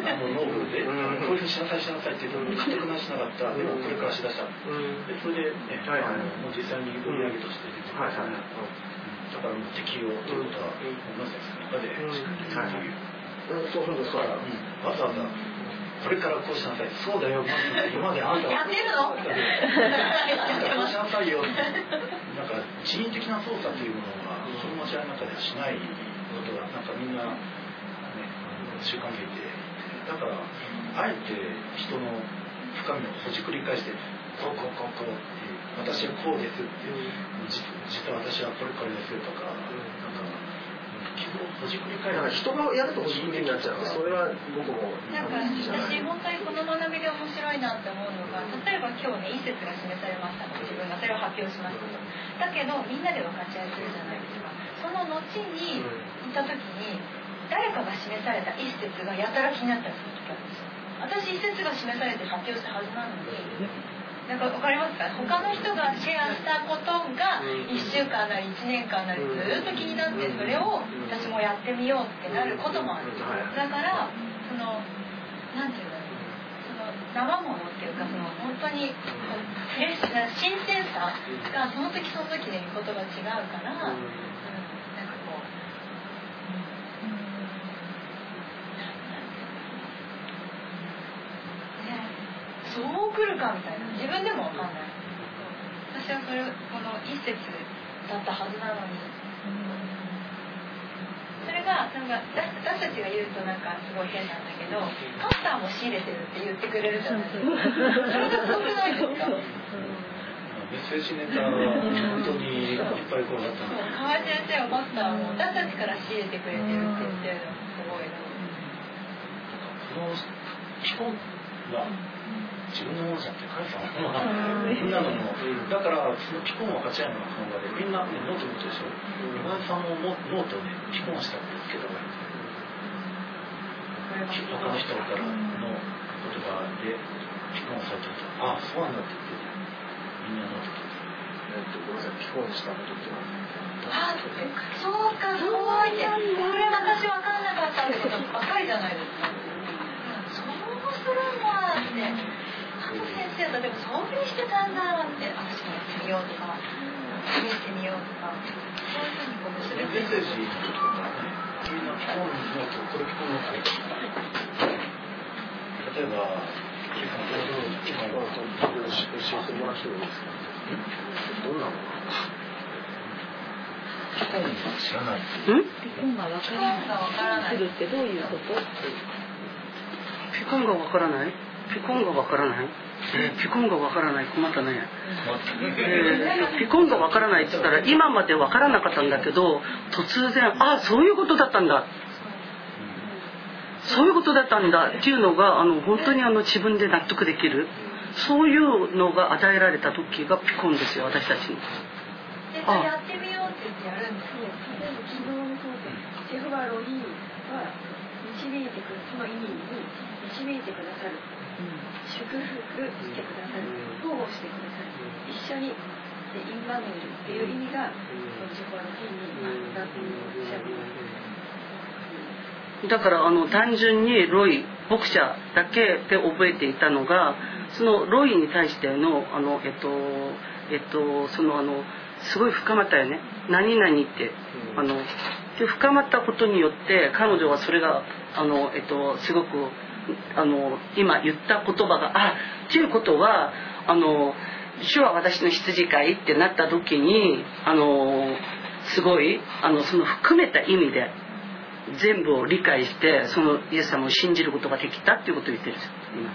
S9: あのノーブルで、うん、こういうふうにしなさいしなさいって言うと固くなしなかった、うん、でもこれからしだした、うん、でそれで、ねはいはい、あのもう実際に売り上げとして出てます、はいはいはい、 だからもう適用ということはまず中でしっかりという、
S6: そうですから、
S9: わざわざこれからこうしなさい、そうだよ、今まであんた
S7: やってるの？
S9: こうしなさいよ、なんか人為的な操作というものはその町の中ではしないことがなんかみんな、ね、習慣づいて、だからあえて人の深みをほじくり返してこうこうこうこうっていう、私はこうですっていう、実は私はこれこれですとか、なんか基本ほじくり返して
S6: 人がやるとほじくりになっちゃう。それは僕も
S7: なんか私本当にこの学びで面白いなって思うのが、例えば今日ね一節が示されましたので自分がそれを発表しましたと。だけどみんなで分かち合いするじゃないですか。その後にいた時に誰かが示された一節がやたら気になったりする時あるんですよ。私一節が示されて発表したはずなのに、なんか分かりますか？他の人がシェアしたことがいっしゅうかんなりいちねんかんなりずっと気になって、それを私もやってみようってなることもある。だからそのなんていうの、その生ものっていうか、その本当にフレッシュな新鮮さがその時その時で言うことが違うから、うん、なんかこう、そう来るかみたいな、自分でも分かんない。私はそれこの一節だったはずなのに、それがなんか私たちが言うとなんかすごい変なんだけど、パスターも仕入れてるって言ってくれるじゃないですか。それがすごくないですか？
S9: メッセージネタは本当にいっぱいこうなったの。
S7: 河合先生はパスターも私たちから仕入れてくれてるって言ってるのすごいな。
S9: この基本が自分のものじゃなくて神様のみんなのものだから、その基本を分かち合うのがこの場でみんな、ね、ノート見てるでしょ。今井さんもノートをね基本したんですけど、他の人からの言葉で基本されてると、ああそうなんだって言ってみんなノート
S6: えっとごめんなさい、基本したことって
S7: あ、そうか、そういって、これ私分かんなかったってことばっかりじゃないですか。そうするんだって、佐藤先生とでもそういうふうにしてたんだって、私もやってみようとか、試してみようとか、そういうふうにこう結びついて。
S9: メッセージとかね、みんな基本のノート、これ基本のノート。例えば、ケイさん、これどう基本のノートを教えてもらってもいいですか？どんなの？ピコンが知らない。
S5: ピコンがわからない。するってどういうこと？
S3: ピコンがわからない？ピコンがわからない？えー、ピコンがわからない、困ったね。えー、ピコンがわからないって言ったら今までわからなかったんだけど、突然あそういうことだったんだ。そういうことだったんだっていうのがあの本当にあの自分で納得できる。そういうのが与えられた時がピコンですよ、私たちに。
S7: あ、やってみようって言ってやるんですよ。
S4: 例えば昨日のそうで、ジェホバロイは導いてくる、その意味に導いてくださる、祝福してくださる、保護してくださる、一緒にインバヌールっていう意味がそのジェホバロイにあったっていうおっしゃってます。
S3: だからあの単純にロイ牧者だけで覚えていたのが、そのロイに対してのあのえっとえっとそのあのすごい深まったよね。何々ってあので深まったことによって彼女はそれがあのえっとすごくあの今言った言葉があっていうことはあの主は私の羊飼いってなった時にあのすごいあのその含めた意味で。全部を理解してそのイエス様を信じることができたっていうことを言ってるんですよ今。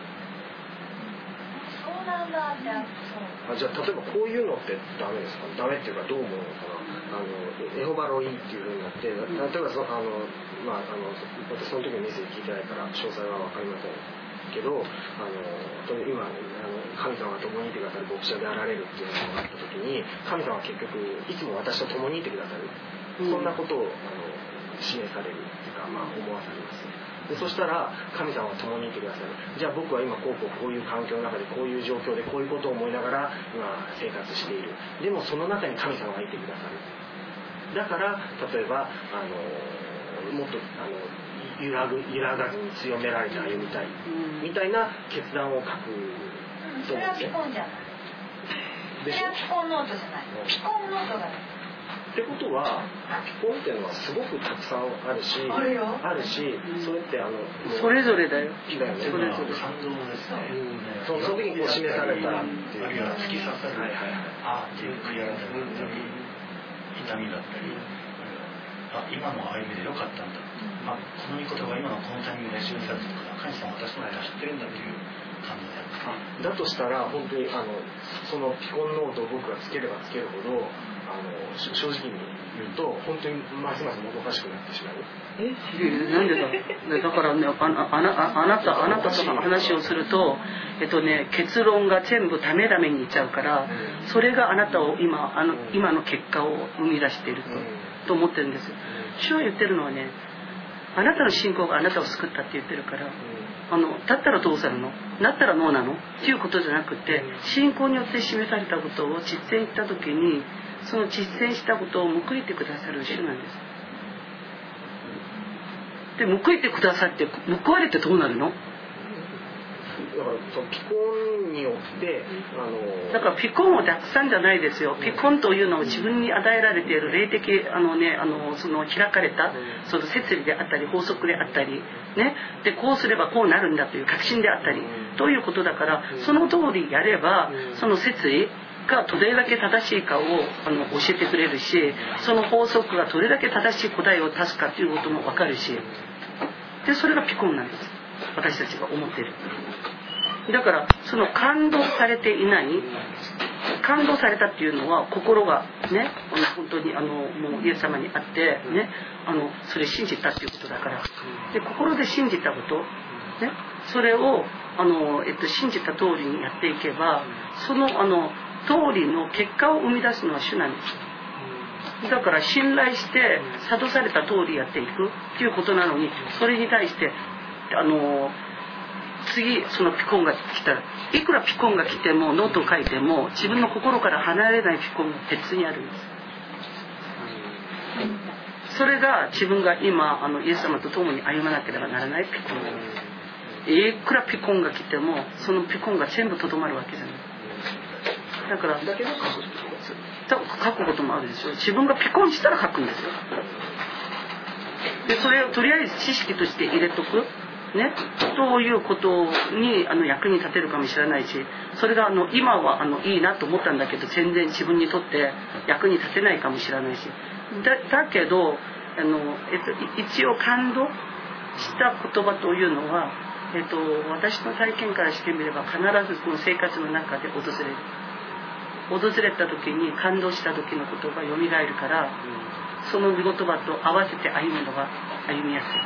S7: そうなんだって。
S6: あ、じゃあ例えばこういうのってダメですか？ダメっていうかどう思うのかな。あのエホバロイっていうふうになって、例えばそあのまああの私その時のメッセージ聞いてないから詳細は分かりませんけど、あの今あの神様が共にいてくださる牧者であられるっていうのがあった時に、神様は結局いつも私と共にいてくださる、うん、そんなことをあの示されるっていうか、まあ、思わされます。でそしたら神様は共にいてくださる。じゃあ僕は今こうこうこういう環境の中でこういう状況でこういうことを思いながら今生活している。でもその中に神様がいてくださる。だから例えばあのもっとあの揺らぐ揺らがずに強められて歩みたいみたいな決断を書く
S7: と思って。それはピコンじゃない。それはピコンノートじゃない。ピコンノートがない。
S6: ってことはピコンっていうのはすごくたくさんあるし
S7: あるよ
S6: あるし、それってあの
S3: それぞれだよ。
S6: だよね。
S3: それぞれ。
S9: 感動ですね。
S6: その時にこう示されたらっていう。
S9: あるいは突き刺さる、
S6: はいはいはい、
S9: あーっていう悔やみだったり、痛みだったり、あ、今の歩みでよかったんだ。あ、この御言葉が今のこのタイミングで示されてるから、神様は私のことを知ってるんだという感動である。
S6: だとしたら本当にあのそのピコンノートを僕がつければつけるほどあの正直に言うと本当にますますもどかしくなってしまう。
S3: えなんでだだからね、あなあなあなたあなたとの話をすると、えっとね、結論が全部ダメダメにいっちゃうから、それがあなたを今あの今の結果を生み出していると、と思ってるんです。主は言ってるのはね、あなたの信仰があなたを救ったって言ってるから、あのだったらどうするの、なったらノーなのっていうことじゃなくて、信仰によって示されたことを実践した時に、その実践したことを報いてくださる主なんです。で報いてくださって報われてどうなるの？
S6: だからそのピコンによってあの
S3: だからピコンをたくさんじゃないですよ。ピコンというのは自分に与えられている霊的あのねあのその開かれたその摂理であったり法則であったりね、でこうすればこうなるんだという確信であったりということだから、その通りやればその摂理がどれだけ正しいかをあの教えてくれるし、その法則がどれだけ正しい答えを出すかということも分かるし、でそれがピコンなんです。私たちが思っている。だからその感動されていない、感動されたっていうのは心がね、あの本当にあのもうイエス様に会ってね、あのそれ信じたっていうことだから、で心で信じたことね、それをあの、えっと、信じた通りにやっていけば、そのあの通りの結果を生み出すのは主なんです。だから信頼して諭された通りやっていくっていうことなのに、それに対してあの次そのピコンが来たら、いくらピコンが来てもノートを書いても自分の心から離れないピコンが別にあるんです。それが自分が今あのイエス様と共に歩まなければならないピコンなんです。いくらピコンが来てもそのピコンが全部とどまるわけじゃない。だからだけど書くこともあるでしょ。自分がピコンしたら書くんですよ。でそれをとりあえず知識として入れとくね、そういうことにあの役に立てるかもしれないし、それがあの今はあのいいなと思ったんだけど全然自分にとって役に立てないかもしれないし、だ, だけどあの、えっと、一応感動した言葉というのは、えっと、私の体験からしてみれば必ずこの生活の中で訪れる。訪れた時に感動した時のことがよみがえるから、その御言葉と合わせて歩むのが歩みやすい。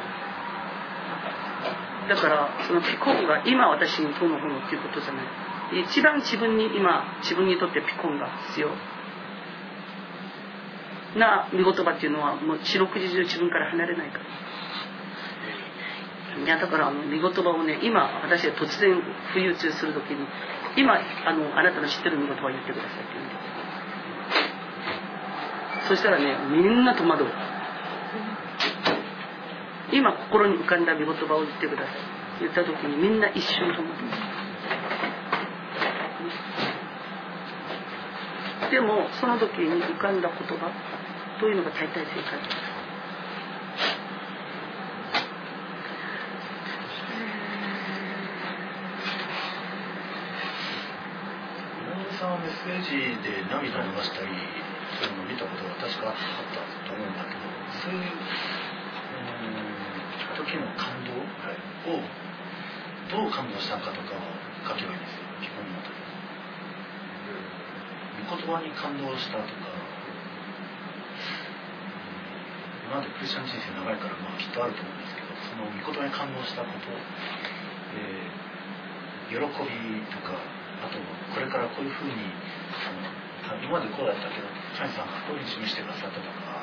S3: だからそのピコンが今私にどうのこうのっていうことじゃない。一番自分に今自分にとってピコンが必要な御言葉っていうのはもう四六時中自分から離れないから。いやだからあの御言葉をね、今私が突然不意打ちするときに、今あのあなたの知ってる御言葉を言ってくださいって言うんです。そしたらね、みんな戸惑う。今心に浮かんだ御言葉を言ってください言った時にみんな一瞬と思ってます。でもその時に浮かんだ言葉というのが大体正解です。
S9: 井上さんはメッセージで涙を流したりそういうのを見たことが確かあったと思うんだけど、そういう時の感動をどう感動したかとかを書けばいいんですよ。基本の時御言葉に感動したとか、今までクリスチャン人生長いからまあきっとあると思うんですけど、その御言葉に感動したこと、えー、喜びとか、あとこれからこういうふうにあの今までこうだったけど神様がこういうふうに示してくださったとか、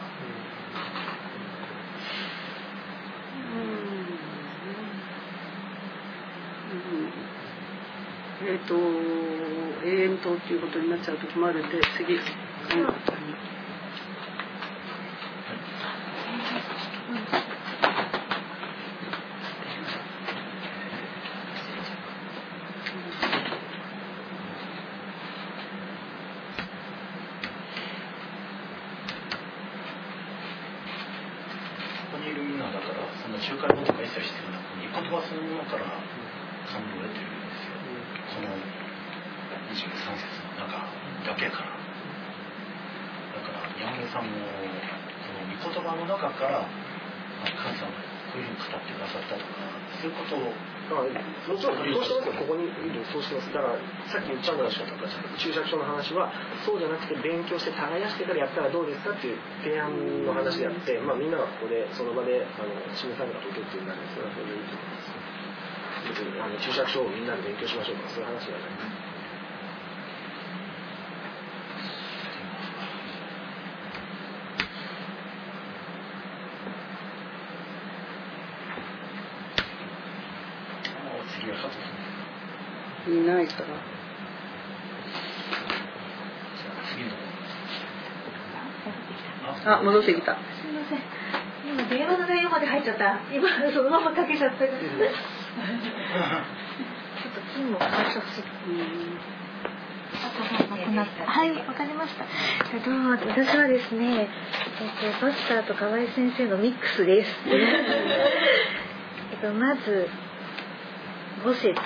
S3: えっと永遠とっていうことになっちゃう時もあるんで、次、うん、
S9: 仲介語とか一切必要なく、御言葉そのものから感動を得てるんですよ。このにじゅうさん節の中だけから。だから山根さんもこの御言葉の中から神様がこういうふうに語ってくださったとか、そういうことを
S6: もちろんそうしてますよ。ここにいるそうしてます。だからさっき言ったのは注釈書の話はそうじゃなくて勉強して耕してからやったらどうですかっていう提案の話であって、まあみんながここでその場であの示されたことっていうのなんですが、それでいいと思います。別にあの注釈書をみんなで勉強しましょうとかそういう話じゃないです。
S3: いないから。あ、戻ってきた。
S8: すみません。今電話の内容まで入っちゃった。今そのままかけちゃったから。ちょっと金も反射する。はい、わかりました。えっと私はですね、えっとパスターと河合先生のミックスです。えっとまずご節。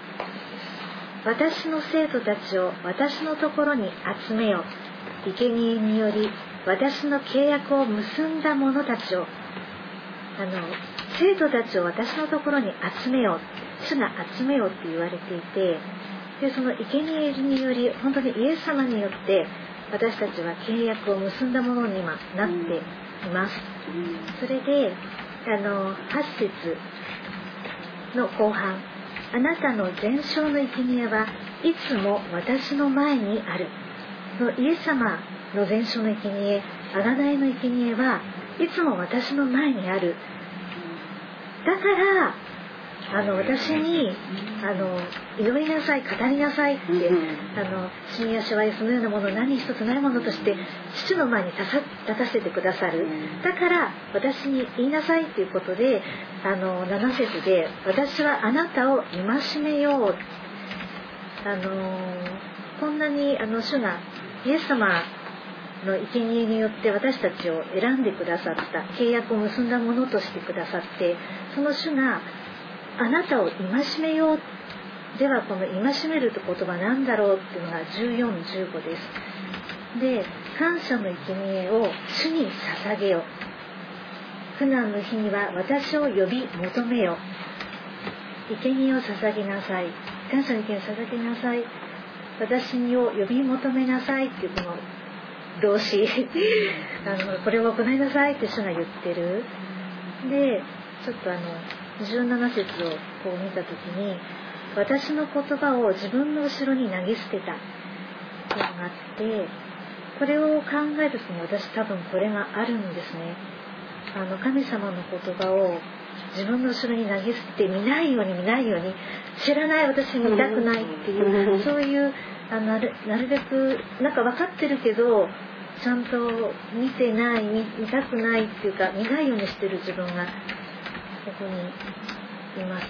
S8: 私の生徒たちを私のところに集めよ。生贄により私の契約を結んだ者たちを、あの生徒たちを私のところに集めよ。主が集めよって言われていて、でその生贄により本当にイエス様によって私たちは契約を結んだものに今なっています。それであのはち節の後半。あなたの全焼の生贄はいつも私の前にある。イエス様の全焼の生贄、贖いの生贄はいつも私の前にある。だからあの私にあの祈りなさい、語りなさいって、あの死にやしわやそのようなもの何一つないものとして父の前に立た、立たせてくださる。だから私に言いなさいということで、あのなな節で私はあなたを戒めよう。あのこんなにあの主がイエス様の生贄によって私たちを選んでくださった、契約を結んだものとしてくださって、その主があなたを戒めよう。ではこの戒めるって言葉なんだろうっていうのがじゅうよん、じゅうごです。で、感謝の生贄を主に捧げよ。苦難の日には私を呼び求めよ。生贄を捧げなさい。感謝の生贄を捧げなさい。私を呼び求めなさいっていうこの動詞あのこれを行いなさいって主が言ってる。で、ちょっとあのじゅうなな節をこう見たときに、私の言葉を自分の後ろに投げ捨てたっていうのがあって、これを考えるときに私多分これがあるんですね。あの神様の言葉を自分の後ろに投げ捨てて、見ないように見ないように、知らない私見たくないっていう、そういうあのなる、なるべくなんか分かってるけどちゃんと見てない、 見, 見たくないっていうか見ないようにしてる自分がここにいます。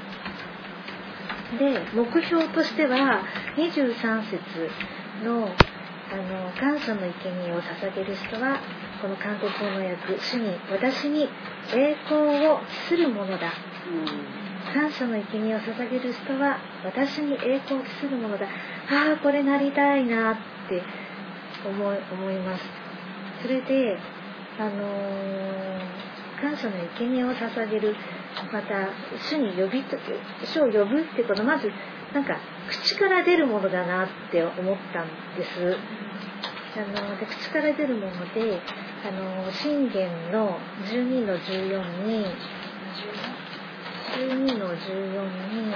S8: で、目標としてはにじゅうさん節のあの感謝の生贄を捧げる人は、この韓国語の訳、主に私に栄光を期するものだ。感謝の生贄を捧げる人は私に栄光を期するものだ。ああ、これなりたいなって思い、思います。それであのー、感謝の生贄を捧げる、また主に呼びと主を呼ぶってこと、まずなんか口から出るものだなって思ったんです。あので口から出るもので、あの箴言のじゅうにのじゅうよんにじゅうにのじゅうよんに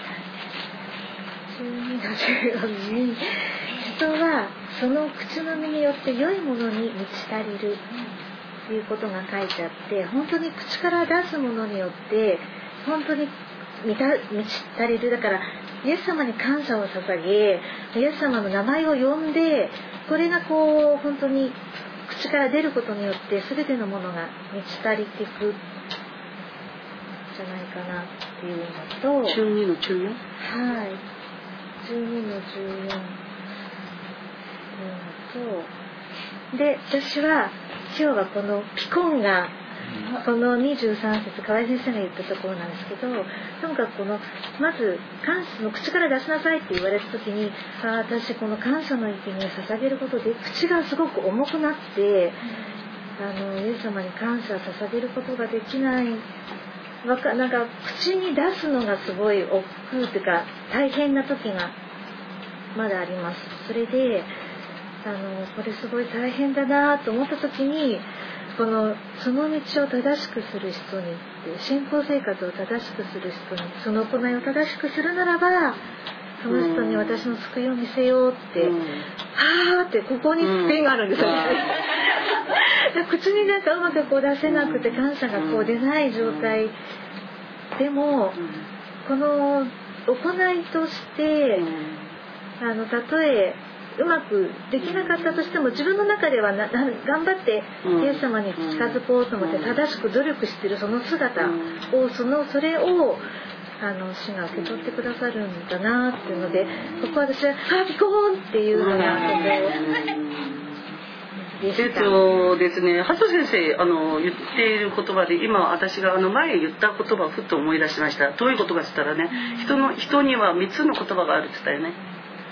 S8: じゅうにのじゅうよんに人はその口の実によって良いものに満ち足りるということが書いてあって、本当に口から出すものによって本当に満た満ち足りる。だからイエス様に感謝を捧げ、イエス様の名前を呼んで、これがこう本当に口から出ることによって全てのものが満ち足りていくじゃないかなっていうのと、
S3: じゅうにのじゅうよん、
S8: はい、じゅうにのじゅうよんっていうのと、で、私は今日はこのピコンがこのにじゅうさん節河合先生が言ったところなんですけど、ともかくこのまず感謝の口から出しなさいって言われた時に、あ私この感謝の生贄捧げることで口がすごく重くなって、あのイエス様に感謝を捧げることができない、わかなんか口に出すのがすごい億劫というか大変な時がまだあります。それであのこれすごい大変だなと思った時に、このその道を正しくする人にって信仰生活を正しくする人に、その行いを正しくするならばその人に私の救いを見せようって、うん、はーってここにペンがあるんですよね。で口になんかうまくこう出せなくて感謝がこう出ない状態でも、この行いとしてあのたとえうまくできなかったとしても自分の中ではなな頑張ってイエス様に近づこうと思って正しく努力しているその姿をそのそれをあの主が受け取ってくださるんだなっていうので、ここは私は「あピコーン!」っていうのがと
S3: えっとですね、ハト先生あの言っている言葉で、今私があの前言った言葉をふっと思い出しました。どういうことかって言ったらね、人の人にはみっつの言葉があるって言ったよね。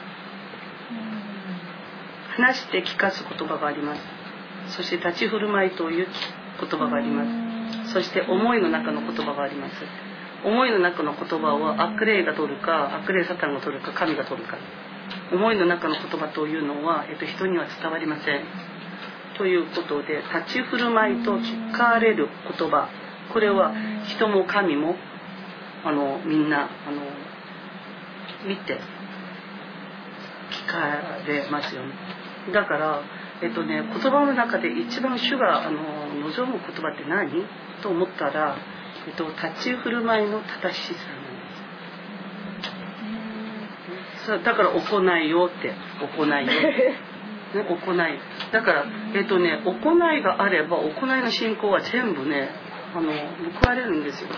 S3: 話して聞かす言葉があります。そして立ち振る舞いという言葉があります。そして思いの中の言葉があります。思いの中の言葉は悪霊が取るか、悪霊サタンが取るか、神が取るか。思いの中の言葉というのは、えっと、人には伝わりません。ということで、立ち振る舞いと聞かれる言葉、これは人も神もあのみんなあの見て聞かれますよね。だから、えっとね、言葉の中で一番主があの望む言葉って何と思ったら、えっと、立ち振る舞いの正しさなんです。だから行いよって行いよね、行いだから、えっとね、行いがあれば行いの信仰は全部ねあの報われるんですよ。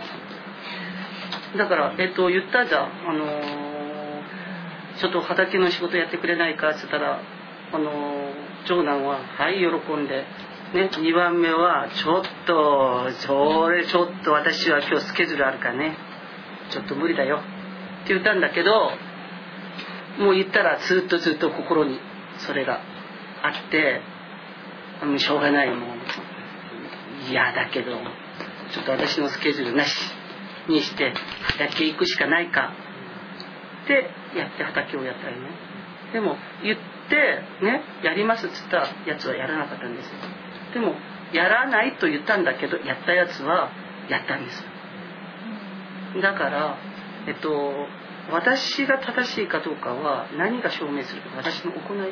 S3: だから、えっと、言ったじゃん、あのちょっと畑の仕事やってくれないかって言ったら、あの長男ははい喜んで、ね、にばんめはちょっとそれちょっと私は今日スケジュールあるからねちょっと無理だよって言ったんだけど、もう言ったらずっとずっと心にそれがあって、もうしょうがない、もう嫌だけどちょっと私のスケジュールなしにして畑行くしかないかってやって畑をやったりね。でも言ってね、やりますっつったやつはやらなかったんですよ。でもやらないと言ったんだけどやったやつはやったんです。だからえっと私が正しいかどうかは何が証明するか、私の行い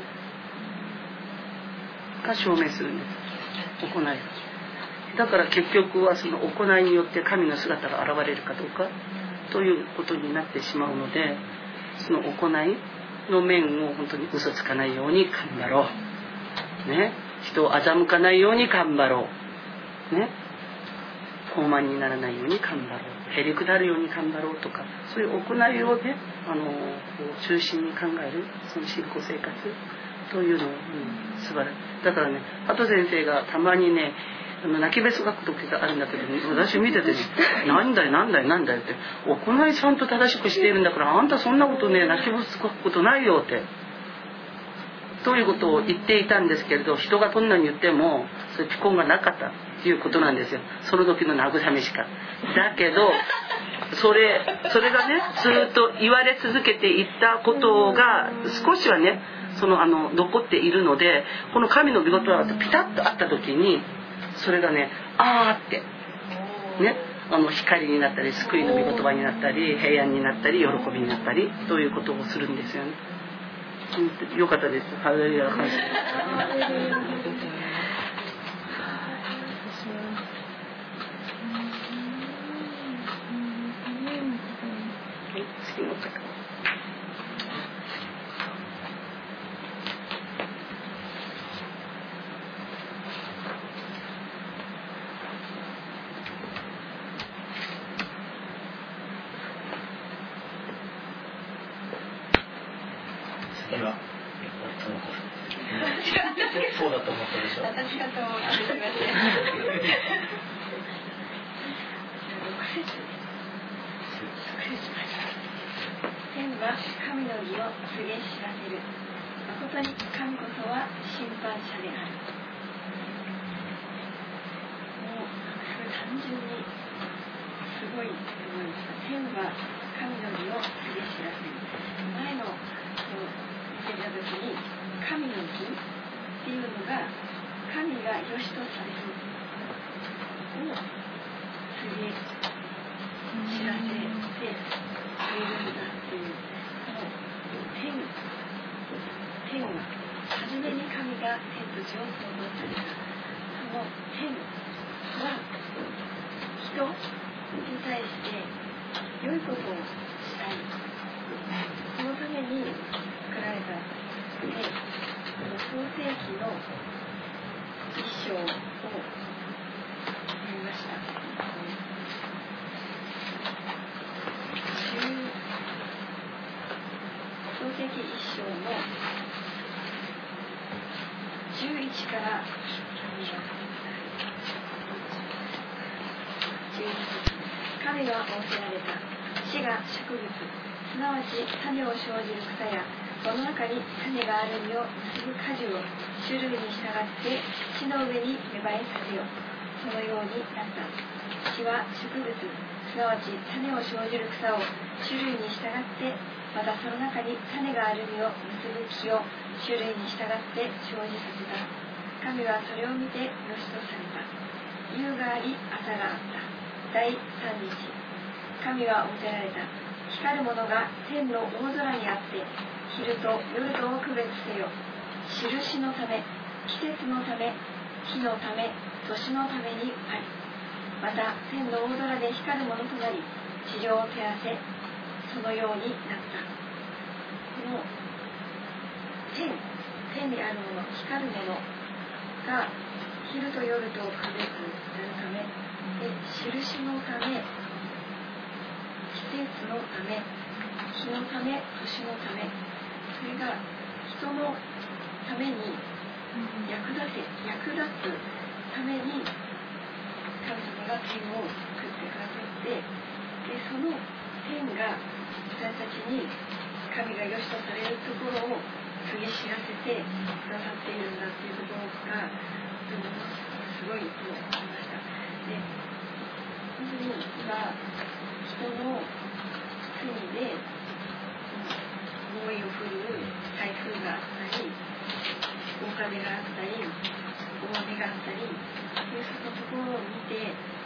S3: が証明するんです。行いだから結局はその行いによって神の姿が現れるかどうかということになってしまうので、その行いの面を本当に嘘つかないように頑張ろう、ね、人を欺かないように頑張ろう、ね、傲慢にならないように頑張ろう、へりくだるように頑張ろうとか、そういう行いをね、あの中心に考えるその信仰生活というのを、うん、素晴らしい。だからね、ハト先生がたまにね、あの泣きべそ書く時があるんだけど、ね、私見てて、ね、なんだよなんだよなんだよって、行いちゃんと正しくしているんだから、あんたそんなことね泣きべそ書くことないよってということを言っていたんですけれど、人がどんなに言ってもそういうピコンがなかったということなんですよ。その時の慰めしか。だけどそれそれがねずっと言われ続けていったことが少しはねそのあの残っているので、この神の御言葉がピタッとあった時にそれがねあーってね、あの光になったり救いの御言葉になったり平安になったり喜びになったりということをするんですよね。よかったです。ハレルヤ感謝。次の方。
S9: 次はそうだと思ったでしょ。
S7: 私だと思ってすみません。天は神の義を告げ知らせる。誠に神こそは審判者である。もうすごい単純にすごいと思いました。天は神の義を告げ知らせる。前の見てた時に神の義っていうのが神が良しとされるを告げ知らせてくれるんだっていう、この天天は初めに神が天と地を創造された。その天は人に対して良いことをしたい、そのために作られた天、この創世記の一章を読みました。創世記一章のじゅういちからじゅういち、神が仰せられた。地が植物、すなわち種を生じる草やその中に種がある実を結ぶ果樹を種類に従って地の上に芽生えさせよ。そのようになった。地は植物、すなわち種を生じる草を種類に従って、またその中に種がある実を結ぶ木を種類に従って生じさせた。神はそれを見て良しとされた。夕があり朝があった。第三日、神は仰せられた。光るものが天の大空にあって、昼と夜とを区別せよ。印のため、季節のため、日のため、年のためにあり。また天の大空で光るものとなり、地上を照らせ、そのようになった。この天、天にあるもの、光るものが昼と夜とを区別するため、で印のため、季節のため、日のため、年のため、それが人のために役立て、役立つために神様が天を作ってくださって、でその天が私たちに神が良しとされるところを告げ知らせてくださっているんだっていうところがすごいと思いました。で本当に今人の国で猛威を振るう台風があったり、大風があったり、大雨があったり、そういうそのところを見て、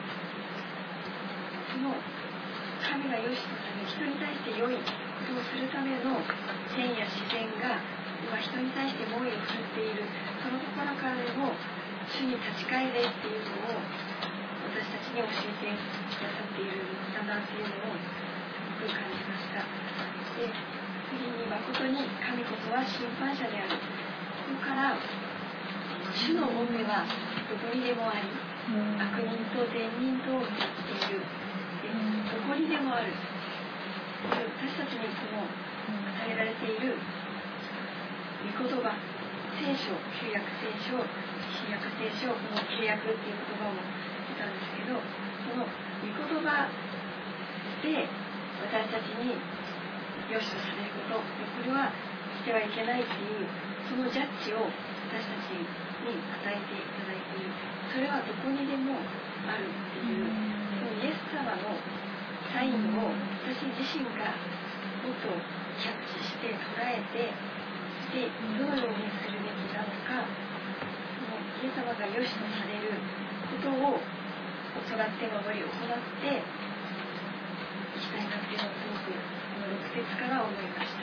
S7: その神が良しとされる人に対して良いことをするための天や自然が今人に対して猛威を振るっている、そのところからでも主に立ち返れっていうのを私たちに教えてくださっているんだなっていうのをすごく感じました。で次に誠に神こそは審判者である。ここから主の門目はどこにでもあり、悪人と善人となっている。でどこにでもある。私たちにこの与えられている御言葉、聖書、旧約聖書、新約聖書、この契約っていう言葉も出たんですけど、この御言葉で私たちに良しとされること、これはしてはいけないっていうそのジャッジを私たちに与えていただいている。それはどこにでもあるっていうそのイエス様のサインを私自身がもっとキャッチして捉えて、でどのようにするべきなのか、そのイエス様が良しとされることを教わって守り行っていきたいなっていうのをすごくこのろく節から思いました。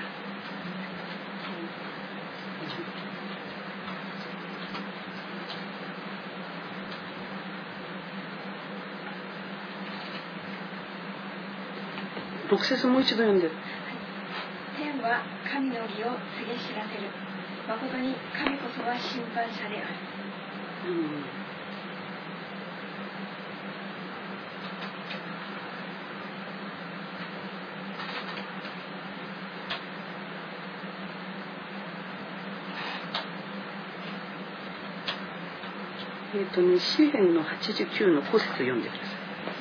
S3: ろく節もう一度読んで。
S7: 天は神の義を告げ知らせる。誠に神こそは審判者である。
S3: うんえっとね、詩編のはちじゅうきゅうのご節読んでください。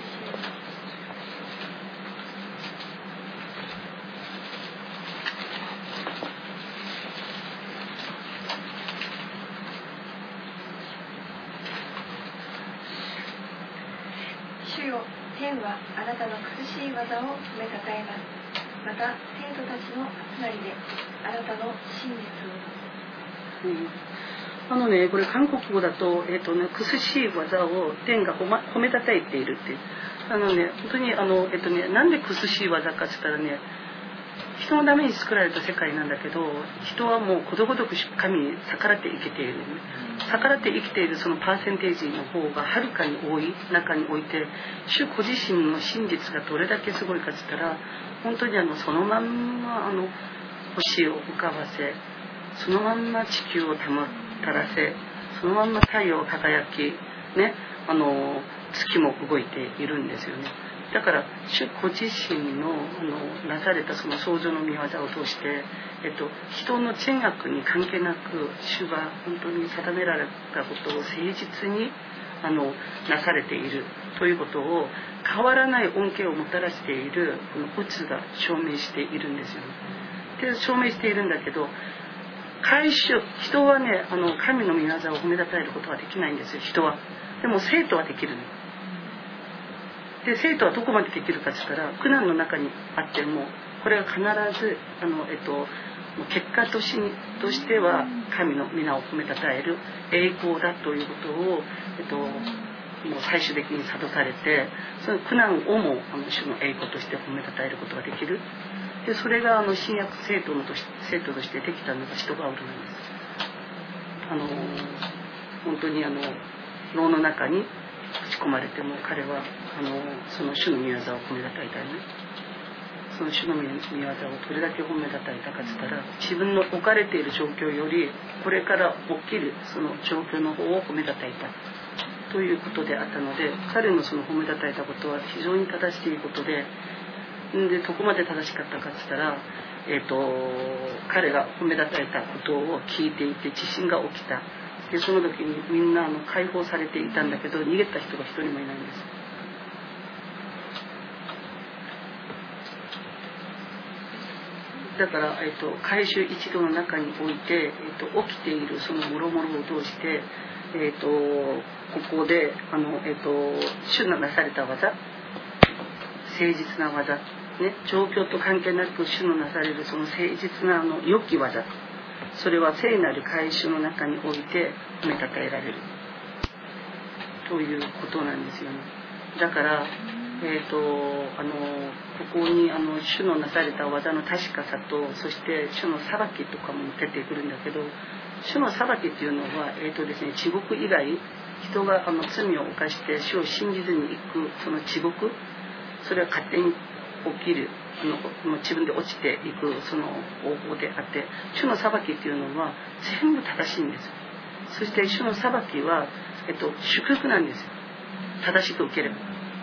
S4: 主よ、天はあなたの苦しい技を褒めたたえます。また生徒たちの集まりであなたの真実を、
S3: うん、あのね、これ韓国語だと、えっとね、苦しい技を天が褒め、褒めたたえているっていう。あのね、本当にあの、えっとね、なんで苦しい技かって言ったらね、人のために作られた世界なんだけど、人はもうことごとく神に逆らって生きている、ね、逆らって生きているそのパーセンテージの方がはるかに多い中において、主ご自身の真実がどれだけすごいかって言ったら、本当にあのそのまんまあの星を浮かばせ、そのまんま地球を保たらせ、そのまんま太陽を輝き、ね、あの月も動いているんですよね。だから主ご自身 の, あのなされたその創造の御業を通して、えっと、人の善悪に関係なく主が本当に定められたことを誠実にあのなされているということを変わらない恩恵をもたらしているこのオツが証明しているんですよね。で証明しているんだけど、回収人はね、あの神の御業を褒めたたえることはできないんですよ、人は。でも生徒はできるの。で生徒はどこまでできるかといったら、苦難の中にあってもこれは必ずあの、えっと、結果としとしては神の皆を褒めたたえる栄光だということを、えっと、もう最終的に諭されて、その苦難をもあの主の栄光として褒めたたえることができる。でそれがあの新約生徒のとし生徒としてできたのが使徒パウロなんです。あの本当にあの牢の中に打ち込まれても彼はあのその主の御業を褒めたたえたいね。その主の御業をどれだけ褒めたたえたかといったら、自分の置かれている状況よりこれから起きるその状況の方を褒めたたえたということであったので、彼のその褒めたたえたことは非常に正しいことで、でどこまで正しかったかといったら、えーと、彼が褒めたたえたことを聞いていて地震が起きた。でその時にみんなあの解放されていたんだけど、逃げた人が一人もいないんです。だから、えーと、回収一度の中において、えーと、起きているその諸々を通して、えーと、ここであの、えーと、主がなされた技、誠実な技、ね、状況と関係なく主のなされるその誠実なあの良き技、それは聖なる回収の中において褒めたたえられるということなんですよね。だから、えーと、あのここにあの主のなされた技の確かさと、そして主の裁きとかも出てくるんだけど、主の裁きというのは、えーとですね、地獄以外、人があの罪を犯して主を信じずに行くその地獄、それは勝手に起きる、あの自分で落ちていくその方法であって、主の裁きっていうのは全部正しいんです。そして主の裁きは、えっと、祝福なんですよ、正しく受ければ。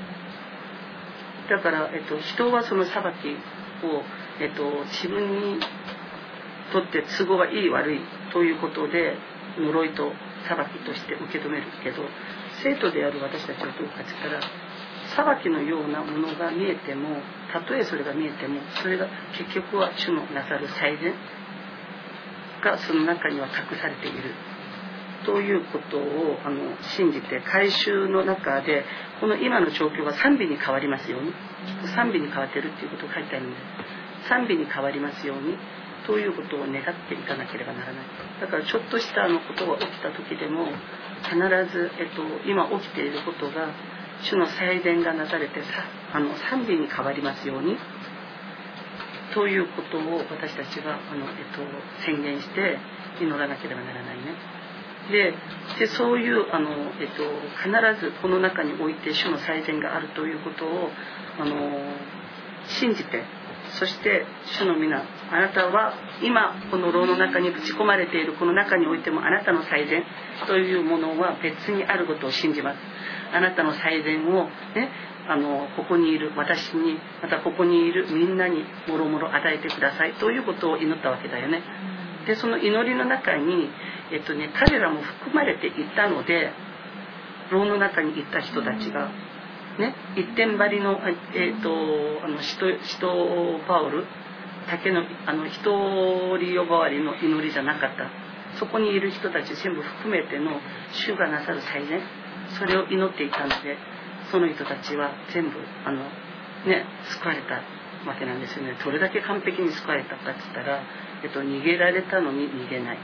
S3: だから、えっと、人はその裁きを、えっと、自分にとって都合がいい悪いということで呪いと裁きとして受け止めるけど、生徒である私たちはどうかと言ったら、裁きのようなものが見えても、たとえそれが見えても、それが結局は主のなさる最善がその中には隠されているということをあの信じて、回収の中でこの今の状況が賛美に変わりますように、賛美に変わっているということを書いてあるので、賛美に変わりますようにということを願っていかなければならない。だからちょっとしたあのことが起きた時でも、必ず、えっと、今起きていることが主の祭殿がなされてさあの賛美に変わりますようにということを私たちはあの、えっと、宣言して祈らなければならないね。で, でそういうあの、えっと、必ずこの中において主の祭殿があるということをあの信じて、そして主の皆、あなたは今この牢の中にぶち込まれているこの中においてもあなたの祭殿というものは別にあることを信じます。あなたの祭殿を、ね、あのここにいる私に、またここにいるみんなにもろもろ与えてくださいということを祈ったわけだよね。でその祈りの中に、えっとね、彼らも含まれていたので、 牢の中に行った人たちがね、一点張りの、えー、とあの使徒使徒パウル竹のあの一人呼ばわりの祈りじゃなかった。そこにいる人たち全部含めての主がなさる最善、それを祈っていたので、その人たちは全部あの、ね、救われたわけなんですよね。どれだけ完璧に救われたかって言ったら、えっと、逃げられたのに逃げない、ね、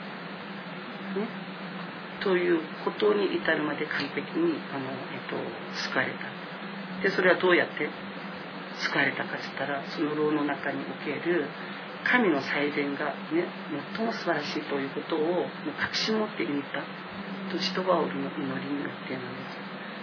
S3: ということに至るまで完璧にあの、えっと、救われた。でそれはどうやって救われたかって言ったら、その牢の中における神の最善がね、最も素晴らしいということをもう確信持って言ったと使徒パウルの祈りによってなんです。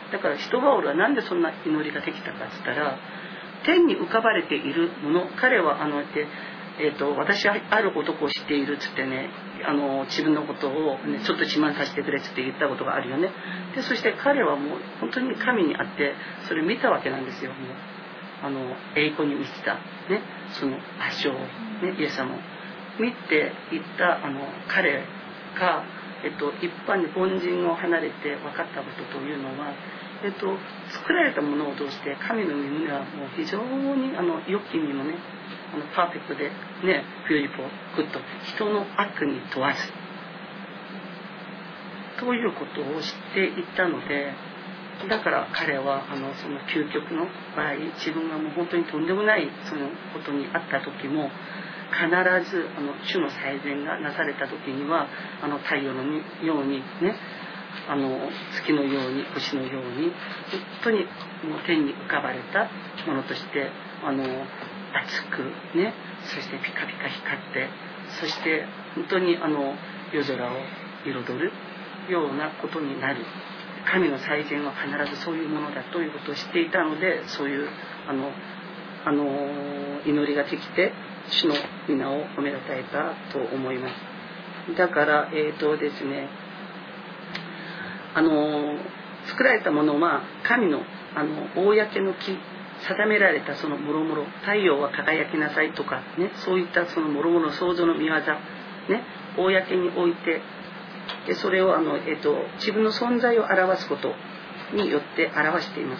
S3: だから使徒パウルはなんでそんな祈りができたかって言ったら、天に浮かばれているもの、彼はあので、えー、と私はある男を知っているっつってね、あの自分のことを、ね、ちょっと自慢させてくれっつって言ったことがあるよね。でそして彼はもう本当に神に会ってそれを見たわけなんですよ。もうあの栄光に満ちた、ね、その場所を、ね、イエス様を見ていったあの彼が、えっと、一般に凡人を離れて分かったことというのは、えっと、作られたものを通して神の御胸はもう非常にあの良きにもね、あのパーフェクトでね、ビューティフルグッド、人の悪に問わずということを知っていったので、だから彼はあのその究極の場合、自分がもう本当にとんでもないそのことにあった時も、必ずあの主の最善がなされた時には、あの太陽のようにね、あの月のように星のように本当にもう天に浮かばれたものとしてあの熱くね、そしてピカピカ光って、そして本当にあの夜空を彩るようなことになる。神の最善は必ずそういうものだということを知っていたので、そういうあのあの祈りができて主の皆を褒めたたえたと思います。だからえっとですね、あの作られたものは神のあの公の木、定められたそのもろもろ、太陽は輝きなさいとかね、そういったそのもろもろ創造の見業ね、公において、でそれをあの、えっと、自分の存在を表すことによって表しています。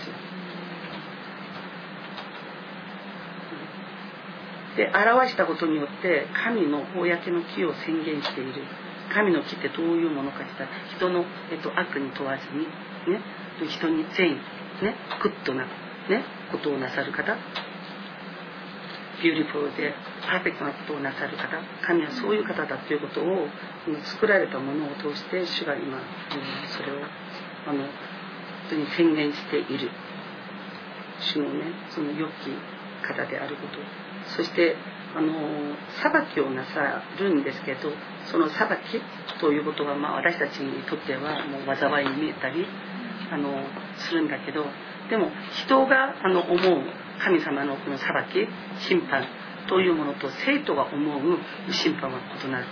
S3: で表したことによって神の公の木を宣言している。神の木ってどういうものかといったら、人の、えっと、悪に問わずに、ね、人に善意、ね、グッドな、ね、ことをなさる方、ビューティフルでパーフェクトなことをなさる方、神はそういう方だということを作られたものを通して主が今、うん、それをあの本当に宣言している。主のね、その良き方であること、そしてあの裁きをなさるんですけど、その裁きということは、まあ、私たちにとってはもう災いに見えたりあのするんだけど、でも人があの思う神様のこの裁き、審判というものと生徒が思う審判は異なる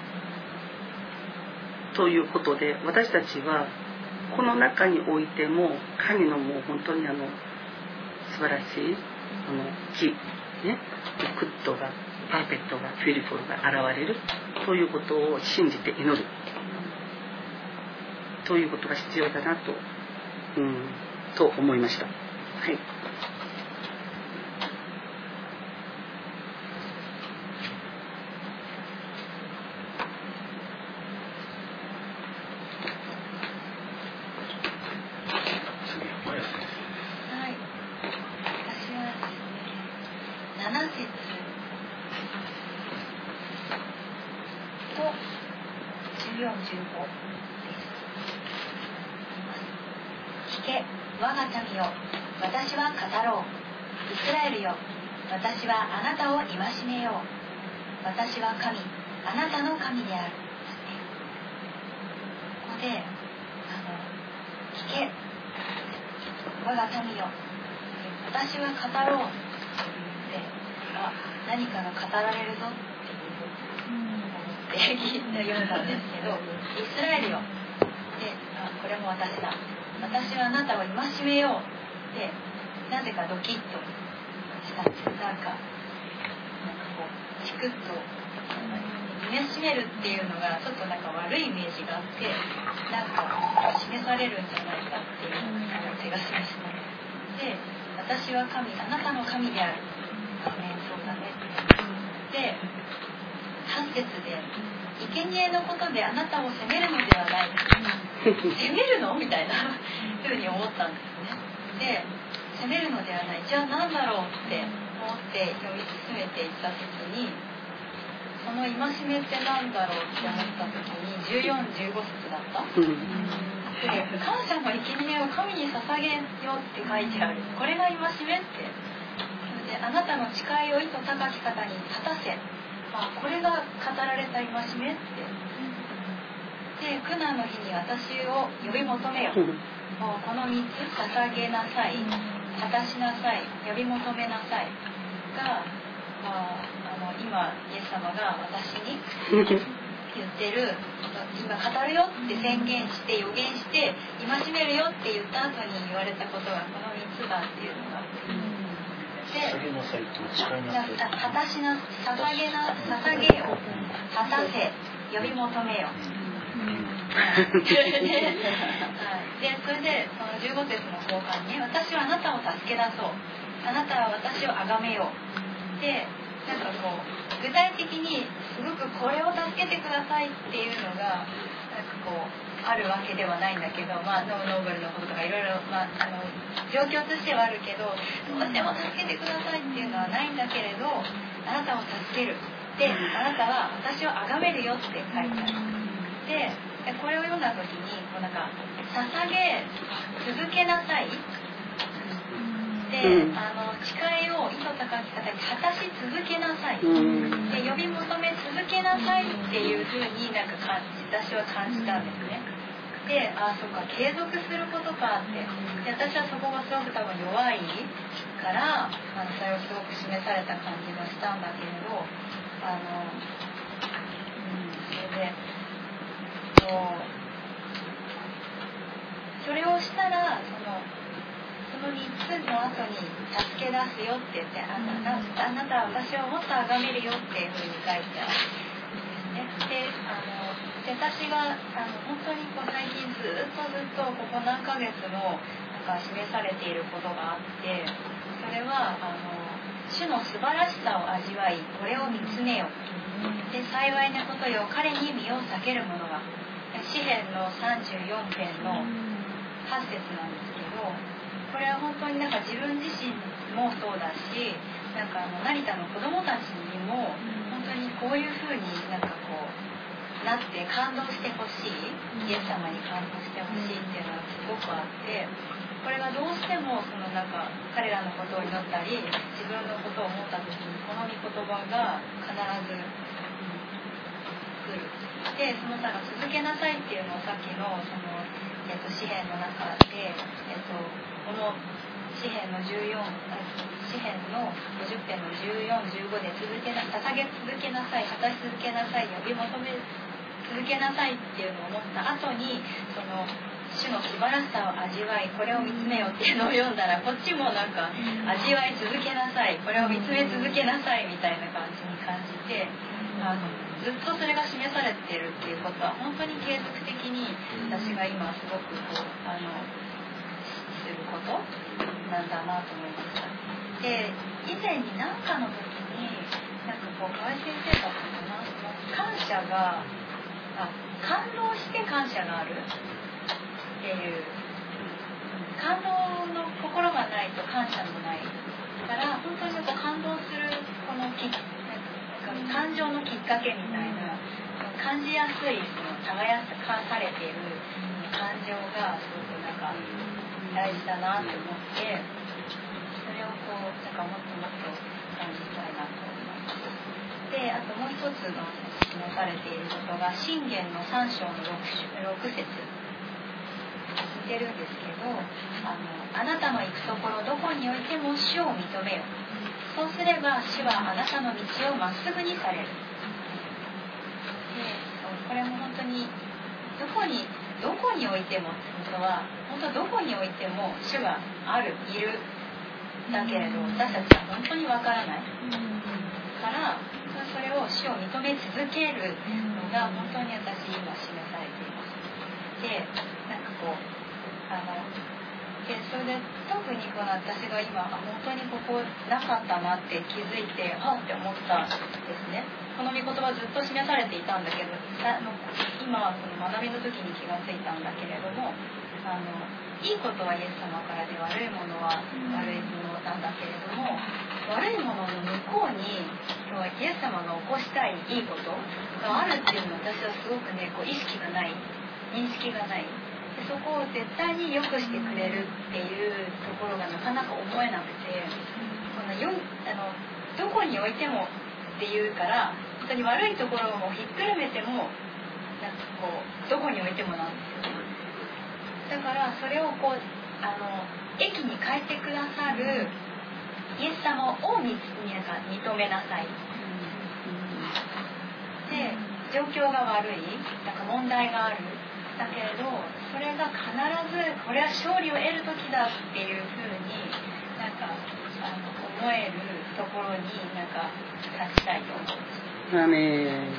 S3: ということで、私たちはこの中においても神のもう本当にあの素晴らしいあの木ね、グッドがパーフェクトがビューティフルが現れるということを信じて祈るということが必要だなと、うん、と思いました。はい。
S7: 聞け、我が民よ、私は語ろう。イスラエルよ、私はあなたを戒めよう。私は神、あなたの神である。ここで、あの聞け、我が民よ、私は語ろうって言って、あ、何かが語られるぞって思って聞いて読んだんですけど、イスラエルよ、で、あ、これも私だ。私はあなたを戒めようってなぜかドキッとしたんです。なんかなんかこうチクッとめしめるっていうのがちょっとなんか悪いイメージがあって、なんか示されるんじゃないかっていう気がしました。で、私は神、あなたの神である。アメン、そうだね。で、はち節で、生贄のことであなたを責めるのではない。責めるのみたいなふうに思ったんですね。で、責めるのではない。じゃあ何だろうって思って読み進めていった時に、その戒めって何だろうって思った時にじゅうよん、じゅうご節だった。で、感謝の生贄を神に捧げよって書いてある。これが戒めって。で、あなたの誓いを意図高き方に果たせ。あ、これが語られた戒めって。で、苦難の日に私を呼び求めよ。もうこのみっつ、捧げなさい、果たしなさい、呼び求めなさいが、まあ、あの今イエス様が私に言ってる、今語るよって宣言して予言して戒めるよって言った後に言われたことがこのみっつだっていうのがあって、
S9: 捧げなさいと誓いなさい、
S7: 果たしな、捧げな、捧げよ、果たせ、呼び求めよ。はい、で、それでそのじゅうご節の後半に、私はあなたを助け出そう、あなたは私を崇めようで、なんかこう具体的にすごくこれを助けてくださいっていうのがなんかこうあるわけではないんだけど、まあ、ノーベルのこととかいろいろ、まあ、あの状況としてはあるけど、どうしても助けてくださいっていうのはないんだけれど、あなたを助けるで、あなたは私を崇めるよって書いてある。で、これを読んだ時にこうなんか捧げ続けなさいで、うん、あの誓いを意図高き方に果たし続けなさい、うん、で呼び求め続けなさいっていう風になんか感じ私は感じたんですね。で、あ、そっか、継続することかって。で、私はそこがすごく多分弱いからあのそれをすごく示された感じがしたんだけれど、あの、うん、それでそれをしたらそのそのみっつの後に助け出すよって言って、あなた、あなたは私をもっと崇めるよっていうふうに書いてあるんですね。で、あので私があの本当にこう最近ずっとずっとここ何ヶ月もなんか示されていることがあって、それはあの主の素晴らしさを味わい、これを見つめよ。で、幸いなことよ、彼に身を避ける者が。詩編のさんじゅうよん編のはち節なんですけど、これは本当になんか自分自身もそうだし、なんかあの成田の子供たちにも本当にこういう風になんかこうなって感動してほしい、イエス様に感動してほしいっていうのがすごくあって、これがどうしてもそのなんか彼らのことを祈ったり自分のことを思った時にこの御言葉が必ず来る。で、そのさが続けなさいっていうのをさっきのその、えっと、詩篇の中で、えっと、この詩篇のじゅうよん、詩篇のごじゅっ編のじゅうよん、じゅうごで続けな、捧げ続けなさい、果たし続けなさい、呼び求め続けなさいっていうのを思った後に、その主の素晴らしさを味わい、これを見つめよっていうのを読んだら、こっちもなんか味わい続けなさい、これを見つめ続けなさいみたいな感じに感じて、あのずっとそれが示されてるっていうことは本当に継続的に私が今すごくこうあのすることなんだなと思いました。で、以前に何かの時になんかこう河合先生だったかな、感謝があ感動して感謝があるっていう感動の心がないと感謝もないから本当にこう感動するこのき感情のきっかけみたいな感じやすいその耕されている感情がすごくなんか大事だなと思ってそれをこうなんかもっともっと感じたいなと思います。で、あともう一つの示されていることが箴言のさん章の ろく, ろく節似てるんですけど、あのあなたの行くところどこにおいても主を認めよ。そうすれば主はあなたの道をまっすぐにされる。で、これも本当にどこにどこにおいてもってことは本当どこにおいても主があるいるだけれど私たちは本当にわからないからそれれを主を認め続けるのが本当に私今示されています。でなんかこうあのでそれで特にこの私が今本当にここなかったなって気づいてはって思ったんですね。この御言葉ずっと示されていたんだけどあの今はその学びの時に気がついたんだけれどもあのいいことはイエス様からで悪いものは悪いものなんだけれども悪いものの向こうに今日はイエス様が起こしたいいいことがあるっていうのは私はすごくねこう意識がない認識がないでそこを絶対に良くしてくれるっていうところがなかなか思えなくてこのよあのどこに置いてもっていうから本当に悪いところもひっくるめてもなんかこうどこに置いてもなんですよね。だからそれをこうあの益に変えてくださるイエス様を見なんか認めなさい。で状況が悪いなんか問題があるだけれどそれが必ずこれは勝利を得る時だっていうふうになんかあの思えるところになんか立ちたいと思う。
S3: アーメン。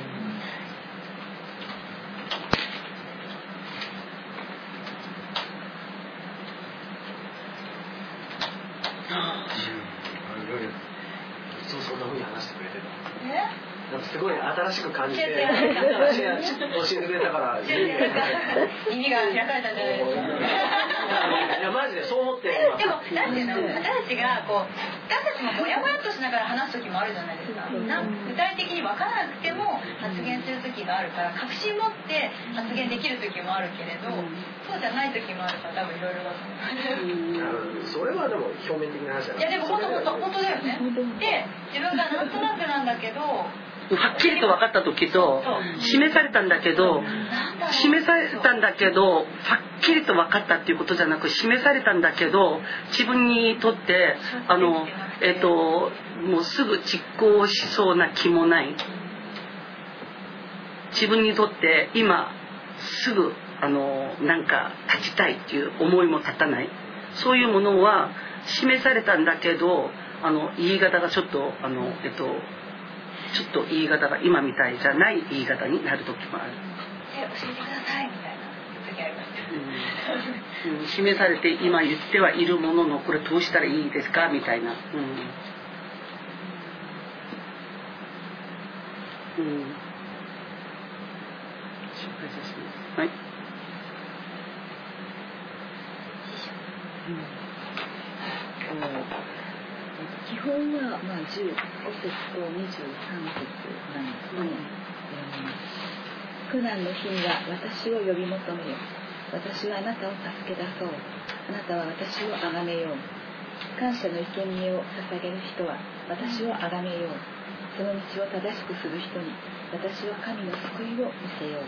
S6: いつもそんな風に話してくれてた。
S7: え
S6: なんかすごい新しく感じて教えてくれたから
S7: 耳が開かれたんじゃないですか。
S6: いやマジでそう思って。
S7: でもなんていうの私たちがこう私たちもモヤモヤっとしながら話す時もあるじゃないですか。なん具体的に分からなくても発言する時があるから確信持って発言できる時もあるけれどそうじゃない時もあるから多分いろいろだと思う。
S6: それはでも表面的な話じゃない。
S7: いやでも本当本当本当だよね。で自分がなんとなくなんだけど
S3: はっきりと分かった時と示されたんだけど示されたんだけどはっきりと分かったっていうことじゃなく示されたんだけど自分にとってあのえっともうすぐ実行しそうな気もない自分にとって今すぐあのなんか立ちたいっていう思いも立たないそういうものは示されたんだけどあの言い方がちょっとあのえっとちょっと言い方が今みたいじゃない言い方になる時もある。
S7: え教えてくださいみたいな時あります。
S3: うん、示されて今言ってはいるもののこれどうしたらいいですかみたいな。うん。うん。紹介させてます。はい。
S5: うん基本はまあじゅうご節とにじゅうさん節なんですね。苦難の日には私を呼び求めよ。私はあなたを助け出そう。あなたは私を崇めよう。感謝の生贄を捧げる人は私を崇めよう。その道を正しくする人に私は神の救いを見せよう。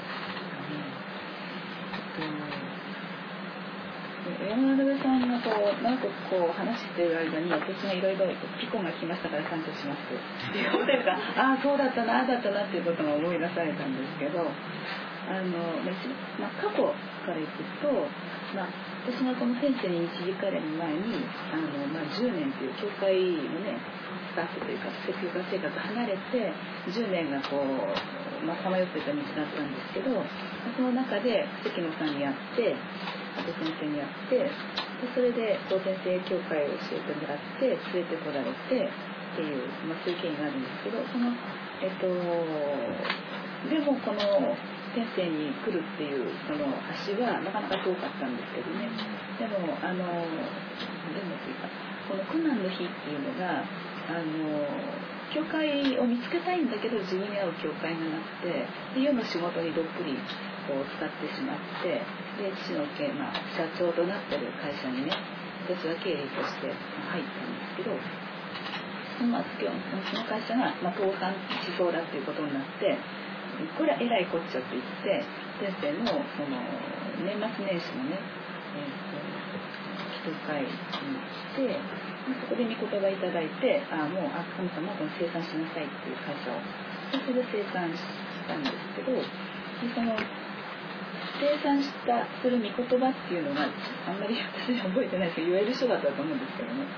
S5: 山辺さんがこうなんかこう話している間に私がいろいろピコが来ましたから感謝しますっていうことがああそうだったなああだったなっていうことが思い出されたんですけどあの、まあ、過去からいくと、まあ、私がこの先生に導かれる前にあの、まあ、じゅうねんという教会のねスタッフというか教会生活離れてじゅうねんがこうまあ、さまよってた道だったんですけどその中で関野さんに会ってあと先生に会ってでそれで先生協会を教えてもらって連れてこられてっていう、まあ、そういう経緯があるんですけどその、えっと、でもこの先生に来るっていうその橋はなかなか遠かったんですけどねでもあのでもというかこの苦難の日っていうのがあの教会を見つけたいんだけど自分に合う教会がなくてで世の仕事にどっぷりこう使ってしまってで父の家、まあ、社長となってる会社にね私は経理として入ったんですけどその,、まあ、その会社が、まあ、倒産しそうだっていうことになってこれはえらいこっちゃって言って先生のその年末年始のね、えー、と祈祷会に行ってそこで御言葉いただいてあもうあ神様はこの生産しなさいっていう会社をそれで生産したんですけどその生産したする御言葉っていうのがあんまり私は覚えてないですけど言える人だったと思うんですけどね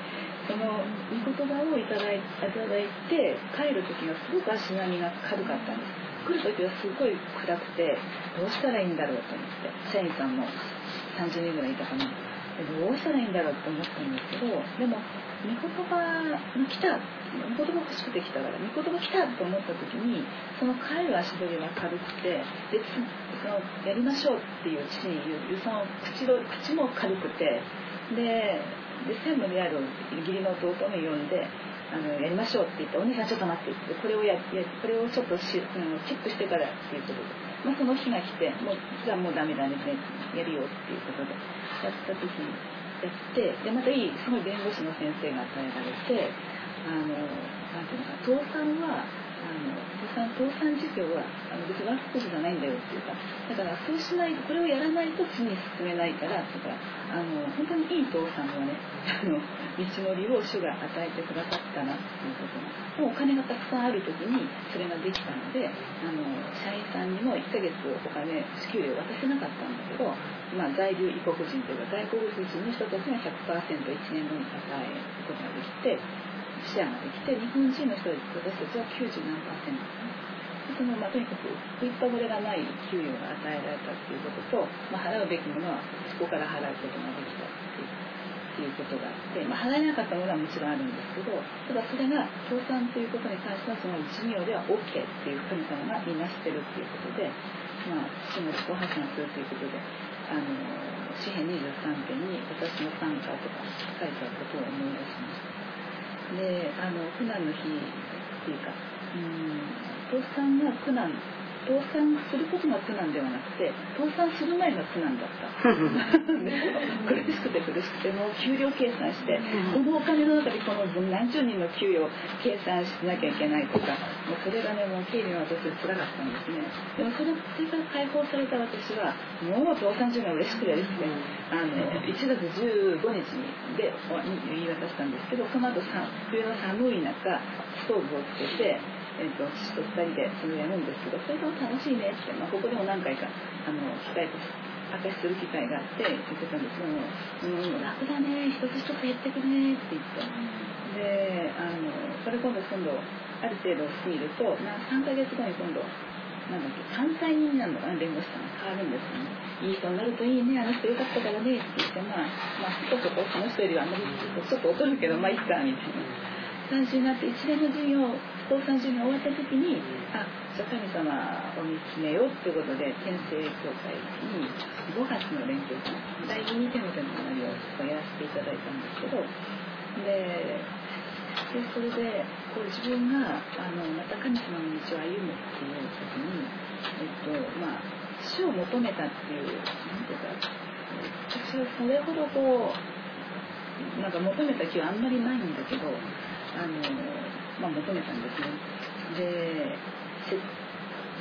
S5: その御言葉をいただい、いただいて帰る時がすごく足並みが軽かったんです。来る時はすごい暗くてどうしたらいいんだろうと思って、社員さんもさんじゅうにんぐらいいたかな。どうしたらいいんだろうと思ったんですけど、でも御言葉が来た、御言葉欲しくて来たから、御言葉来たと思った時にその帰る足取りが軽くて、でそのやりましょうっていう父に言うその 口, の口も軽くて、でで専務である義理の弟も呼んであのやりましょうって言って、お兄さんちょっと待ってって、これをやこれをちょっとし、うん、チェックしてからっていうことで、まあ、その日が来て、もうじゃあもうダメだねやるよっていうことでやった時にやって、でまたいいすごい弁護士の先生が与えられて、あのなんていうのか、倒産はあの倒産倒産事業はあの別に悪いことじゃないんだよっていうか、だからそうしないと、これをやらないと次に進めないからとか、あの本当にいい倒産はね、あの道のりを主が与えてくださったなっていうことが、もうお金がたくさんある時にそれができたので、あの社員さんにもいっかげつお金支給料渡せなかったんだけど、まあ、在留異国人というか外国人の人たちが ひゃくパーセントいち 年後に与えることができて、シェアができて、日本人の人私たちはきゅうじゅうなんパーセント、その、まあ、とにかく食いっぱぐれがない給与が与えられたということと、まあ、払うべきものはそこから払うことができたっていう、いうことがあって、まあ、払えなかったものはもちろんあるんですけど、ただそれが倒産ということに関してはその一行では OK っていう神様がみんなしてるっていうことで、まあ、父の自己発信をするということで、あの詩編にじゅうさんてんに私の参加とか書いてあったことを思い出しました。で、あの苦難の日っていうか、うーん倒産が苦難、倒産することが苦難ではなくて、倒産する前が苦難だった苦しくて苦しくて、もう給料計算して、このお金の中でこの何十人の給与を計算しなきゃいけないとか、もうそれがね、もう経理の私は辛かったんですね。でもそれそれから解放された私はもう倒産中が嬉しくて嬉しくて、あのいちがつじゅうごにちにで言い渡したんですけど、その後さ冬の寒い中ストーブをつけて、えー、と父とふたりでそれをやるんですけど、それとも楽しいねって、まあ、ここでも何回かあの機会と証しする機会があって言ってたんですけども、うん、楽だね、一つ一つ減ってくねって言って、であのそれ今度今度ある程度過ぎると、まあ、さんかげつごに今度なんだっけ関西人になるのかな、弁護士さんが変わるんですよね。いい人になるといいね、あの人よかったからねって言って、まあ、まあ、ちょっとこの人よりはあんまりちょっと劣るけど、まあいいかみたいな感じになって、一連の授業倒産授業が終わった時に、あ、じゃあ神様を見つめようっていうことで天聖教会にごがつの連休かな、だいにテモテの学びをやらせていただいたんですけど、ででそれでこう自分があのまた神様の道を歩むっていう時に、えっとまあ、死を求めたっていう、なんていうか、私はそれほどこうなんか求めた気はあんまりないんだけど、あの、まあ、求めたんですね。で、せうん、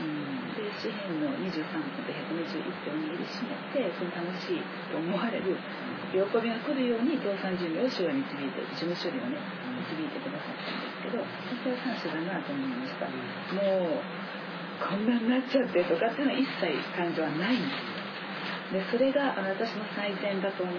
S5: で詩編のにじゅうさんてんとひゃくにじゅういってんを握りしめて、その楽しいと思われる喜びが来るように倒産準備を主は導いて、事務処理をね導いてくださったんですけど、私は感謝だなと思いました。もうこんなになっちゃってとかっていうのは一切感情はないんですよ。でそれが私の最善だと思って、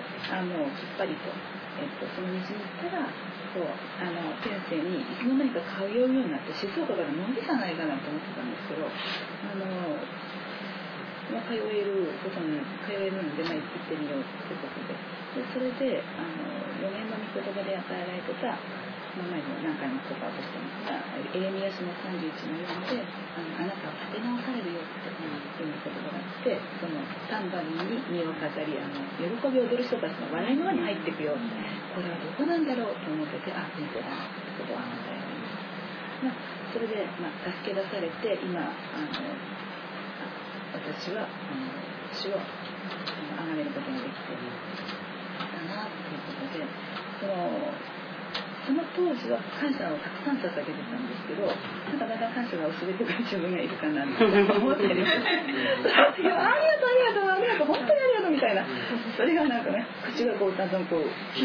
S5: あのきっぱりと、えっと、その道に行ったら、そうあの先生にいつの間にか通うようになって、静岡から伸びじゃないかなと思ってたんですけど、あの、まあ、通えることに通えるので、まあ、行ってみようということで、でそれであのよねんの御言葉で与えられてた、まあ、前にも何回も告白したんですが、エレミヤ書のさんじゅういちのよんで、あのあなたは立て直されるよっていう言葉があって、そのタンバリンに身を飾り、あの喜びを踊る人たちの笑いの輪に入っていくよ、これはどこなんだろうと思ってて、あ、先生だなってことは与えられます。まあ、それで、まあ、助け出されて、今あの私はあの主をあがめることができてだなということで、そのその当時は感謝をたくさん捧げてたんですけど、なんかだんだん感謝が薄れてくる自分がいるかなって思ったりしてありがとうありがとうありがとう本当にありがとうみたいな、それがなんかね、口がこうだんだんこう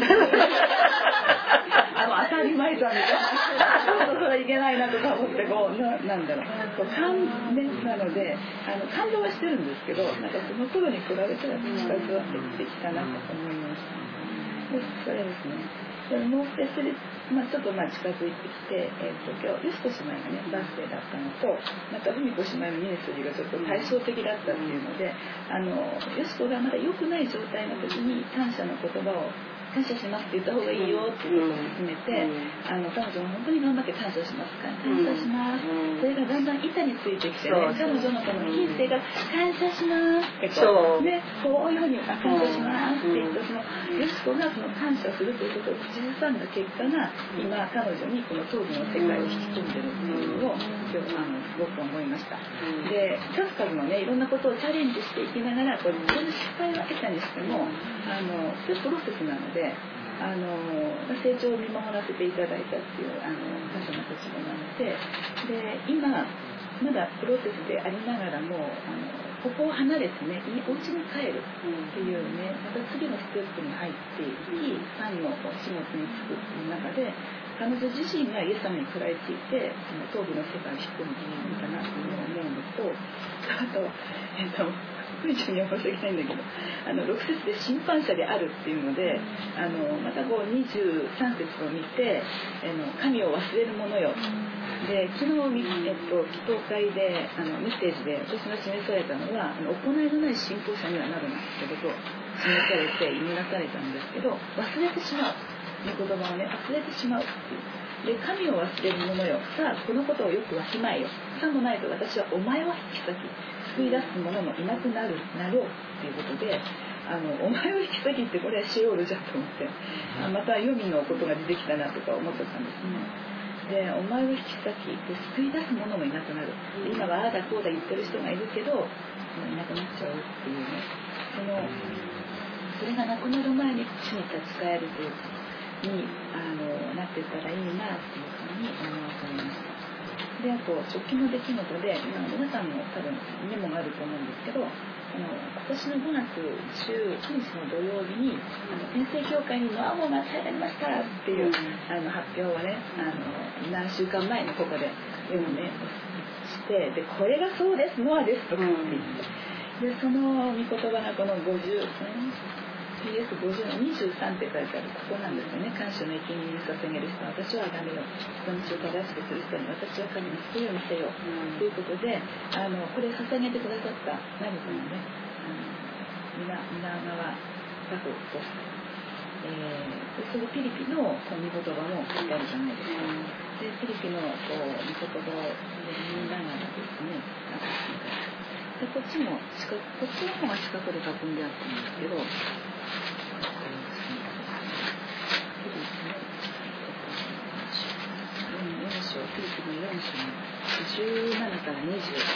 S5: あの当たり前さみたいな、それはいけないなとか思ってこう な, なんだろうこう感ねなので、あの感動はしてるんですけど、なんかその頃に比べたら近づいてきたなと思いました。でそれですね。 でもうでそれ、まあ、ちょっとまあ近づいてきて、えー、と今日よしこ姉妹がねバースデーだったのとまたふみこ姉妹のミニストリーがちょっと対照的だったっていうので、あのよしこがまだ良くない状態の時に感謝の言葉を感謝しますって言った方がいいよっていうことを勧めて、あの彼女も本当に頑張って感謝しますから感謝します、それがだんだん板についてきてね、彼女のこの品性が感謝しますってこうでこういうふうに感謝しますって言ってそのよしこがその感謝するということを口ずさんだ結果が今彼女にこの当時の世界を引き込んでるっていうのを今日あのすごく思いました。で数々のねいろんなことをチャレンジしていきながらこれ自分の失敗は得たにしてもあのそういうプロセスなのであの成長を見守らせていただいたっていうあの感謝の立場なので、で今まだプロセスでありながらもあのここを離れてねお家に帰るっていうねまた次のステップに入っていきさんの始末につくっていう中で彼女自身がイエス様に食らいついてその東部の世界を引っ込んでいるのかなっていうのを思うのとあとえっとクイズには申し訳ないんだけどあのろく節で審判者であるっていうのであのまたこうにじゅうさん節を見てあの神を忘れる者よで昨日、えっと、祈祷会であのメッセージで私が示されたのはあの行いのない信仰者にはなるなってことを示されて祈らされたんですけど忘れてしまう御言葉をね忘れてしまうっていうで神を忘れる者よさあこのことをよくわきまえよさもないと私はお前を引き裂き救い出す者もいなくなるなろうっていうことであのお前を引き裂きってこれはシオールじゃんと思ってあまた黄泉のことが出てきたなとか思ってたんですね。でお前を引き裂きで救い出す者もいなくなる今はああだこうだ言ってる人がいるけどもういなくなっちゃうっていうねそのそれがなくなる前に主に立ち返るというにあのなっていったらいいなっていうふうに思わされました。であと直近の出来事で今皆さんも多分メモがあると思うんですけどあの今年のごがつじゅうくにちの土曜日にあの天聖教会にノア号が与えられましたっていうあの発表をねあの何週間前にここで読むねしてでこれがそうですノアですとかって言ってでその御言葉がこのごじゅう ピーエスごじゅう のにじゅうさんって書いてあるここなんですよね。感謝の生贄に捧げる人は私は神を人の道を正しくする人に私は神の救いを見せよう、うん、ということであのこれ捧げてくださった何かのね皆川タフと、えー、そのピリピのこの御言葉も書いてあるじゃないですか、うん、でピリピのこう御言葉を見ながらですねでこっちも近こっちの方が近くで囲んであったんですけどフィリピのよん章のじゅうななからにじゅうなんですね。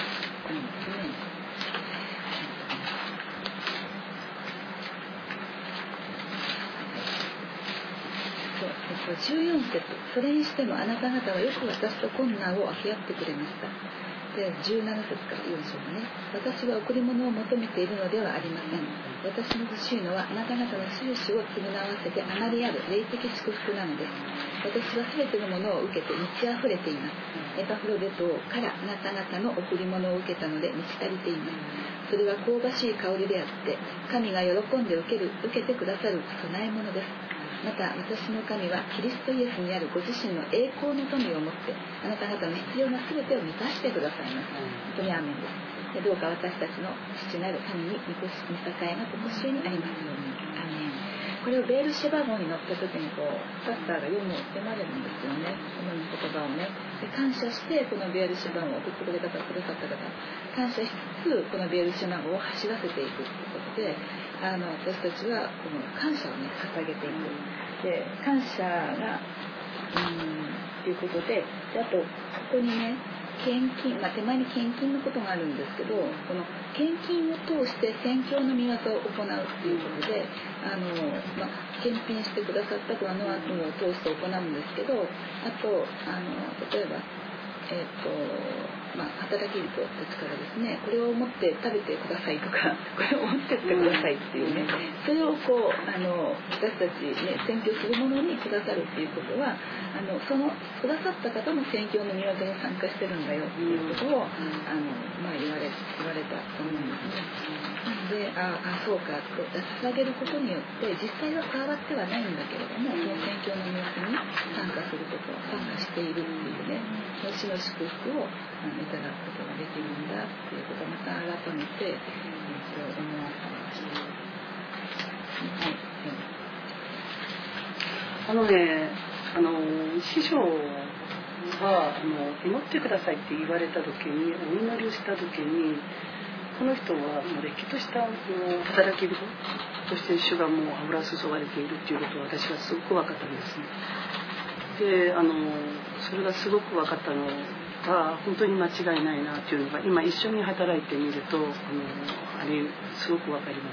S5: そう、じゅうよん節それにしてもあなた方はよく私と困難を分け合ってくれました。でじゅうなな節からよん章ね私は贈り物を求めているのではありません私の欲しいのはあなた方の収支を償わせてあまりある霊的祝福なのです私は全てのものを受けて満ち溢れていますエパフロデトからあなた方の贈り物を受けたので満ち足りていますそれは香ばしい香りであって神が喜んで受ける受けてくださる供え物ですまた私の神はキリストイエスにあるご自身の栄光の富を持ってあなた方の必要な全てを満たしてくださいます本当にアーメンですでどうか私たちの父なる神に御栄がとこしえにありますようにアーメンこれをベールシェバ号に乗った時にこうパスターが読む読まれるんですよねこの言葉をねで感謝してこのベールシェバ号を送ってくれたくださった方感謝しつつこのベールシェバ号を走らせていくということであの私たちはこの感謝をね捧げていくで感謝がうんということで、であとここにね献金、まあ、手前に献金のことがあるんですけどこの献金を通して宣教の御業を行うということであの、まあ、献品してくださったこのノア君を通して行うんですけどあとあの例えばえーとまあ、働き人たちからですねこれを持って食べてくださいとかこれを持ってってくださいっていうねそれをこうあの私たちね宣教するものにくださるっていうことはあのそのくださった方も宣教の御業に参加してるんだよっていうことをあの、まあ、言われ言われたと思うんですね。 でああそうかって捧げることによって実際は加わってはないんだけれども、その宣教の様子に参加すること参加しているっていうね、死の祝福をあのいただくことができるんだっていうことをまた改めて、えー、と思わされました。はい、
S3: あのね、あの師匠はあの祈ってくださいって言われた時に、お祈りをした時に、この人はもうれっきとした働き人として主がもう油注がれているっていうことを私はすごく分かったんですね。で、あのそれがすごく分かったのが本当に間違いないなっていうのが今一緒に働いてみるとあのあれすごく分かります。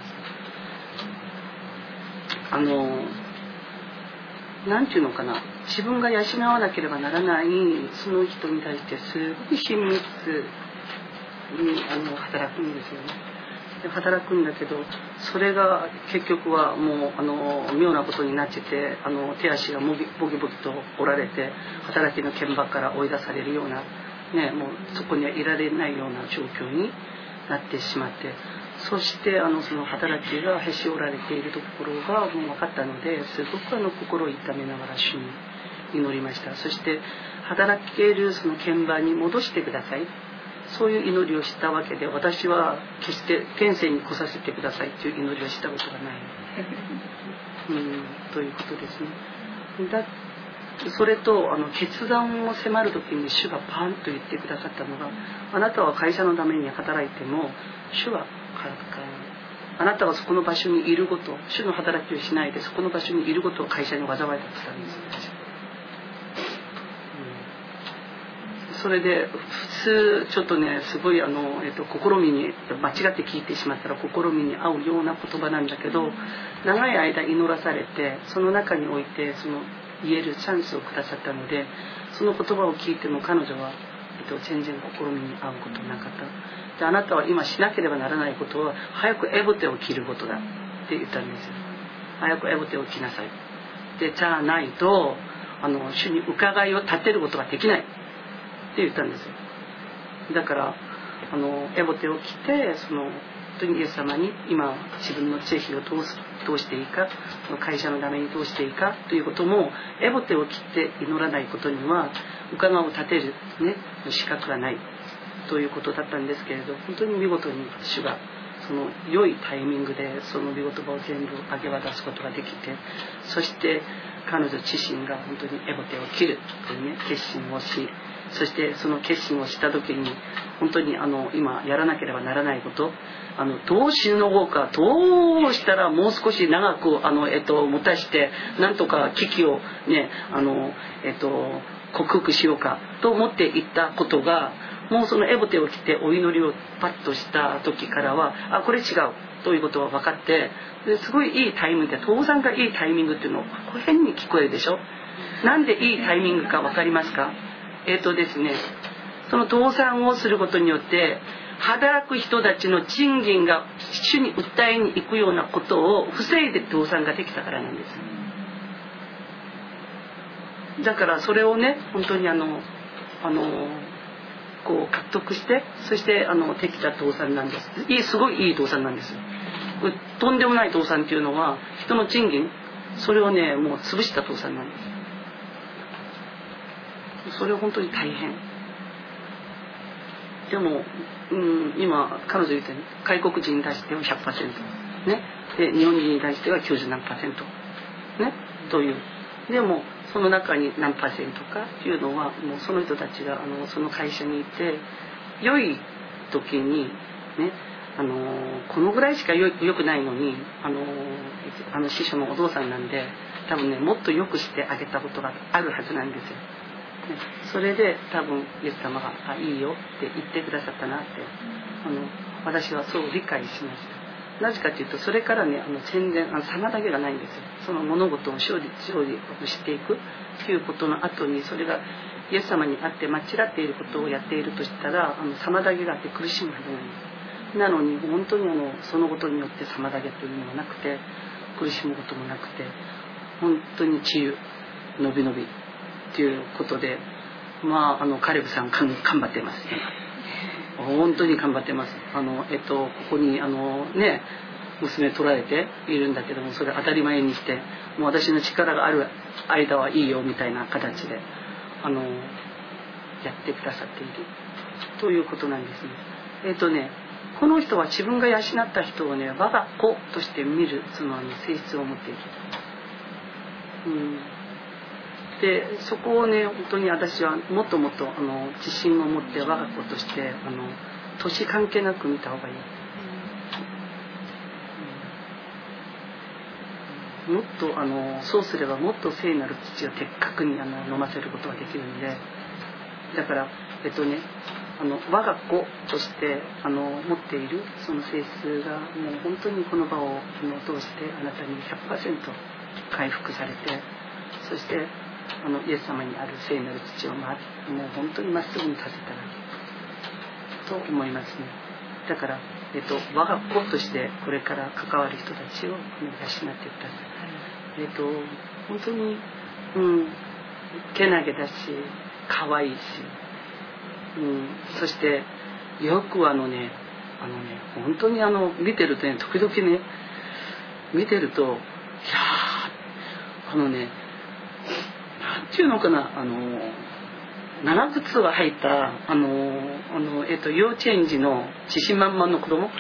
S3: あのなんていうのかな、自分が養わなければならないその人に対してすごく親密にあの働くんですよね。で働くんだけど、それが結局はもうあの妙なことになっちゃって、あの手足がもぎボキボキと折られて働きの現場から追い出されるような、ね、もうそこにはいられないような状況になってしまって、そしてあのその働きがへし折られているところがもう分かったので、すごくあの心を痛めながら主に祈りました。そして働けるその現場に戻してください、そういう祈りをしたわけで、私は決して現世に来させてくださいという祈りをしたことがないうんということですね。だそれとあの決断を迫る時に主がパンと言ってくださったのが、あなたは会社のために働いても主は働かない、あなたはそこの場所にいること、主の働きをしないでそこの場所にいることを会社に災いだとしたんですよ、うん、それで普通ちょっとねすごいあの、えっと、試みに間違って聞いてしまったら試みに合うような言葉なんだけど、長い間祈らされてその中においてその言えるチャンスをくださったので、その言葉を聞いても彼女は、えっと、全然試みに合うことなかった。で、あなたは今しなければならないことは早くエボテを切ることだって言ったんですよ。早くエボテを切なさい。で、じゃあないとあの主に伺いを立てることができないって言ったんですよ。だからあのエボテを切ってその本当にイエス様に今自分の知恵を通すどうしていいか、会社のためにどうしていいかということもエボテを切って祈らないことには伺いを立てる、ね、資格がないということだったんですけれど、本当に見事に主がその良いタイミングでその御言葉を全部明け渡すことができて、そして彼女自身が本当にエボテを切るという、ね、決心をし、そしてその決心をした時に本当にあの今やらなければならないこと、あのどうしのごうか、どうしたらもう少し長くあの、えっと、持たしてなんとか危機をねあの、えっと、克服しようかと思っていったことが、もうそのエボテを着てお祈りをパッとした時からは、あこれ違うということが分かって、ですごいいいタイミングで、登山がいいタイミングっていうのをこう変に聞こえるでしょ。なんでいいタイミングか分かりますか？えっとですね、その倒産をすることによって働く人たちの賃金が主に訴えに行くようなことを防いで倒産ができたからなんです。だからそれをね本当にあのあのこう獲得して、そしてあのできた倒産なんです。いいすごいいい倒産なんです。とんでもない倒産っていうのは人の賃金それをねもう潰した倒産なんです。それは本当に大変。でも、うん、今彼女言ったように外国人に対しては ひゃくパーセント、ね、で日本人に対してはきゅうじゅうななパーセント、ね、という。でもその中に何パーセントかっていうのはもうその人たちがあのその会社にいて良い時にね、あのこのぐらいしかよくないのにあのあの師匠のお父さんなんで多分ねもっと良くしてあげたことがあるはずなんですよ。それで多分イエス様が「あいいよ」って言ってくださったなってあの私はそう理解しました。なぜかというとそれからねあの全然あの妨げがないんですよ。その物事を勝利勝利をしていくということの後にそれがイエス様にあって間違っていることをやっているとしたらあの妨げがあって苦しむはずなんです。なのに本当にあのそのことによって妨げというのがなくて苦しむこともなくて本当に自由のびのびということで、まああのカレブさん頑張ってますね。 本当に頑張ってます。あの、えっと、ここにあのね娘捉えているんだけども、それ当たり前にしてもう私の力がある間はいいよみたいな形であのやってくださっているということなんですね。えっとねこの人は自分が養った人をね我が子として見るそのあの性質を持っている。うんでそこをね本当に私はもっともっとあの自信を持って我が子としてあの年関係なく見た方がいい、うん、もっとあのそうすればもっと聖なる土を的確にあの飲ませることができるんで、だからえっとねあの我が子としてあの持っているその性質がもう本当にこの場を通してあなたに ひゃくパーセント 回復されて、そしてあのイエス様にある聖なる土をもう本当にまっすぐに立てたらと思いますね。だから、えっと、我が子としてこれから関わる人たちを養ってください。えっと本当に、うん、けなげだし可愛いし、うん、そしてよくあのねあのね本当にあの見てるとね時々ね見てるといやあのねなんていうのかなあの長靴が履いたあのあの、えっと、幼稚園児の自信満々の子供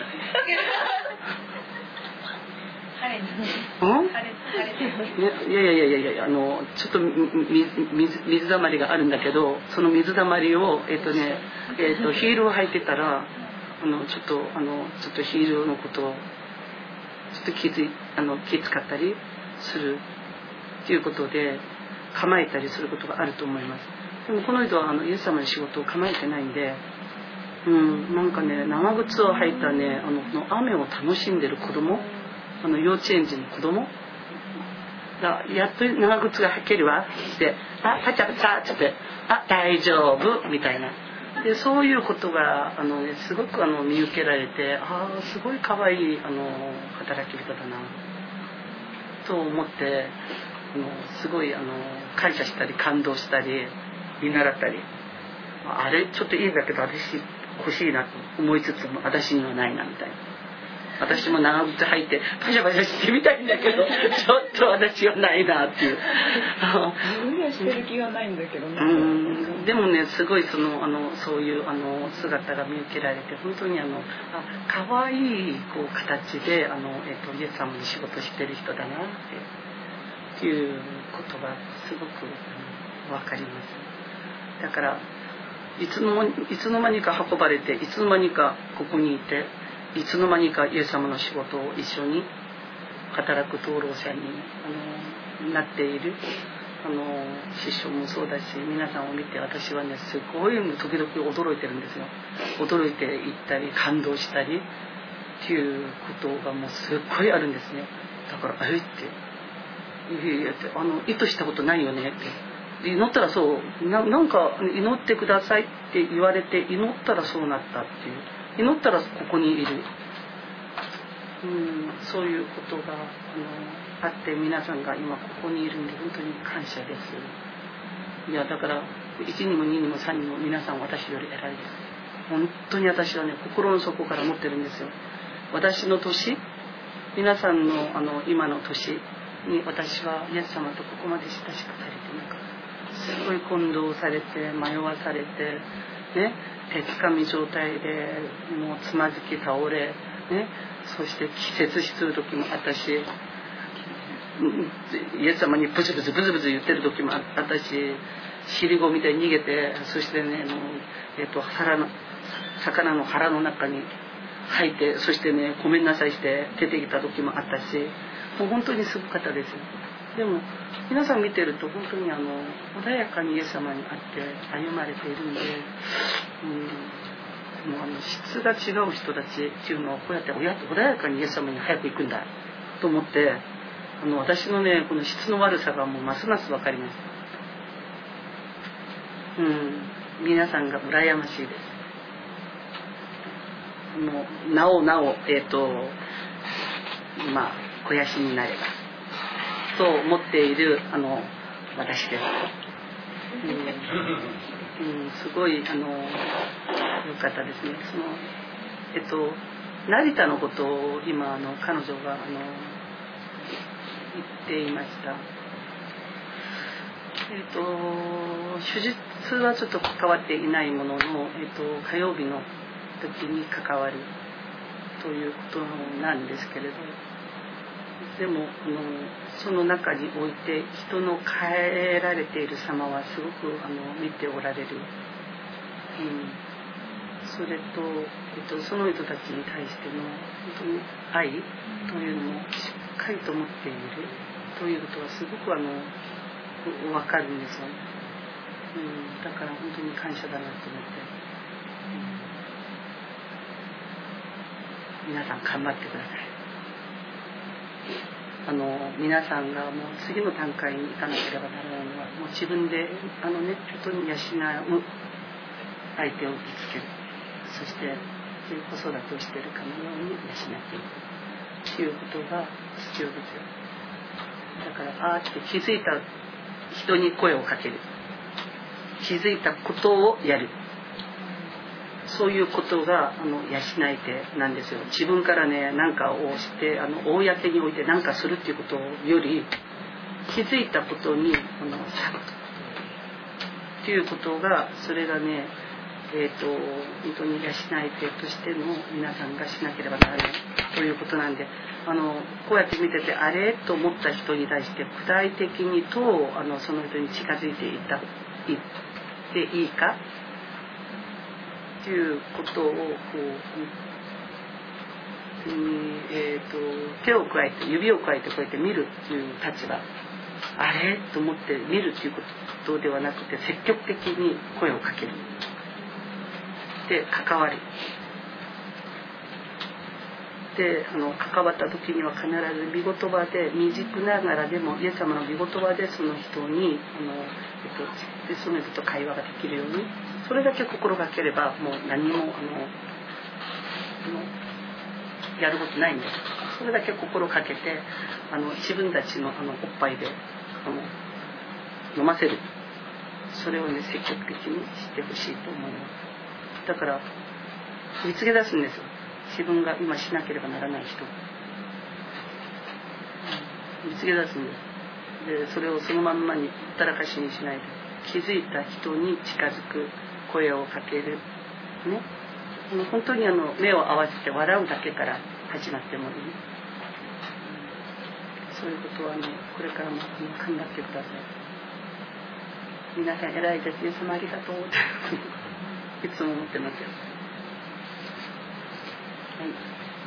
S3: うんいやいやいやいやいやあのちょっと水水たまりがあるんだけど、その水たまりをえっとねえっとヒールを履いてたらあのちょっとあのちょっとヒールのことをちょっと気づいあの気使ったりするっていうことで構えたりすることがあると思います。でもこの人はあのイエス様の仕事を構えてないんで、うん、なんかね長靴を履いたねあの雨を楽しんでる子供、あの幼稚園児の子供がやっと長靴が履けるわってあパチャパチャってってあ大丈夫みたいなで、そういうことがあの、ね、すごくあの見受けられて、ああすごい可愛いあの働き人だなと思ってあのすごいあの感謝したり感動したり見習ったり、あれちょっといいんだけど私欲しいなと思いつつも私にはないなみたいな、私も長靴履いてパシャパシャしてみたいんだけどちょっと私はないなっていう
S5: 無理はしてる気がないんだけどね。
S3: うんでもねすごいそのあのそういうあの姿が見受けられて本当にあのあ可愛いこう形であの、えっと、イエス様に仕事してる人だなってっていうことがすごくあの分かります。だからいつのいつの間にか運ばれていつの間にかここにいていつの間にかイエス様の仕事を一緒に働く灯籠者にあのなっているあの師匠もそうだし、皆さんを見て私はねすごい時々驚いてるんですよ。驚いていったり感動したりっていうことがもうすっごいあるんですね。だからあれっていやいやってあの意図したことないよねって祈ったらそうな、なんか祈ってくださいって言われて祈ったらそうなったっていう、祈ったらここにいる、うん、そういうことがあのあって皆さんが今ここにいるんで本当に感謝です。いやだからいちにもににもさんにも皆さん私より偉いです。本当に私はね心の底から持ってるんですよ。私の年、皆さんのあの今の年に私はイエス様とここまで親しくされてなんかすごい混同されて迷わされてね、手つかみ状態でもうつまずき倒れね、そして気絶する時もあったし、イエス様にブツブツブツブツ言ってる時もあったし、尻子みたいに逃げて、そしてねもう、えー、と腹の魚の腹の中に入って、そしてねごめんなさいして出てきた時もあったし、もう本当にすごかったです。でも皆さん見てると本当にあの穏やかにイエス様に会って歩まれているんで、うん、もうあの質が違う人たちっていうのはこうやって穏やかにイエス様に早く行くんだと思って、あの私のねこの質の悪さがもうますます分かります。うん、皆さんが羨ましいです。もうなおなおえっ、ー、とまあ肥やしになればと思っているあの私です。うんうん、すごいあのよかったですね。そのえっと成田のことを今あの彼女があの言っていました。えっと手術はちょっと関わっていないものの、えっと火曜日の時に関わるということなんですけれど、でもあのその中において人の変えられている様はすごくあの見ておられる。うん、それと、えっと、その人たちに対しての本当に愛というのもしっかりと持っているということはすごくあの分かるんですよね。うん、だから本当に感謝だなと思って、うん、皆さん頑張ってください。あの皆さんがもう次の段階に行かなければならないのはもう自分であのね本当に養う相手を見つける、そして子育てをしているかのように養っていくということが必要ですよ。だからあーって気づいた人に声をかける、気づいたことをやる、そういうことがあの養い手なんですよ。自分からね何かをしてあの公において何かするっていうことより気づいたことにあのさるということが、それがねえー、と本当に養い手としての皆さんがしなければならないということなんで、あのこうやって見ててあれと思った人に対して具体的にどうあのその人に近づいていったいっていいかということをこう、うんえー、と手を加えて指を加えてこうやって見るという立場、あれと思って見るということではなくて積極的に声をかけるで関わるであの関わった時には必ず御言葉で未熟ながらでもイエス様の御言葉でその人にあの、えっと、でその人と会話ができるようにそれだけ心がければもう何もあのあのやることないんです。それだけ心かけてあの自分たちのあのおっぱいであの飲ませる、それをね積極的にしてほしいと思います。だから見つけ出すんですよ、自分が今しなければならない人、見つけ出すんです。でそれをそのまんまにほったらかしにしないで気づいた人に近づく、声をかけるね、本当にあの目を合わせて笑うだけから始まってもいい、そういうことはねこれからも頑張ってください。皆さん偉いです、イエス様ありがとうっていつも思ってますよ。はい。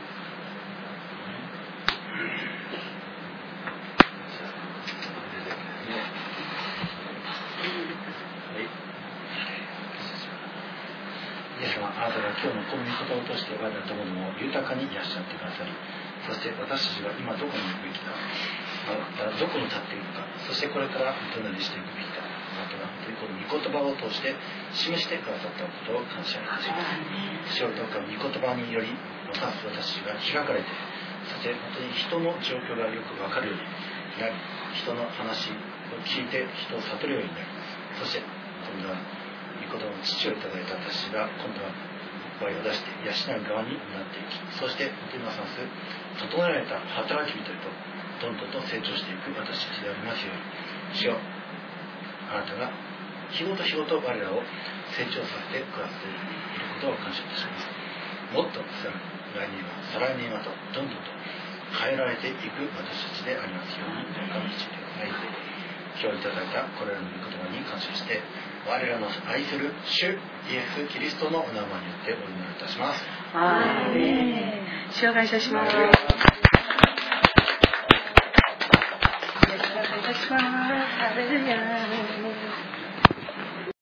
S2: イエス様、あなたが今日のこの御言葉を通して我々ともども豊かに養ってくださり、そして私たちが今どこに行くべきか、またどこに立っているか、そしてこれからどのようにしていくべきか、あなたが本当にこの御言葉を通して示してくださったことを感謝いたします。主よ、どうか御言葉によります私たちが開かれて、そして本当に人の状況がよく分かるようになり、人の話を聞いて人を悟るようになり、そして今度は御言葉の父をいただいた私が今度はおっぱいを出して養う側になっていき、そして本当にますます整えられた働き人へとどんどんと成長していく私たちでありますように、主よ、あなたが日ごと日ごと我らを成長させてくださっていることを感謝いたします。もっとさらに来年は再来年はとどんどんと変えられていく私たちでありますようにどうか導いてください。今日いただいたこれらの御言葉に感謝して、我らの愛する主イエス・キリストのお名前によってお祈りいたします。
S3: アーメン。主を感謝します。主を感謝します。ハレルヤ。